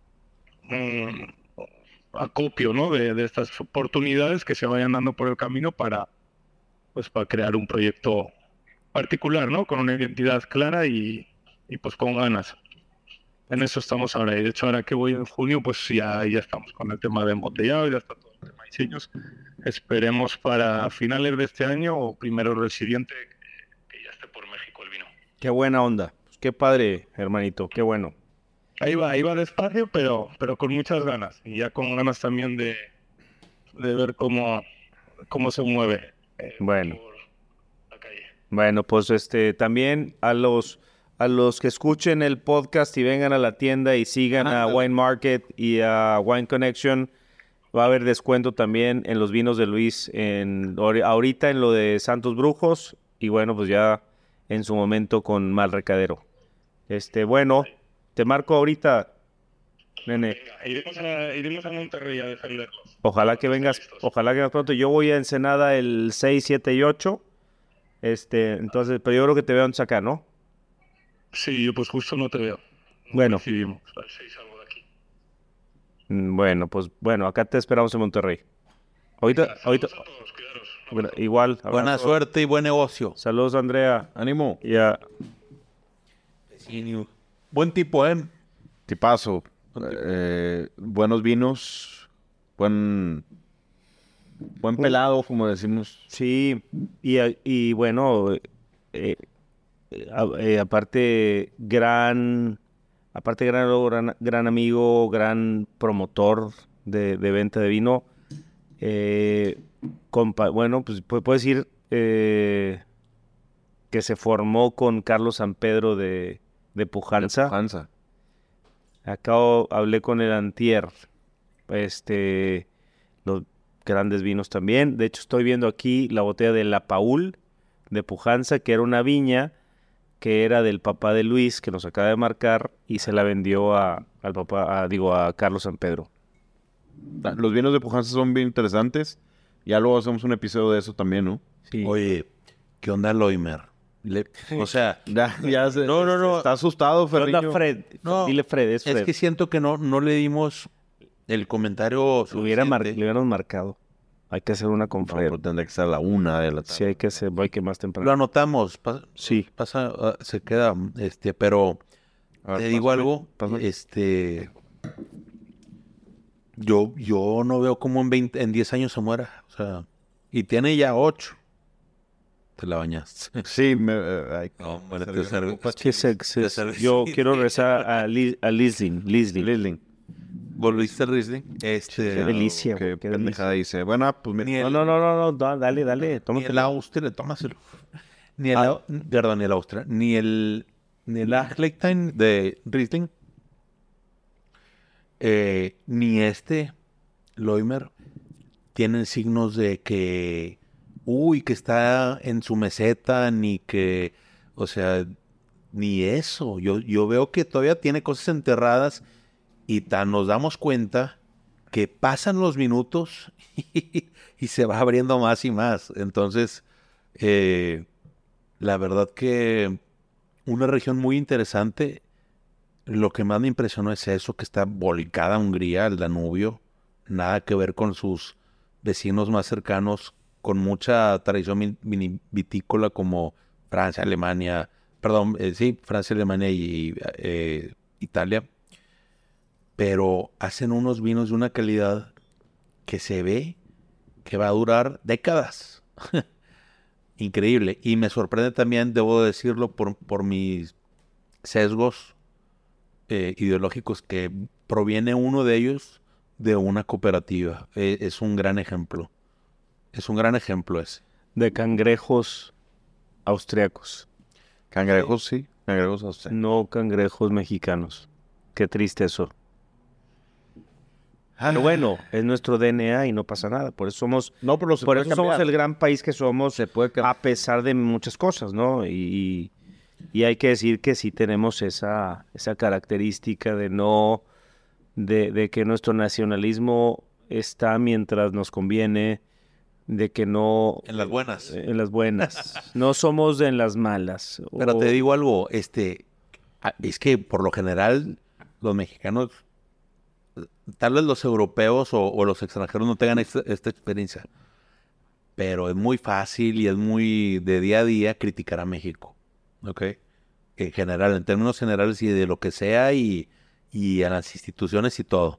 acopio, ¿no? de estas oportunidades que se vayan dando por el camino para crear un proyecto particular, ¿no? Con una identidad clara y pues con ganas. En eso estamos ahora. Y de hecho, ahora que voy en junio, pues ya estamos con el tema de embotellado, ya está todo el tema de diseños. Esperemos para finales de este año o primeros del siguiente que ya esté por México el vino. Qué buena onda. Pues qué padre, hermanito. Qué bueno. Ahí va despacio, pero con muchas ganas. Y ya con ganas también de ver cómo se mueve. Bueno. Por la calle. Bueno, pues también a los que escuchen el podcast y vengan a la tienda y sigan a Wine Market y a Wine Connection, va a haber descuento también en los vinos de Luis ahorita en lo de Santos Brujos y bueno, pues ya en su momento con Malrecadero. Bueno, te marco ahorita, nene. Venga, iremos a Monterrey a defenderlos. Ojalá que vengas pronto. Yo voy a Ensenada el 6, 7 y 8. Entonces, pero yo creo que te veo antes acá, ¿no? Sí, yo pues justo no te veo. Bueno. Decidimos. A ver si salgo de aquí. Bueno, pues acá te esperamos en Monterrey. Ahorita. A todos, cuidaros. Bueno, igual. Buena suerte y buen negocio. Saludos, Andrea. Ánimo. Ya. Buen tipo, ¿eh? Tipazo. Buenos vinos. Buen pelado, como decimos. Sí, y bueno, aparte gran amigo, gran promotor de venta de vino. Bueno, pues puedes decir que se formó con Carlos San Pedro de Pujanza. Acá hablé con el antier. Los grandes vinos también. De hecho, estoy viendo aquí la botella de La Paul de Pujanza, que era una viña que era del papá de Luis, que nos acaba de marcar, y se la vendió a Carlos San Pedro. Los vinos de Pujanza son bien interesantes. Ya luego hacemos un episodio de eso también, ¿no? Sí. Oye, ¿qué onda Loimer? O sea, No. Está asustado, ¿Qué onda, Ferriño. Fred? No, Dile Fred, es Fred. es que siento que no le dimos el comentario Le hubiéramos suficiente. marcado. Hay que hacer una con Fred. Pues tendría que ser a la 1 de la tarde. Sí, hay que más temprano. Lo anotamos. Sí. Se queda, pero A ver, te digo pásame, algo, pásame. yo no veo cómo en 10 años se muera, o sea, y tiene ya 8. Te la bañaste. Sí, No, bueno, Yo quiero rezar a Lisling. ¿Volviste al Riesling? Qué delicia, Qué güey, qué pendejada delicia. dice. Bueno, pues Ni mira. el- No, dale, Ni tómatelo. el Austria, tómaselo. Ni el Austria, ni el Achleitine de Riesling, ni Loimer, tienen signos de que está en su meseta, ni que, o sea, ni eso. Yo veo que todavía tiene cosas enterradas y nos damos cuenta que pasan los minutos y se va abriendo más y más. Entonces, la verdad que una región muy interesante. Lo que más me impresionó es eso, que está volcada Hungría, el Danubio. Nada que ver con sus vecinos más cercanos, con mucha tradición vitícola como Francia, Alemania, y Italia. Pero hacen unos vinos de una calidad que se ve que va a durar décadas. Increíble. Y me sorprende también, debo decirlo, por mis sesgos ideológicos, que proviene uno de ellos de una cooperativa. Es un gran ejemplo. Es un gran ejemplo ese. De cangrejos austriacos, Cangrejos, sí. Cangrejos austriacos. no cangrejos mexicanos. Qué triste eso. Pero bueno, es nuestro DNA y no pasa nada. Por eso somos, No, pero se por puede eso somos cambiar. el gran país que somos, Se puede cambiar. a pesar de muchas cosas, ¿no? Y hay que decir que sí tenemos esa característica de no, de que nuestro nacionalismo está mientras nos conviene, de que no En las buenas. en las buenas, no somos en las malas. Pero O- te digo algo, es que por lo general los mexicanos, tal vez los europeos o los extranjeros no tengan esta experiencia, pero es muy fácil y es muy de día a día criticar a México, ¿ok? En general, en términos generales y de lo que sea y a las instituciones y todo.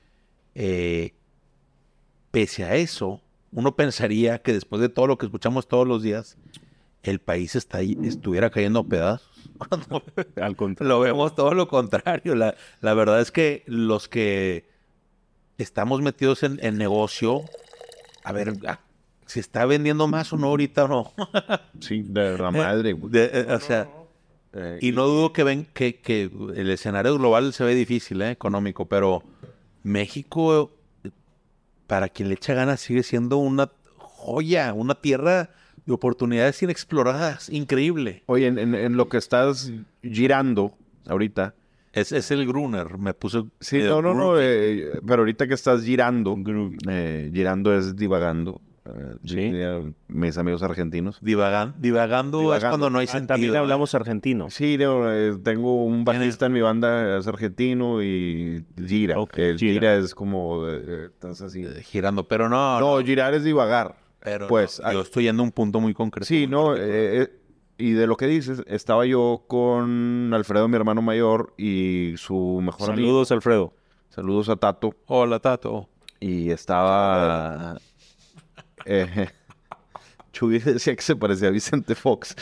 Pese a eso, uno pensaría que después de todo lo que escuchamos todos los días, el país estuviera cayendo a pedazos. Cuando al contrario. lo vemos todo lo contrario. La verdad es que los que estamos metidos en negocio, a ver, ¿se está vendiendo más o no ahorita o no? Sí, de la madre, güey. O sea, y no dudo que ven que el escenario global se ve difícil, económico, pero México, para quien le echa ganas, sigue siendo una joya, una tierra de oportunidades inexploradas, increíble. Oye, en lo que estás girando ahorita. Es el Gruner, me puse... Sí, no, pero ahorita que estás girando, girando es divagando. Sí. Dirían mis amigos argentinos. Divagando es cuando no hay sentido. También hablamos argentino. Sí, tengo un bajista en mi banda, es argentino y gira. Ok, El gira. gira es como, estás así. Girando, pero no. No, girar es divagar. Pero pues, yo estoy yendo a un punto muy concreto. Sí, no, y de lo que dices, estaba yo con Alfredo, mi hermano mayor, y su mejor amigo. Saludos, Alfredo. Saludos a Tato. Hola, Tato. Y estaba... Chuy decía que se parecía a Vicente Fox.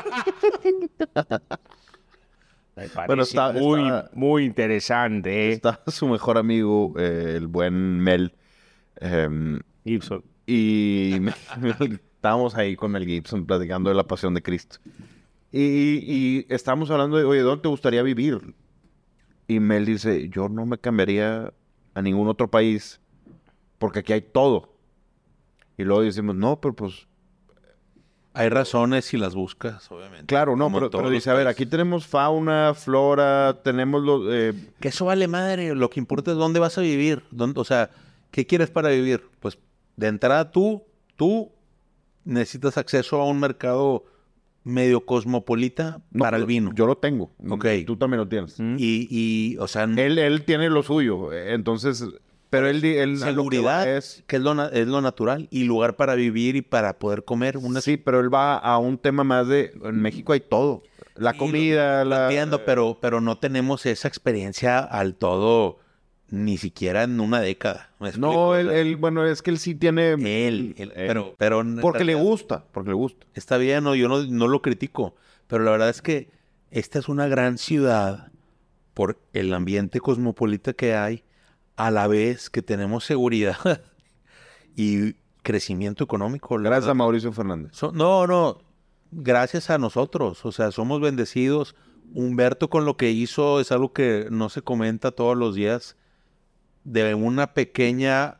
Bueno, está muy interesante, ¿eh? estaba su mejor amigo, el buen Mel. Gibson. Y estábamos ahí con Mel Gibson platicando de la pasión de Cristo. Y estábamos hablando de, oye, ¿dónde te gustaría vivir? Y Mel dice, yo no me cambiaría a ningún otro país porque aquí hay todo. Y luego decimos, no, pero pues... Hay razones si las buscas, obviamente. Claro, no, Como en pero todos dice, los a ver, países. aquí tenemos fauna, flora, tenemos los... Que eso vale madre. Lo que importa es dónde vas a vivir. O sea, ¿qué quieres para vivir? Pues de entrada tú necesitas acceso a un mercado medio cosmopolita no, para el vino. Yo lo tengo. Ok. Tú también lo tienes. O sea, Él tiene lo suyo. Entonces, pero él a lo que seguridad, va que es lo natural, y lugar para vivir y para poder comer. Sí, pero él va a un tema más de... En México hay todo. La comida, Lo entiendo, pero no tenemos esa experiencia al todo, ni siquiera en una década. ¿Me explico? No, O sea, bueno, es que él sí tiene... pero Porque le gusta, porque le gusta. está bien, yo no lo critico, pero la verdad es que esta es una gran ciudad por el ambiente cosmopolita que hay, a la vez que tenemos seguridad y crecimiento económico. la Gracias a verdad. Mauricio Fernández. No, gracias a nosotros, o sea, somos bendecidos. Humberto con lo que hizo es algo que no se comenta todos los días, de una pequeña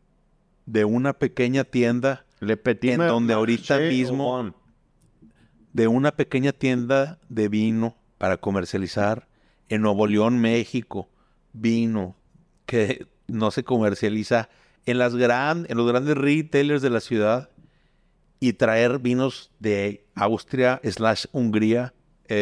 tienda, Le Petit En donde ahorita Marché mismo- Juan. de una pequeña tienda de vino para comercializar en Nuevo León, México, vino que no se comercializa en los grandes retailers de la ciudad, y traer vinos de Austria / Hungría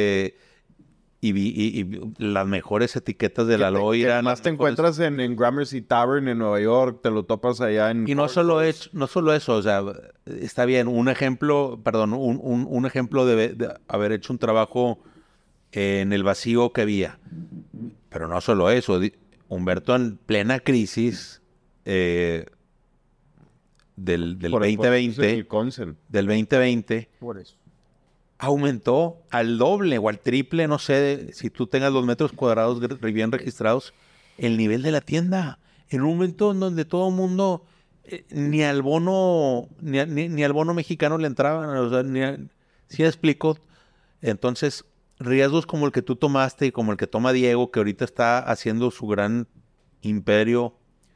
y las mejores etiquetas de la Que Loira. más las te mejores- encuentras en Gramercy Tavern en Nueva York, te lo topas allá en... Y no solo eso, o sea, está bien, un ejemplo de haber hecho un trabajo en el vacío que había. Pero no solo eso, Humberto en plena crisis del Por el 2020, Consen. del 2020, Por eso. aumentó al doble o al triple, no sé si tú tengas los metros cuadrados bien registrados, el nivel de la tienda. En un momento en donde todo el mundo ni al bono, ni al bono mexicano le entraban, o sea, ¿sí me explico? Entonces, riesgos como el que tú tomaste y como el que toma Diego, que ahorita está haciendo su gran imperio,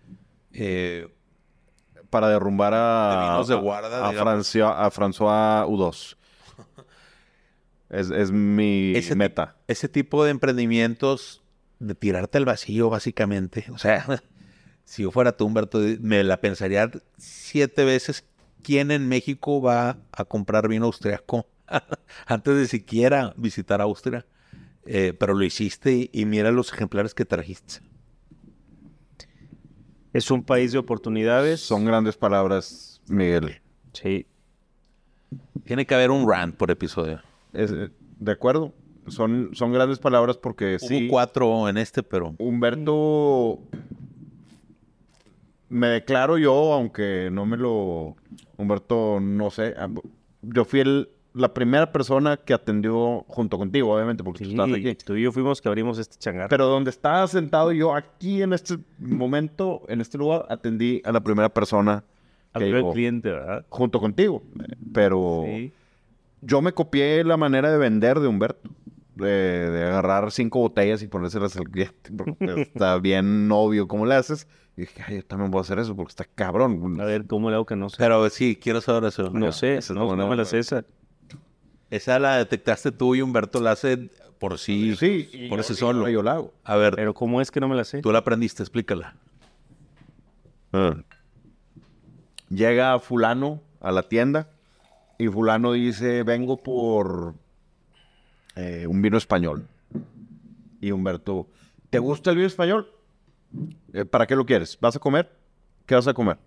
Para derrumbar de vinos de guarda, digamos. A François U2. Es mi meta. Ese tipo de emprendimientos de tirarte al vacío, básicamente. O sea, si yo fuera tú, Humberto, me la pensaría 7 veces quién en México va a comprar vino austriaco antes de siquiera visitar Austria. Pero lo hiciste y mira los ejemplares que trajiste. Es un país de oportunidades. Son grandes palabras, Miguel. Sí. Tiene que haber un rant por episodio. De acuerdo. Son grandes palabras porque sí. Hubo 4 en este, pero... Humberto, me declaro yo, aunque no me lo... Humberto, no sé. Yo fui la primera persona que atendió junto contigo, obviamente, porque tú estás aquí. Tú y yo fuimos que abrimos este changar. Pero donde estaba sentado yo, aquí en este momento, en este lugar, atendí a la primera persona al que primer llegó, cliente, ¿verdad? junto contigo. Pero Sí. yo me copié la manera de vender de Humberto. De agarrar 5 botellas y ponérselas al cliente. Porque está bien obvio cómo le haces. Y dije, ay, yo también voy a hacer eso porque está cabrón. A ver, ¿cómo le hago que no sé? Pero sí, quiero saber eso. No sé, esa es no buena, me la sé esa. Esa la detectaste tú y Humberto la hace por sí, Sí, por ese solo. Yo la hago. A ver, Pero ¿cómo es que no me la sé? tú la aprendiste, explícala. Llega fulano a la tienda y fulano dice, vengo por un vino español. Y Humberto, ¿te gusta el vino español? ¿Para qué lo quieres? ¿Vas a comer? ¿Qué vas a comer?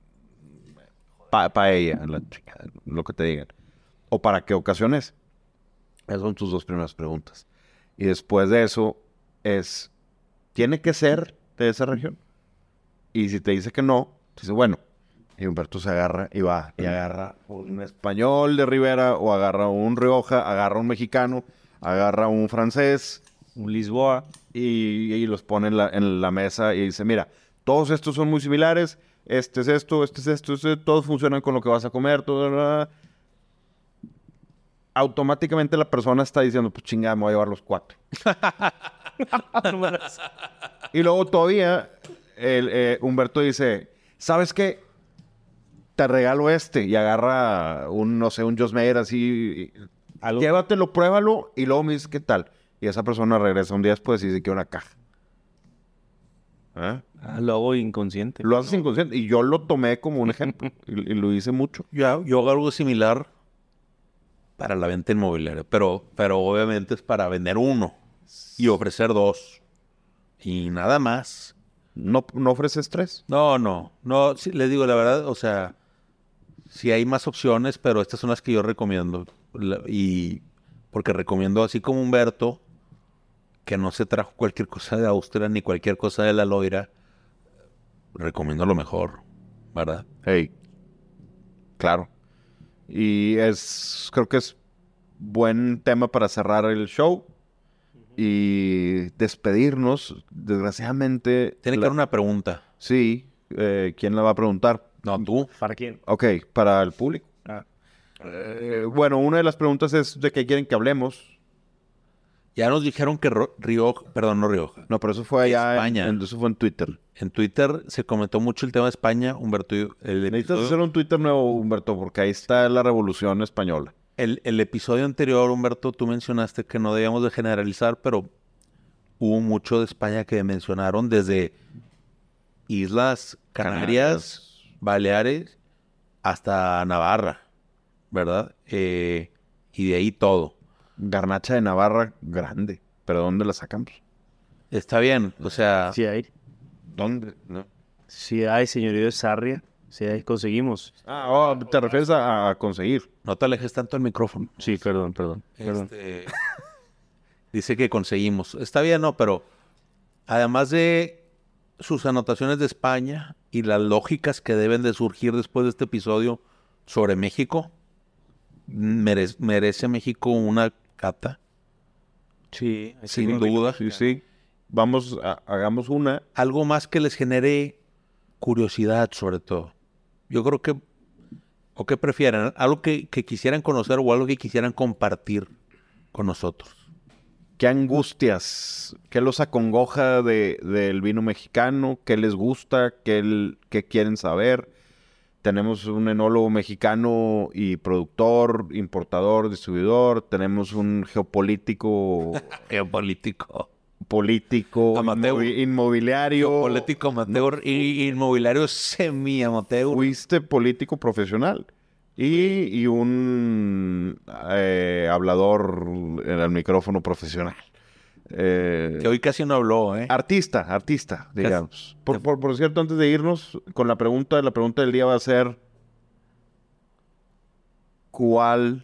Paella, lo que te digan. ¿O para qué ocasiones? Esas son tus 2 primeras preguntas. Y después de eso ¿tiene que ser de esa región? Y si te dice que no, dice, bueno. Y Humberto se agarra y va. Y agarra un español de Ribera o agarra un Rioja, agarra un mexicano, agarra un francés, Un Lisboa. y los pone en la mesa y dice, mira, todos estos son muy similares, este es esto, todos funcionan con lo que vas a comer, todo. Automáticamente la persona está diciendo, pues chingada, me voy a llevar los 4. Y luego todavía Humberto dice, ¿sabes qué? Te regalo este. Y agarra un Joss Meyer así. Llévatelo, pruébalo y luego me dices qué tal. Y esa persona regresa un día después y dice que una caja. Lo hago inconsciente. Lo haces inconsciente. Y yo lo tomé como un ejemplo. y lo hice mucho. Yo hago algo similar para la venta inmobiliaria, pero obviamente es para vender uno y ofrecer 2 y nada más. ¿No ofreces 3? No, sí, les digo la verdad, o sea, sí hay más opciones, pero estas son las que yo recomiendo. Y porque recomiendo, así como Humberto, que no se trajo cualquier cosa de Austria ni cualquier cosa de la Loira, recomiendo lo mejor, ¿verdad? Hey. Claro. Y creo que es buen tema para cerrar el show y despedirnos. Desgraciadamente... Tiene que haber una pregunta. Sí. ¿Quién la va a preguntar? No, tú. ¿Para quién? Ok, para el público. Ah. Bueno, una de las preguntas es de qué quieren que hablemos. Ya nos dijeron que Rioja, perdón, no Rioja. No, pero eso fue allá España. eso fue en Twitter. En Twitter se comentó mucho el tema de España, Humberto. Necesitas hacer un Twitter nuevo, Humberto, porque ahí está la Revolución Española. El episodio anterior, Humberto, tú mencionaste que no debíamos de generalizar, pero hubo mucho de España que mencionaron, desde Islas Canarias, Baleares, hasta Navarra, ¿verdad? Y de ahí todo. Garnacha de Navarra, grande. ¿Pero dónde la sacamos? Está bien, o sea... Sí hay. ¿Dónde? No. Sí hay, señorío de Sarria. Sí hay, conseguimos. ¿Te refieres a conseguir? No te alejes tanto del micrófono. Sí, perdón. Dice que conseguimos. Está bien, ¿no? Pero además de sus anotaciones de España y las lógicas que deben de surgir después de este episodio sobre México, merece México una cata. Sí. Sin duda. Sí. Hagamos una. Algo más que les genere curiosidad, sobre todo. Yo creo que... ¿O qué prefieren? ¿Algo que quisieran conocer o algo que quisieran compartir con nosotros? ¿Qué angustias, qué los acongoja del vino mexicano? ¿Qué les gusta? ¿Qué quieren saber? Tenemos un enólogo mexicano y productor, importador, distribuidor. Tenemos un geopolítico, político, Amateur. inmobiliario. Político amateur y inmobiliario semi-amateur. Fuiste político profesional. Y un hablador en el micrófono profesional. Que hoy casi no habló, ¿eh? Artista, digamos. Por cierto, antes de irnos, con la pregunta del día va a ser: ¿cuál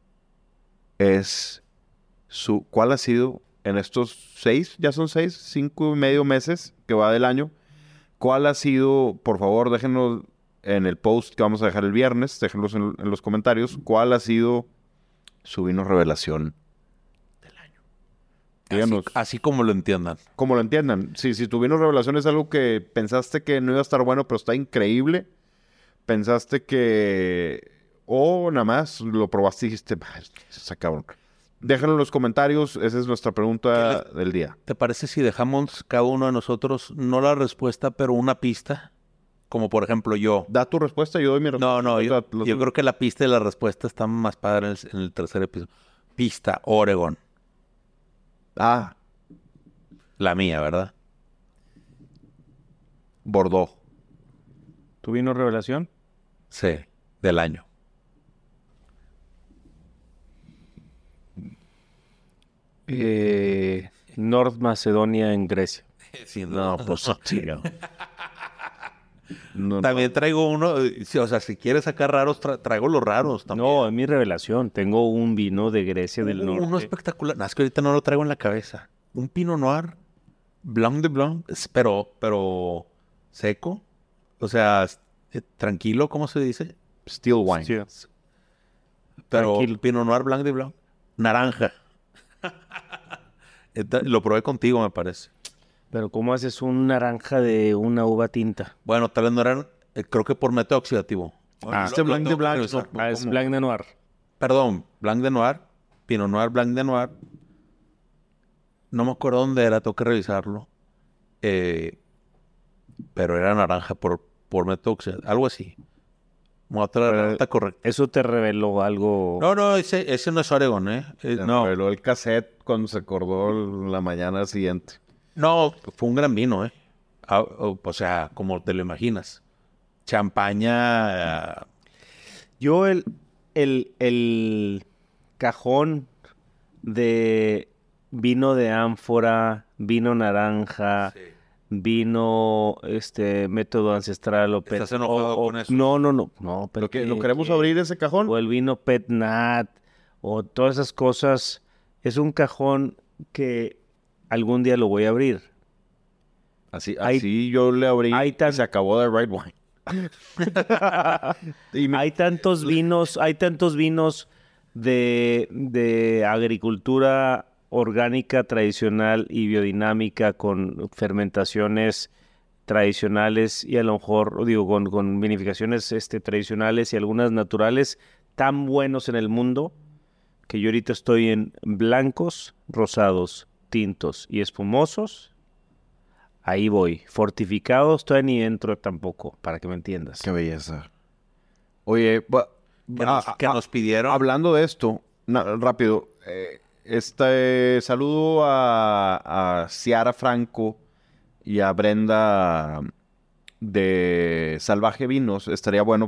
ha sido en estos 5 y medio meses que va del año? ¿Cuál ha sido, por favor, déjenos en el post que vamos a dejar el viernes, déjenlos en los comentarios, cuál ha sido su vino revelación del año? Díganos. Así como lo entiendan. Como lo entiendan. Si tu vino revelación es algo que pensaste que no iba a estar bueno, pero está increíble. Pensaste que... O nada más lo probaste y dijiste, está cabrón. Déjenlo en los comentarios. Esa es nuestra pregunta del día. ¿Te parece si dejamos cada uno de nosotros, no la respuesta, pero una pista? Como por ejemplo yo. Da tu respuesta, yo doy mi respuesta. No, yo creo que la pista y la respuesta están más padres en el tercer episodio. Pista, Oregon. Ah, La mía, ¿verdad? Bordeaux. ¿Tu vino revelación? Sí, del año. North Macedonia en Grecia. No, pues sí, no. No, También traigo uno, o sea, si quieres sacar raros, traigo los raros también. No, es mi revelación. Tengo un vino de Grecia del norte. Uno espectacular. No, es que ahorita no lo traigo en la cabeza. Un Pinot Noir, Blanc de Blanc, pero seco. O sea, tranquilo, ¿cómo se dice? Still wine. Sí. Pero Tranquilo. Pinot Noir, Blanc de Blanc, naranja. Lo probé contigo, me parece. Pero ¿cómo haces un naranja de una uva tinta? Bueno, tal vez no eran, creo que por método oxidativo. Este Blanc de Blanc. Es ¿Cómo? Blanc de Noir. Perdón, Blanc de Noir, Pinot Noir, Blanc de Noir. No me acuerdo dónde era, tengo que revisarlo. Pero era naranja por método oxidativo, algo así. Está correcto. Eso te reveló algo. No, ese no es Oregon, ¿eh? No, Reveló el cassette cuando se acordó la mañana siguiente. no, fue un gran vino, ¿eh? O sea, como te lo imaginas. Champaña. Yo el cajón de vino de ánfora, vino naranja, vino método ancestral o ¿Estás enojado con eso? No, pero ¿Lo queremos abrir ese cajón? o el vino Pet Nat o todas esas cosas. Es un cajón que algún día lo voy a abrir. Así yo le abrí y se acabó de Right Wine. Hay tantos vinos de agricultura orgánica tradicional y biodinámica con fermentaciones tradicionales y a lo mejor, digo, con vinificaciones tradicionales y algunas naturales tan buenos en el mundo que yo ahorita estoy en blancos, rosados, tintos y espumosos. Ahí voy. Fortificados todavía ni entro tampoco, para que me entiendas. Qué belleza. Oye, Que nos pidieron. hablando de esto, rápido, saludo a Ciara Franco y a Brenda de Salvaje Vinos. Estaría bueno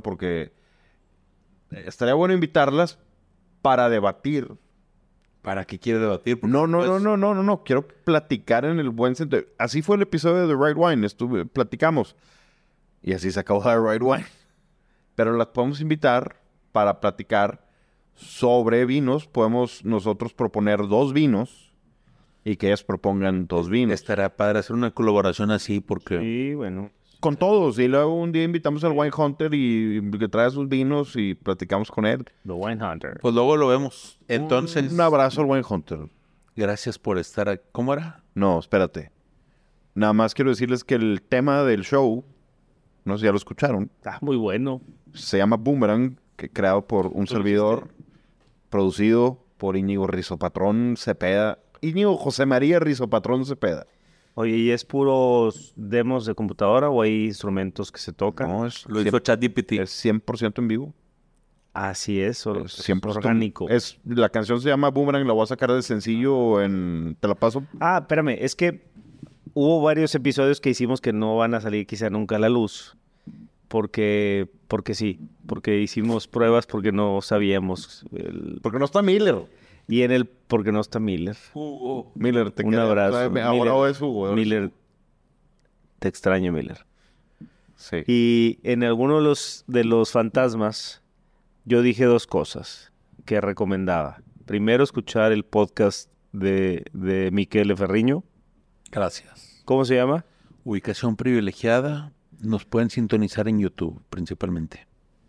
invitarlas para debatir. ¿Para qué quiere debatir? Porque, No. Quiero platicar en el buen sentido. Así fue el episodio de The Right Wine. Platicamos. Y así se acabó The Right Wine. Pero las podemos invitar para platicar sobre vinos. Podemos nosotros proponer 2 vinos y que ellas propongan 2 vinos. Estará padre hacer una colaboración así porque... Sí, bueno. Con todos. Y luego un día invitamos al Wine Hunter y que trae sus vinos y platicamos con él. The Wine Hunter. Pues luego lo vemos. Entonces... Un abrazo al Wine Hunter. Gracias por estar aquí. ¿Cómo era? No, espérate. Nada más quiero decirles que el tema del show No sé si ya lo escucharon. Está muy bueno. Se llama Boomerang, creado por un servidor, producido por Íñigo Rizopatrón Cepeda. Íñigo José María Rizopatrón Cepeda. Oye, ¿y es puros demos de computadora o hay instrumentos que se tocan? No, Lo hizo ChatGPT. es 100% en vivo. Así es, Es 100% orgánico. La canción se llama Boomerang, la voy a sacar de sencillo te la paso. Ah, espérame, es que hubo varios episodios que hicimos que no van a salir quizá nunca a la luz. Porque porque hicimos pruebas porque no sabíamos. Porque no está Miller. Y porque no está Miller. Miller, te Un queda- abrazo. Ahora Miller, es Hugo. Miller, te extraño, Miller. Sí. Y en alguno de los fantasmas, yo dije dos cosas que recomendaba. Primero, escuchar el podcast de Miquel Ferriño. Gracias. ¿Cómo se llama? Ubicación privilegiada. Nos pueden sintonizar en YouTube, principalmente.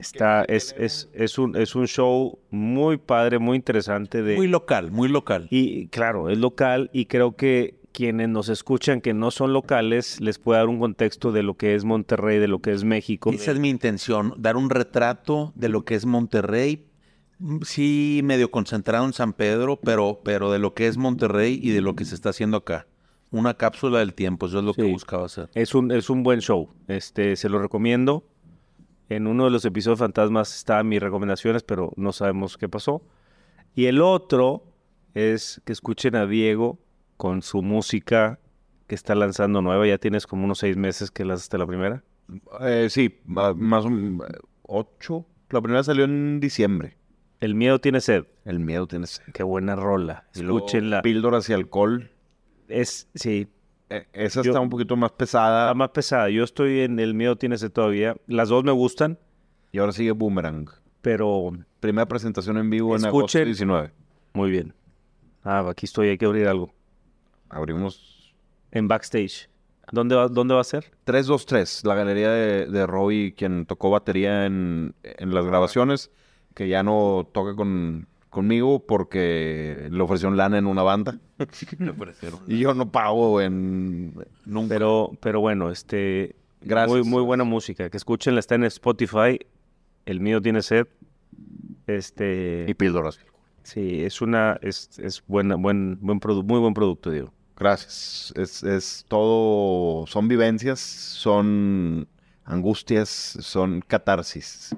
Es un show muy padre, muy interesante. Muy local, muy local. Y claro, es local y creo que quienes nos escuchan que no son locales les puede dar un contexto de lo que es Monterrey, de lo que es México. Esa es mi intención, dar un retrato de lo que es Monterrey. Sí, medio concentrado en San Pedro, pero de lo que es Monterrey y de lo que se está haciendo acá. Una cápsula del tiempo, eso es lo que Sí. buscaba hacer. Es un buen show. Se lo recomiendo. En uno de los episodios fantasmas estaban mis recomendaciones, pero no sabemos qué pasó. Y el otro es que escuchen a Diego con su música que está lanzando nueva. Ya tienes como unos 6 meses que lanzaste la primera. Sí, más o menos 8. La primera salió en diciembre. El miedo tiene sed. El miedo tiene sed. Qué buena rola. Y luego Escúchenla. Píldoras y alcohol. Sí, Esa Yo- está un poquito más pesada. está más pesada. Yo estoy en el miedo tiene sed todavía. Las dos me gustan, Y ahora sigue Boomerang. pero Primera presentación en vivo en agosto Escuchen. 19. muy bien. Aquí estoy, hay que abrir algo. Abrimos En backstage. ¿Dónde va a ser? 323, la galería de Robbie, quien tocó batería en las grabaciones, que ya no toca conmigo porque le ofrecieron lana en una banda. Y yo no pago nunca. Pero bueno, Gracias. muy buena música. Que escúchenla, está en Spotify. El mío tiene sed. Y Píldoras. Sí, es buena, muy buen producto, Diego. Gracias. Es todo, son vivencias, son angustias, son catarsis.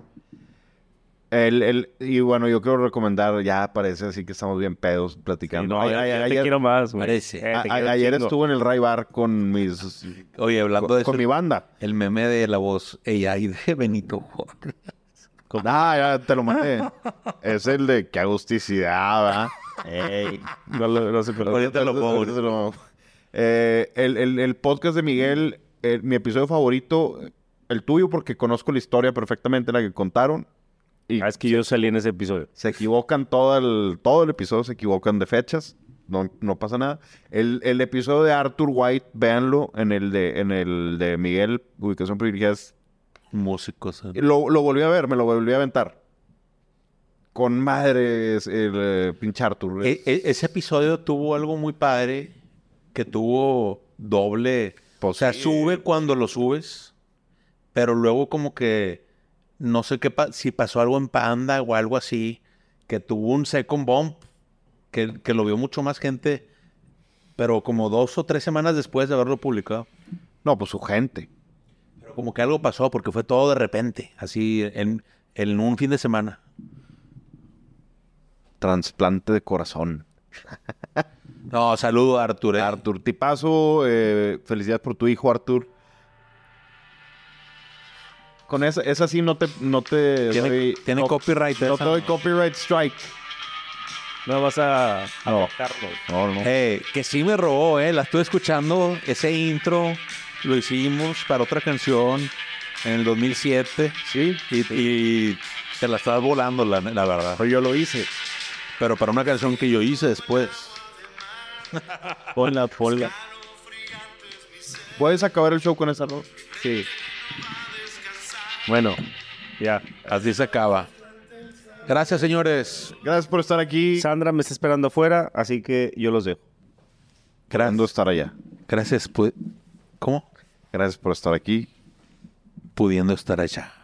Y bueno, yo quiero recomendar, ya parece así que estamos bien pedos platicando. Sí, no, ya te quiero más, güey. Parece. Te quiero Ayer chingo. estuve en el Ray Bar con Oye, hablando de eso, con mi banda. el meme de la voz AI de Benito Juárez. Ya te lo mandé. Es el de qué agusticidad, ¿verdad? Ey. No sé, pero... Ahorita lo pongo. Ahorita te lo pongo. El podcast de Miguel, mi episodio favorito, el tuyo, porque conozco la historia perfectamente, la que contaron. Y Es que yo salí en ese episodio. se equivocan todo el episodio, se equivocan de fechas. No pasa nada. El episodio de Arthur White, véanlo, en el de Miguel, Ubicación Privilegiada. Músicos. Lo volví a ver, me lo volví a aventar. Con madres, el pinche Arthur. Ese episodio tuvo algo muy padre, que tuvo doble... O sea, sube cuando lo subes, pero luego como que... No sé si pasó algo en Panda o algo así, que tuvo un second bump, que lo vio mucho más gente, pero como 2 o 3 semanas después de haberlo publicado. No, pues su gente. Pero como que algo pasó, porque fue todo de repente, así en un fin de semana. Trasplante de corazón. No, saludo a Artur. Arthur, tipazo. Felicidades por tu hijo, Arthur. Con esa sí no te Tiene no- copyright. No esa. te doy copyright strike. No vas a No. afectarlo. No. Que sí me robó, la estuve escuchando, ese intro lo hicimos para otra canción en el 2007. Sí. Y te la estabas volando, la verdad. Pero yo lo hice. Pero para una canción que yo hice después. Ponla. ¿Puedes acabar el show con esa rola? Sí. Bueno, ya. Así se acaba. Gracias, señores. Gracias por estar aquí. Sandra me está esperando afuera, así que yo los dejo. Esperando estar allá. Gracias. ¿Cómo? Gracias por estar aquí. pudiendo estar allá.